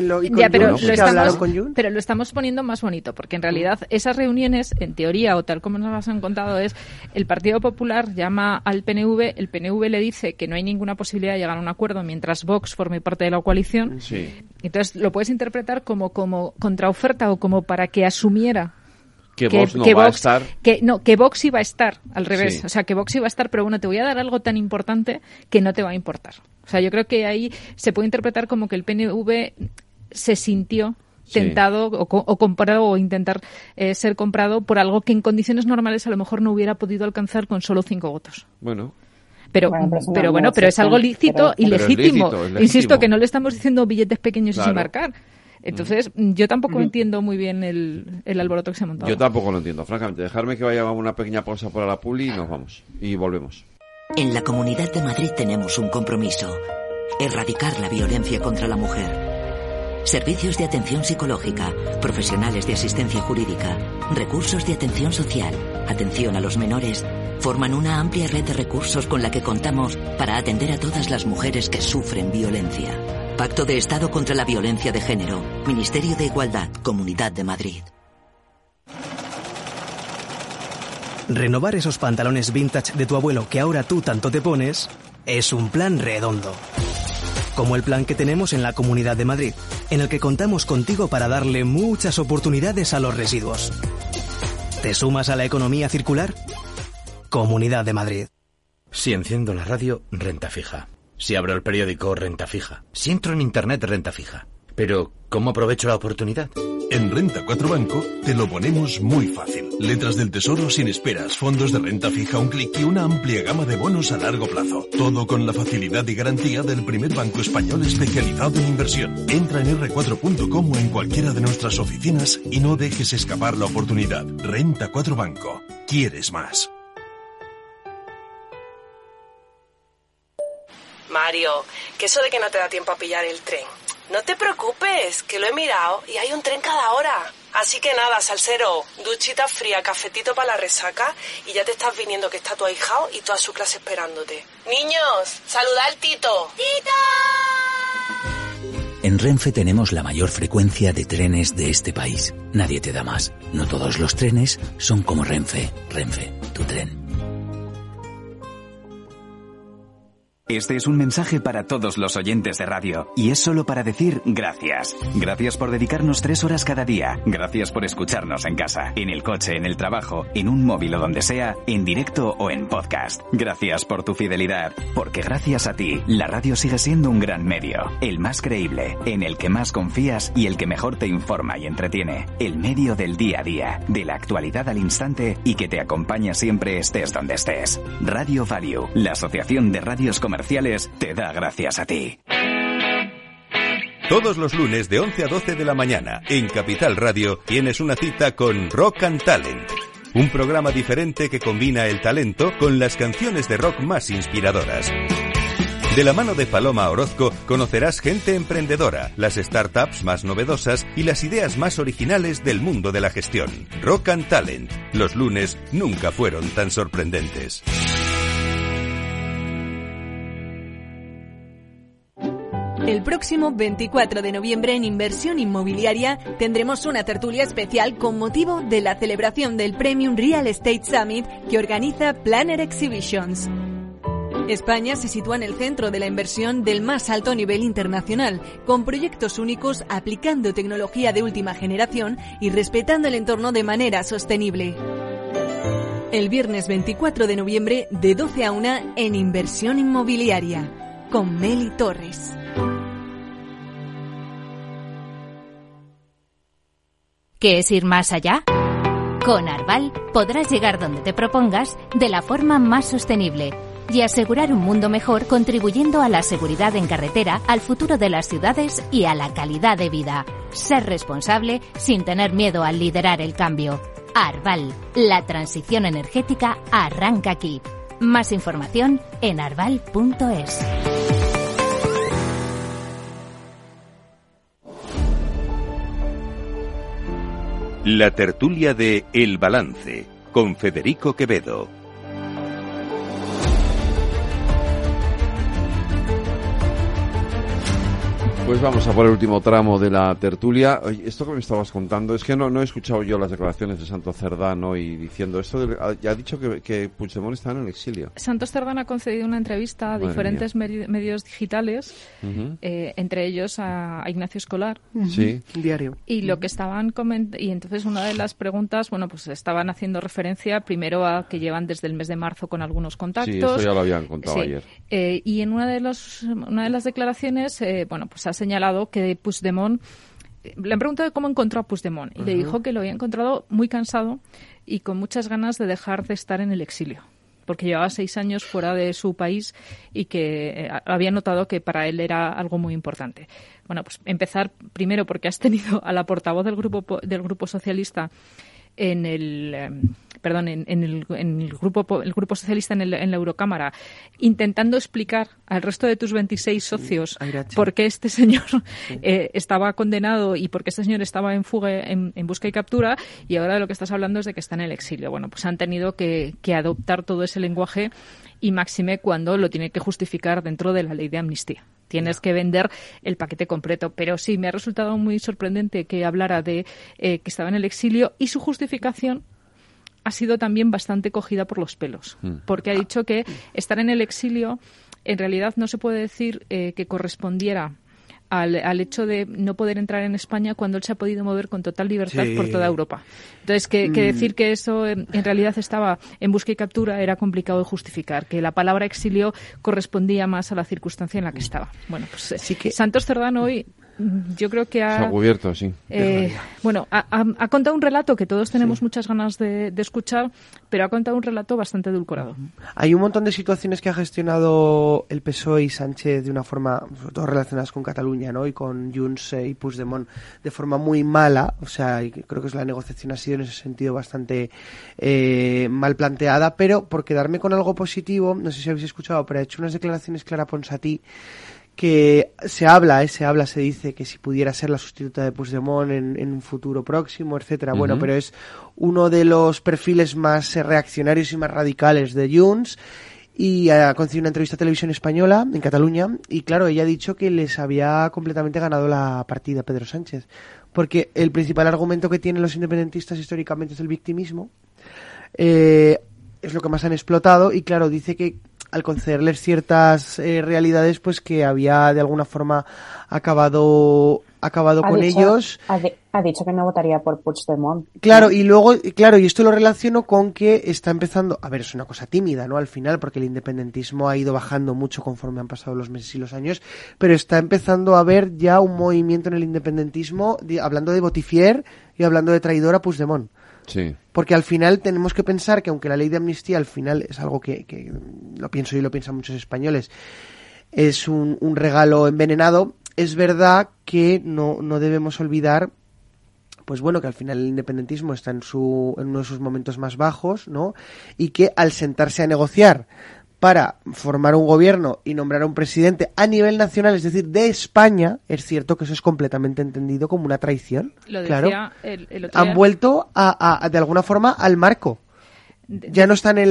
Pero lo estamos poniendo más bonito, porque en realidad esas reuniones, en teoría, o tal como nos las han contado, es el Partido Popular llama al PNV, el PNV le dice que no hay ninguna posibilidad de llegar a un acuerdo mientras Vox forme parte de la coalición. Sí. Entonces lo puedes interpretar como contraoferta o como para que asumiera que Vox no va a estar. Que Vox iba a estar, al revés. Sí. O sea, que Vox iba a estar, pero bueno, te voy a dar algo tan importante que no te va a importar. O sea, yo creo que ahí se puede interpretar como que el PNV se sintió tentado o comprado o intentar ser comprado por algo que en condiciones normales a lo mejor no hubiera podido alcanzar con solo 5 votos. Bueno. Pero es algo lícito y legítimo. Insisto que no le estamos diciendo billetes pequeños y sin marcar. Entonces, yo tampoco entiendo muy bien el alboroto que se ha montado. Yo tampoco lo entiendo, francamente. Dejarme que vaya a una pequeña pausa para la publi y nos vamos. Y volvemos. En la Comunidad de Madrid tenemos un compromiso: erradicar la violencia contra la mujer. Servicios de atención psicológica, profesionales de asistencia jurídica, recursos de atención social, atención a los menores, forman una amplia red de recursos con la que contamos para atender a todas las mujeres que sufren violencia. Pacto de Estado contra la Violencia de Género, Ministerio de Igualdad, Comunidad de Madrid. Renovar esos pantalones vintage de tu abuelo que ahora tú tanto te pones es un plan redondo. Como el plan que tenemos en la Comunidad de Madrid, en el que contamos contigo para darle muchas oportunidades a los residuos. ¿Te sumas a la economía circular? Comunidad de Madrid. Si enciendo la radio, renta fija. Si abro el periódico, renta fija. Si entro en internet, renta fija. Pero, ¿cómo aprovecho la oportunidad? En Renta 4 Banco te lo ponemos muy fácil. Letras del Tesoro sin esperas, fondos de renta fija, un clic y una amplia gama de bonos a largo plazo. Todo con la facilidad y garantía del primer banco español especializado en inversión. Entra en r4.com o en cualquiera de nuestras oficinas y no dejes escapar la oportunidad. Renta 4 Banco. ¿Quieres más? Mario, que eso de que no te da tiempo a pillar el tren. No te preocupes, que lo he mirado y hay un tren cada hora. Así que nada, salsero, duchita fría, cafetito para la resaca y ya te estás viniendo que está tu ahijao y toda su clase esperándote. Niños, saludad al Tito. ¡Tito! En Renfe tenemos la mayor frecuencia de trenes de este país. Nadie te da más. No todos los trenes son como Renfe. Renfe, tu tren. Este es un mensaje para todos los oyentes de radio y es solo para decir gracias. Gracias por dedicarnos 3 horas cada día. Gracias por escucharnos en casa, en el coche, en el trabajo, en un móvil o donde sea, en directo o en podcast. Gracias por tu fidelidad, porque gracias a ti, la radio sigue siendo un gran medio. El más creíble, en el que más confías y el que mejor te informa y entretiene. El medio del día a día, de la actualidad al instante y que te acompaña siempre estés donde estés. Radio Value, la asociación de radios comerciales, te da gracias a ti. Todos los lunes de 11 a 12 de la mañana en Capital Radio tienes una cita con Rock and Talent, un programa diferente que combina el talento con las canciones de rock más inspiradoras. De la mano de Paloma Orozco conocerás gente emprendedora, las startups más novedosas y las ideas más originales del mundo de la gestión. Rock and Talent. Los lunes nunca fueron tan sorprendentes. El próximo 24 de noviembre en Inversión Inmobiliaria tendremos una tertulia especial con motivo de la celebración del Premium Real Estate Summit que organiza Planner Exhibitions. España se sitúa en el centro de la inversión del más alto nivel internacional, con proyectos únicos aplicando tecnología de última generación y respetando el entorno de manera sostenible. El viernes 24 de noviembre de 12 a 1 en Inversión Inmobiliaria, con Meli Torres. ¿Qué es ir más allá? Con Arval podrás llegar donde te propongas de la forma más sostenible y asegurar un mundo mejor contribuyendo a la seguridad en carretera, al futuro de las ciudades y a la calidad de vida. Ser responsable sin tener miedo al liderar el cambio. Arval, la transición energética arranca aquí. Más información en arval.es. La tertulia de El Balance, con Federico Quevedo. Pues vamos a por el último tramo de la tertulia. Oye, esto que me estabas contando, es que no he escuchado yo las declaraciones de Santos Cerdán hoy diciendo esto. Ya ha dicho que Puigdemont está en el exilio. Santos Cerdán ha concedido una entrevista a diferentes medios digitales, entre ellos a Ignacio Escolar. Sí. Diario. Y lo que estaban y entonces una de las preguntas, bueno, pues estaban haciendo referencia primero a que llevan desde el mes de marzo con algunos contactos. Sí, eso ya lo habían contado ayer. Y en una de las declaraciones, bueno, pues ha señalado que Puigdemont, le han preguntado cómo encontró a Puigdemont y le dijo que lo había encontrado muy cansado y con muchas ganas de dejar de estar en el exilio, porque llevaba 6 años fuera de su país y que había notado que para él era algo muy importante. Bueno, pues empezar primero porque has tenido a la portavoz del grupo socialista en el grupo socialista en la Eurocámara, intentando explicar al resto de tus 26 socios por qué este señor estaba condenado y por qué este señor estaba en fuga, en busca y captura, y ahora de lo que estás hablando es de que está en el exilio. Bueno, pues han tenido que adoptar todo ese lenguaje, y máxime cuando lo tiene que justificar dentro de la ley de amnistía. Tienes que vender el paquete completo. Pero sí, me ha resultado muy sorprendente que hablara de que estaba en el exilio, y su justificación ha sido también bastante cogida por los pelos, porque ha dicho que estar en el exilio en realidad no se puede decir que correspondiera al hecho de no poder entrar en España cuando él se ha podido mover con total libertad por toda Europa. Entonces, que decir que eso en realidad estaba en busca y captura era complicado de justificar, que la palabra exilio correspondía más a la circunstancia en la que estaba. Bueno, pues sí que Santos Cerdán hoy yo creo que se ha cubierto, sí. Ha contado un relato que todos tenemos muchas ganas de escuchar, pero ha contado un relato bastante edulcorado. Hay un montón de situaciones que ha gestionado el PSOE y Sánchez de una forma, sobre todo relacionadas con Cataluña, ¿no? Y con Junts y Puigdemont de forma muy mala. O sea, y creo que la negociación ha sido en ese sentido bastante mal planteada, pero por quedarme con algo positivo, no sé si habéis escuchado, pero ha hecho unas declaraciones Clara Ponsatí que se dice que si pudiera ser la sustituta de Puigdemont en un futuro próximo, etcétera. Uh-huh. Bueno, pero es uno de los perfiles más reaccionarios y más radicales de Junts, y ha concedido una entrevista a Televisión Española en Cataluña, y claro, ella ha dicho que les había completamente ganado la partida Pedro Sánchez, porque el principal argumento que tienen los independentistas históricamente es el victimismo, es lo que más han explotado, y claro, dice que al concederles ciertas realidades, pues que había de alguna forma acabado con ellos. Ha dicho que no votaría por Puigdemont. Claro, y luego, y esto lo relaciono con que está empezando, a ver, es una cosa tímida, ¿no? Al final, porque el independentismo ha ido bajando mucho conforme han pasado los meses y los años, pero está empezando a haber ya un movimiento en el independentismo, hablando de botifier y hablando de traidor a Puigdemont. Sí. Porque al final tenemos que pensar que aunque la ley de amnistía al final es algo que lo pienso y lo piensan muchos españoles, es un regalo envenenado, es verdad que no debemos olvidar, pues bueno, que al final el independentismo está en uno de sus momentos más bajos, ¿no? Y que al sentarse a negociar para formar un gobierno y nombrar a un presidente a nivel nacional, es decir, de España, es cierto que eso es completamente entendido como una traición. Lo decía claro. El otro día. Han vuelto a de alguna forma al marco. Ya no están en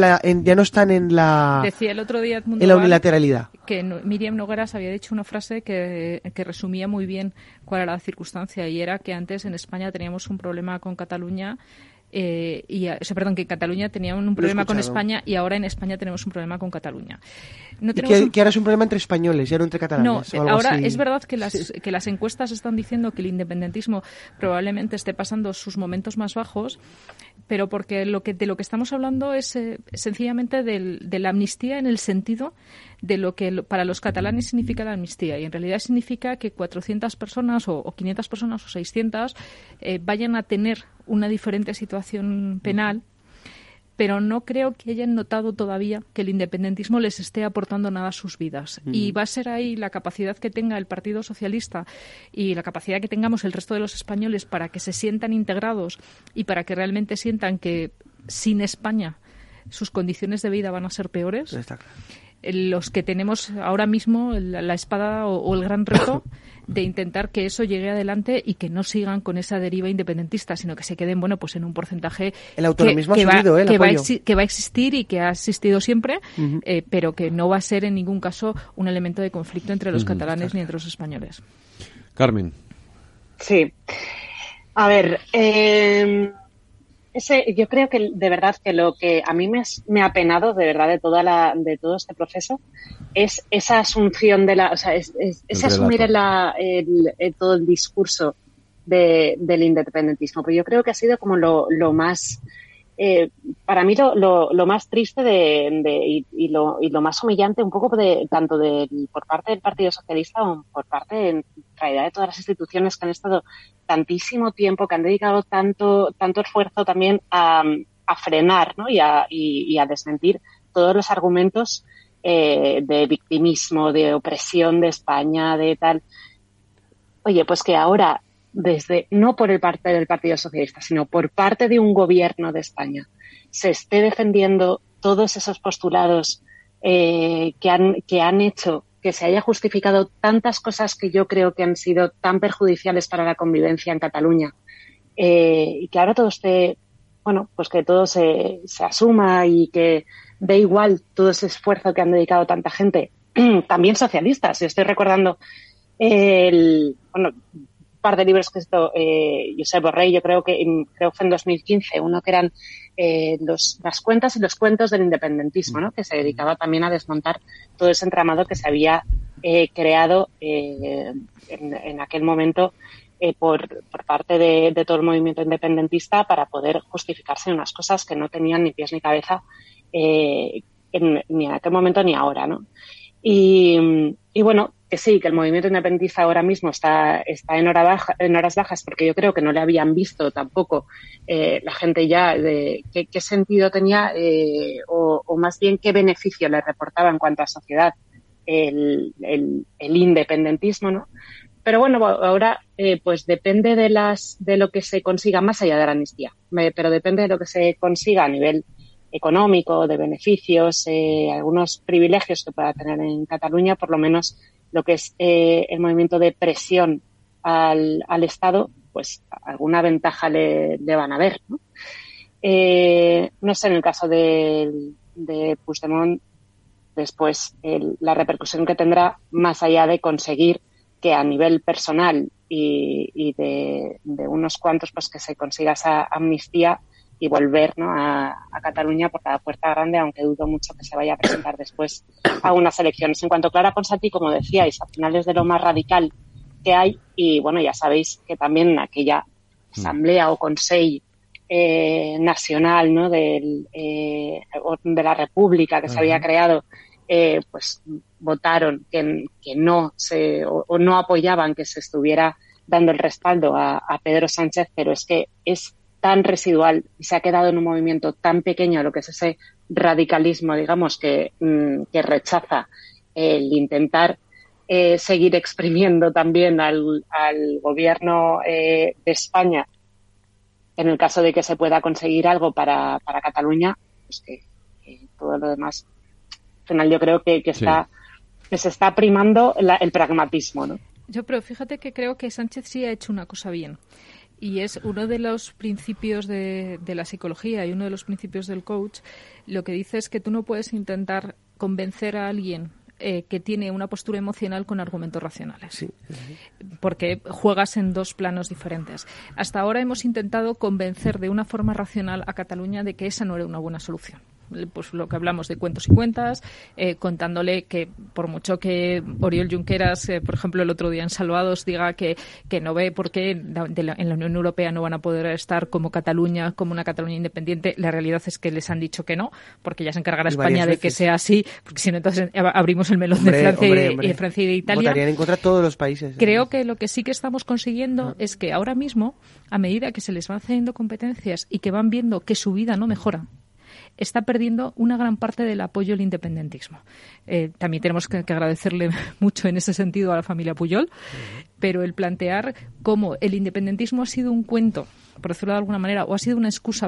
la decía el otro día Edmundo en la unilateralidad. Que Míriam Nogueras había dicho una frase que resumía muy bien cuál era la circunstancia, y era que antes en España teníamos un problema con Cataluña. Que en Cataluña tenían un problema con España, y ahora en España tenemos un problema con Cataluña. Que ahora es un problema entre españoles, ya no entre catalanes. No, ahora así. Es verdad que las encuestas están diciendo que el independentismo probablemente esté pasando sus momentos más bajos, pero porque de lo que estamos hablando es sencillamente de la amnistía, en el sentido de lo que para los catalanes significa la amnistía, y en realidad significa que 400 personas o 500 personas o 600 vayan a tener una diferente situación penal, pero no creo que hayan notado todavía que el independentismo les esté aportando nada a sus vidas. Y va a ser ahí la capacidad que tenga el Partido Socialista y la capacidad que tengamos el resto de los españoles para que se sientan integrados y para que realmente sientan que sin España sus condiciones de vida van a ser peores. Está claro. Los que tenemos ahora mismo la espada o el gran reto de intentar que eso llegue adelante y que no sigan con esa deriva independentista, sino que se queden pues en un porcentaje el autonomismo que va a existir y que ha existido siempre, pero que no va a ser en ningún caso un elemento de conflicto entre los catalanes ni entre los españoles. Carmen. Sí. A ver, yo creo que de verdad que lo que a mí me ha penado de verdad de todo este proceso es esa asunción es asumir todo el discurso del independentismo. Pero yo creo que ha sido como lo más para mí lo más triste y lo más humillante un poco tanto por parte del Partido Socialista como por parte en realidad de todas las instituciones que han estado tantísimo tiempo, que han dedicado tanto esfuerzo también a frenar, ¿no? y a desmentir todos los argumentos de victimismo, de opresión de España, de tal. Oye, pues que ahora no por el parte del Partido Socialista, sino por parte de un gobierno de España, se esté defendiendo todos esos postulados que han hecho que se haya justificado tantas cosas que yo creo que han sido tan perjudiciales para la convivencia en Cataluña, y que ahora todo esté, pues que todo se asuma y que dé igual todo ese esfuerzo que han dedicado tanta gente, también socialistas. Yo estoy recordando par de libros que Josep Borrell, yo creo que fue en 2015, uno que eran las cuentas y los cuentos del independentismo, ¿no? Que se dedicaba también a desmontar todo ese entramado que se había creado en aquel momento por parte de todo el movimiento independentista para poder justificarse en unas cosas que no tenían ni pies ni cabeza ni en aquel momento ni ahora, ¿no? Y bueno, que sí, que el movimiento independentista ahora mismo está en horas bajas, porque yo creo que no le habían visto tampoco la gente ya de qué sentido tenía o más bien qué beneficio le reportaba en cuanto a sociedad el independentismo, ¿no? Pero bueno, ahora pues depende de lo que se consiga más allá de la amnistía, pero depende de lo que se consiga a nivel económico, de beneficios, algunos privilegios que pueda tener en Cataluña, por lo menos lo que es el movimiento de presión al Estado, pues alguna ventaja le van a ver, ¿no? No sé, en el caso de Puigdemont, después la repercusión que tendrá, más allá de conseguir que a nivel personal y de unos cuantos, pues que se consiga esa amnistía y volver, ¿no?, a Cataluña por la puerta grande, aunque dudo mucho que se vaya a presentar después a unas elecciones. En cuanto a Clara Ponsatí, como decíais, al final es de lo más radical que hay, y bueno, ya sabéis que también en aquella asamblea o consell nacional, ¿no?, de la República que se había creado, pues votaron que no o no apoyaban que se estuviera dando el respaldo a Pedro Sánchez, pero es que es tan residual y se ha quedado en un movimiento tan pequeño lo que es ese radicalismo, digamos, que rechaza el intentar seguir exprimiendo también al gobierno de España en el caso de que se pueda conseguir algo para Cataluña, pues que todo lo demás, al final yo creo que se está primando el pragmatismo, ¿no? Pero fíjate que creo que Sánchez sí ha hecho una cosa bien. Y es uno de los principios de la psicología y uno de los principios del coach. Lo que dice es que tú no puedes intentar convencer a alguien que tiene una postura emocional con argumentos racionales. Sí. Porque juegas en dos planos diferentes. Hasta ahora hemos intentado convencer de una forma racional a Cataluña de que esa no era una buena solución. Pues lo que hablamos de cuentos y cuentas, contándole que por mucho que Oriol Junqueras, por ejemplo, el otro día en Salvados diga que no ve por qué en la Unión Europea no van a poder estar como Cataluña, como una Cataluña independiente, la realidad es que les han dicho que no, porque ya se encargará España de que sea así, porque si no entonces abrimos el melón de Francia y de Italia. Votarían en contra todos los países. Creo que lo que sí que estamos consiguiendo es que ahora mismo, a medida que se les van cediendo competencias y que van viendo que su vida no mejora, está perdiendo una gran parte del apoyo al independentismo. También tenemos que agradecerle mucho en ese sentido a la familia Pujol, pero el plantear cómo el independentismo ha sido un cuento, por decirlo de alguna manera, o ha sido una excusa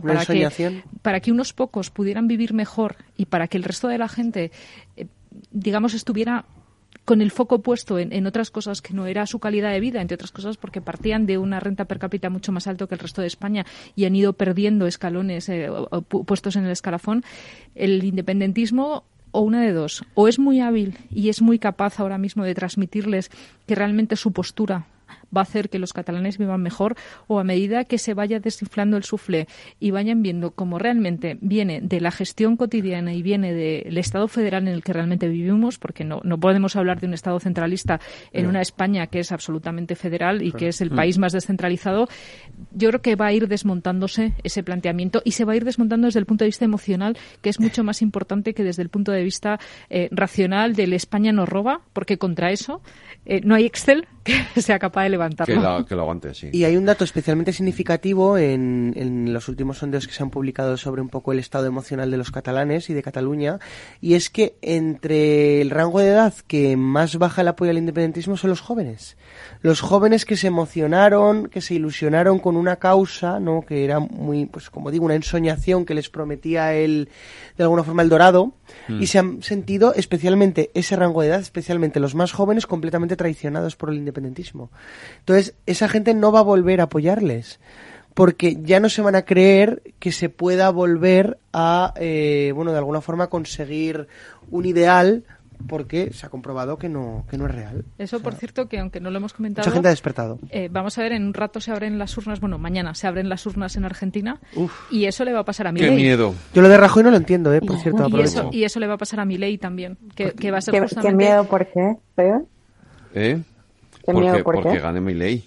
para que unos pocos pudieran vivir mejor y para que el resto de la gente, digamos, estuviera con el foco puesto en otras cosas que no era su calidad de vida, entre otras cosas porque partían de una renta per cápita mucho más alto que el resto de España y han ido perdiendo escalones, puestos en el escalafón. El independentismo, o una de dos, o es muy hábil y es muy capaz ahora mismo de transmitirles que realmente su postura va a hacer que los catalanes vivan mejor, o a medida que se vaya desinflando el suflé y vayan viendo cómo realmente viene de la gestión cotidiana y viene del Estado federal en el que realmente vivimos, porque no podemos hablar de un Estado centralista en una España que es absolutamente federal y que es el país más descentralizado. Yo creo que va a ir desmontándose ese planteamiento y se va a ir desmontando desde el punto de vista emocional, que es mucho más importante que desde el punto de vista racional del España nos roba, porque contra eso no hay Excel que sea capaz de levantarlo. Que lo aguante, sí. Y hay un dato especialmente significativo en los últimos sondeos que se han publicado sobre un poco el estado emocional de los catalanes y de Cataluña, y es que entre el rango de edad que más baja el apoyo al independentismo son los jóvenes. Los jóvenes que se emocionaron, que se ilusionaron con una causa, ¿no?, que era muy, pues como digo, una ensoñación que les prometía de alguna forma el dorado, y se han sentido especialmente ese rango de edad, especialmente los más jóvenes, completamente traicionados por el independentismo. Entonces, esa gente no va a volver a apoyarles, porque ya no se van a creer que se pueda volver a, de alguna forma conseguir un ideal porque se ha comprobado que no es real. Eso, por cierto, que aunque no lo hemos comentado... Mucha gente ha despertado. Vamos a ver, en un rato se abren las urnas, mañana se abren las urnas en Argentina. Y eso le va a pasar a Milei. ¡Qué miedo! Yo lo de Rajoy no lo entiendo, por cierto. Y eso le va a pasar a Milei también, que va a ser justamente... ¿Qué miedo? ¿Por qué? ¿Qué miedo? ¿Por qué? Porque gane Milei.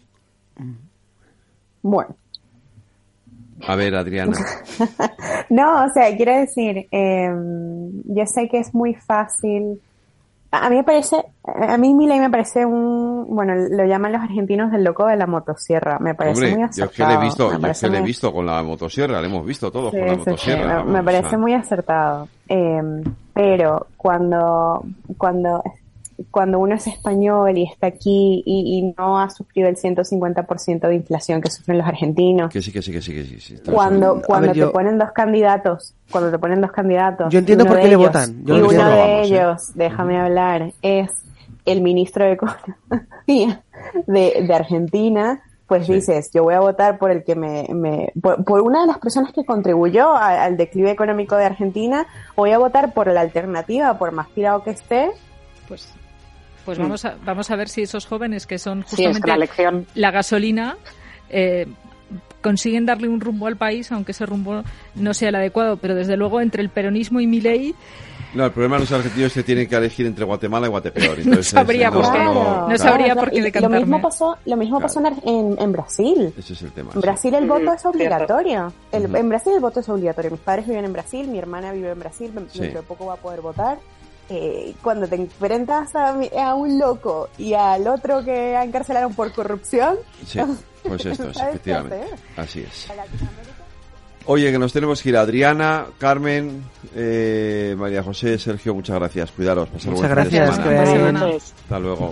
Bueno. A ver, Adriana. No, o sea, quiero decir, yo sé que es muy fácil. A mí Milei me parece lo llaman los argentinos el loco de la motosierra. Me parece muy acertado. Yo le he visto con la motosierra, le hemos visto todos con la motosierra. Me parece muy acertado. Pero cuando uno es español y está aquí y no ha sufrido el 150% de inflación que sufren los argentinos. Que sí. Cuando te ponen dos candidatos. Yo entiendo por qué le votan. Y uno de ellos, déjame hablar, es el ministro de Economía de Argentina. Pues dices, yo voy a votar por el que por una de las personas que contribuyó al declive económico de Argentina, o voy a votar por la alternativa, por más pirado que esté. Pues vamos a ver si esos jóvenes que son justamente la gasolina consiguen darle un rumbo al país, aunque ese rumbo no sea el adecuado. Pero desde luego entre el peronismo y Milei... No, el problema de los argentinos es que tienen que elegir entre Guatemala y Guatepeor. Entonces, no sabría por qué decantarme. Lo mismo pasó en Brasil. Ese es el tema. En Brasil el voto es obligatorio. En Brasil el voto es obligatorio. Mis padres viven en Brasil, mi hermana vive en Brasil, dentro de poco va a poder votar. Cuando te enfrentas a un loco y al otro que encarcelaron por corrupción... Sí, pues esto es, efectivamente. Así es. Oye, que nos tenemos que ir. Adriana, Carmen, María José, Sergio, muchas gracias. Cuidaros. Muchas gracias. Hasta luego.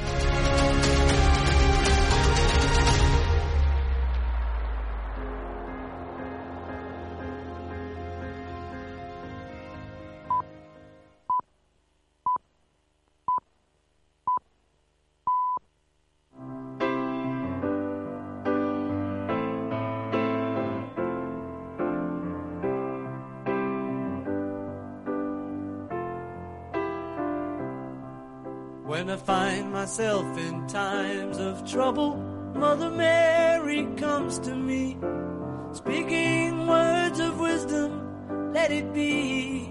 When I find myself in times of trouble, Mother Mary comes to me, speaking words of wisdom, let it be.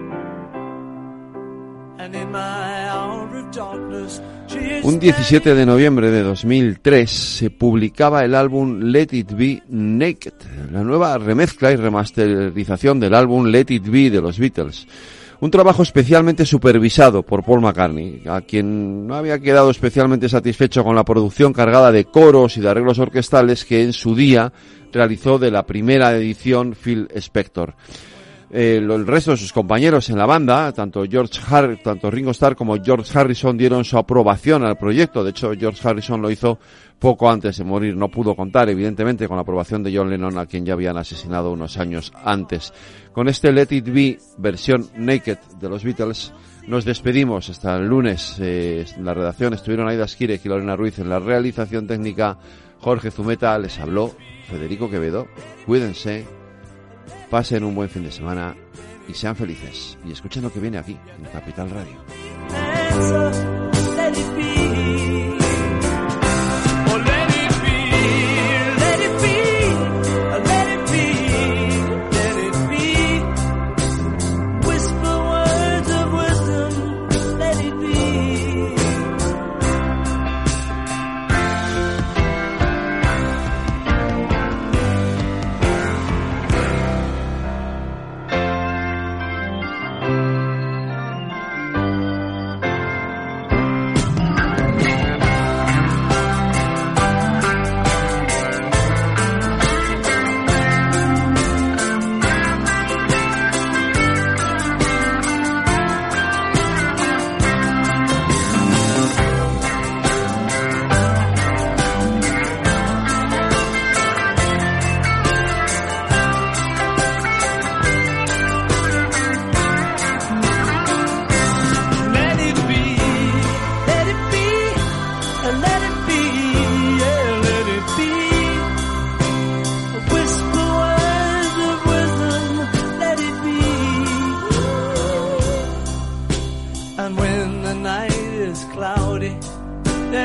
And in my hour of darkness, she is un 17 de noviembre de 2003 se publicaba el álbum Let It Be Naked, la nueva remezcla y remasterización del álbum Let It Be de los Beatles. Un trabajo especialmente supervisado por Paul McCartney, a quien no había quedado especialmente satisfecho con la producción cargada de coros y de arreglos orquestales que en su día realizó de la primera edición Phil Spector. El resto de sus compañeros en la banda, tanto Ringo Starr como George Harrison, dieron su aprobación al proyecto. De hecho, George Harrison lo hizo poco antes de morir. No pudo contar, evidentemente, con la aprobación de John Lennon, a quien ya habían asesinado unos años antes. Con este Let It Be, versión Naked de los Beatles, nos despedimos hasta el lunes. En la redacción estuvieron Aida Skirek y Lorena Ruiz. En la realización técnica, Jorge Zumeta. Les habló Federico Quevedo. Cuídense, pasen un buen fin de semana y sean felices. Y escuchen lo que viene aquí, en Capital Radio.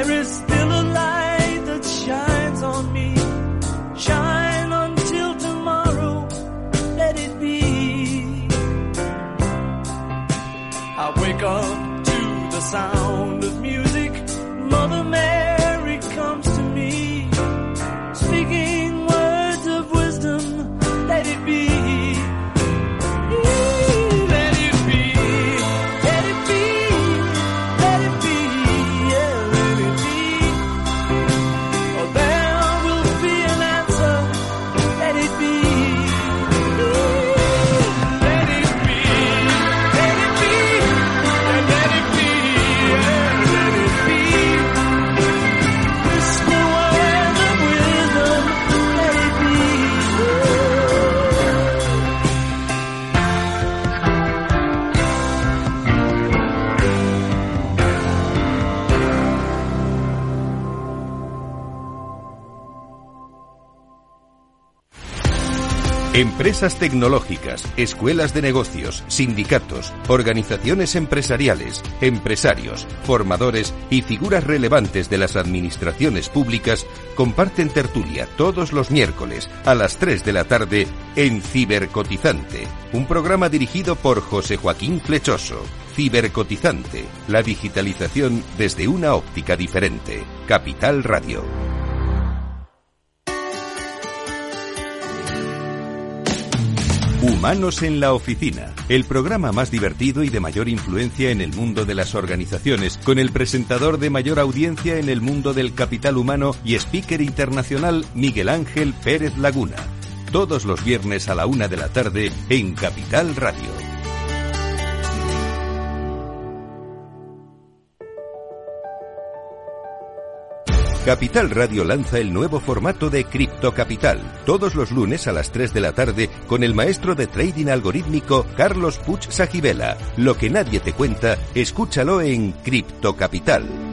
there is still a light that shines on me. Shine until tomorrow, let it be. I wake up to the sound of music. Mother Mary comes to me, speaking words of wisdom, let it be. Empresas tecnológicas, escuelas de negocios, sindicatos, organizaciones empresariales, empresarios, formadores y figuras relevantes de las administraciones públicas comparten tertulia todos los miércoles a las 3 de la tarde en Cibercotizante, un programa dirigido por José Joaquín Flechoso. Cibercotizante, la digitalización desde una óptica diferente. Capital Radio. Humanos en la Oficina, el programa más divertido y de mayor influencia en el mundo de las organizaciones, con el presentador de mayor audiencia en el mundo del capital humano y speaker internacional Miguel Ángel Pérez Laguna. Todos los viernes a la 1 de la tarde en Capital Radio. Capital Radio lanza el nuevo formato de Cripto Capital, todos los lunes a las 3 de la tarde con el maestro de trading algorítmico Carlos Puig Sajibela. Lo que nadie te cuenta, escúchalo en Cripto Capital.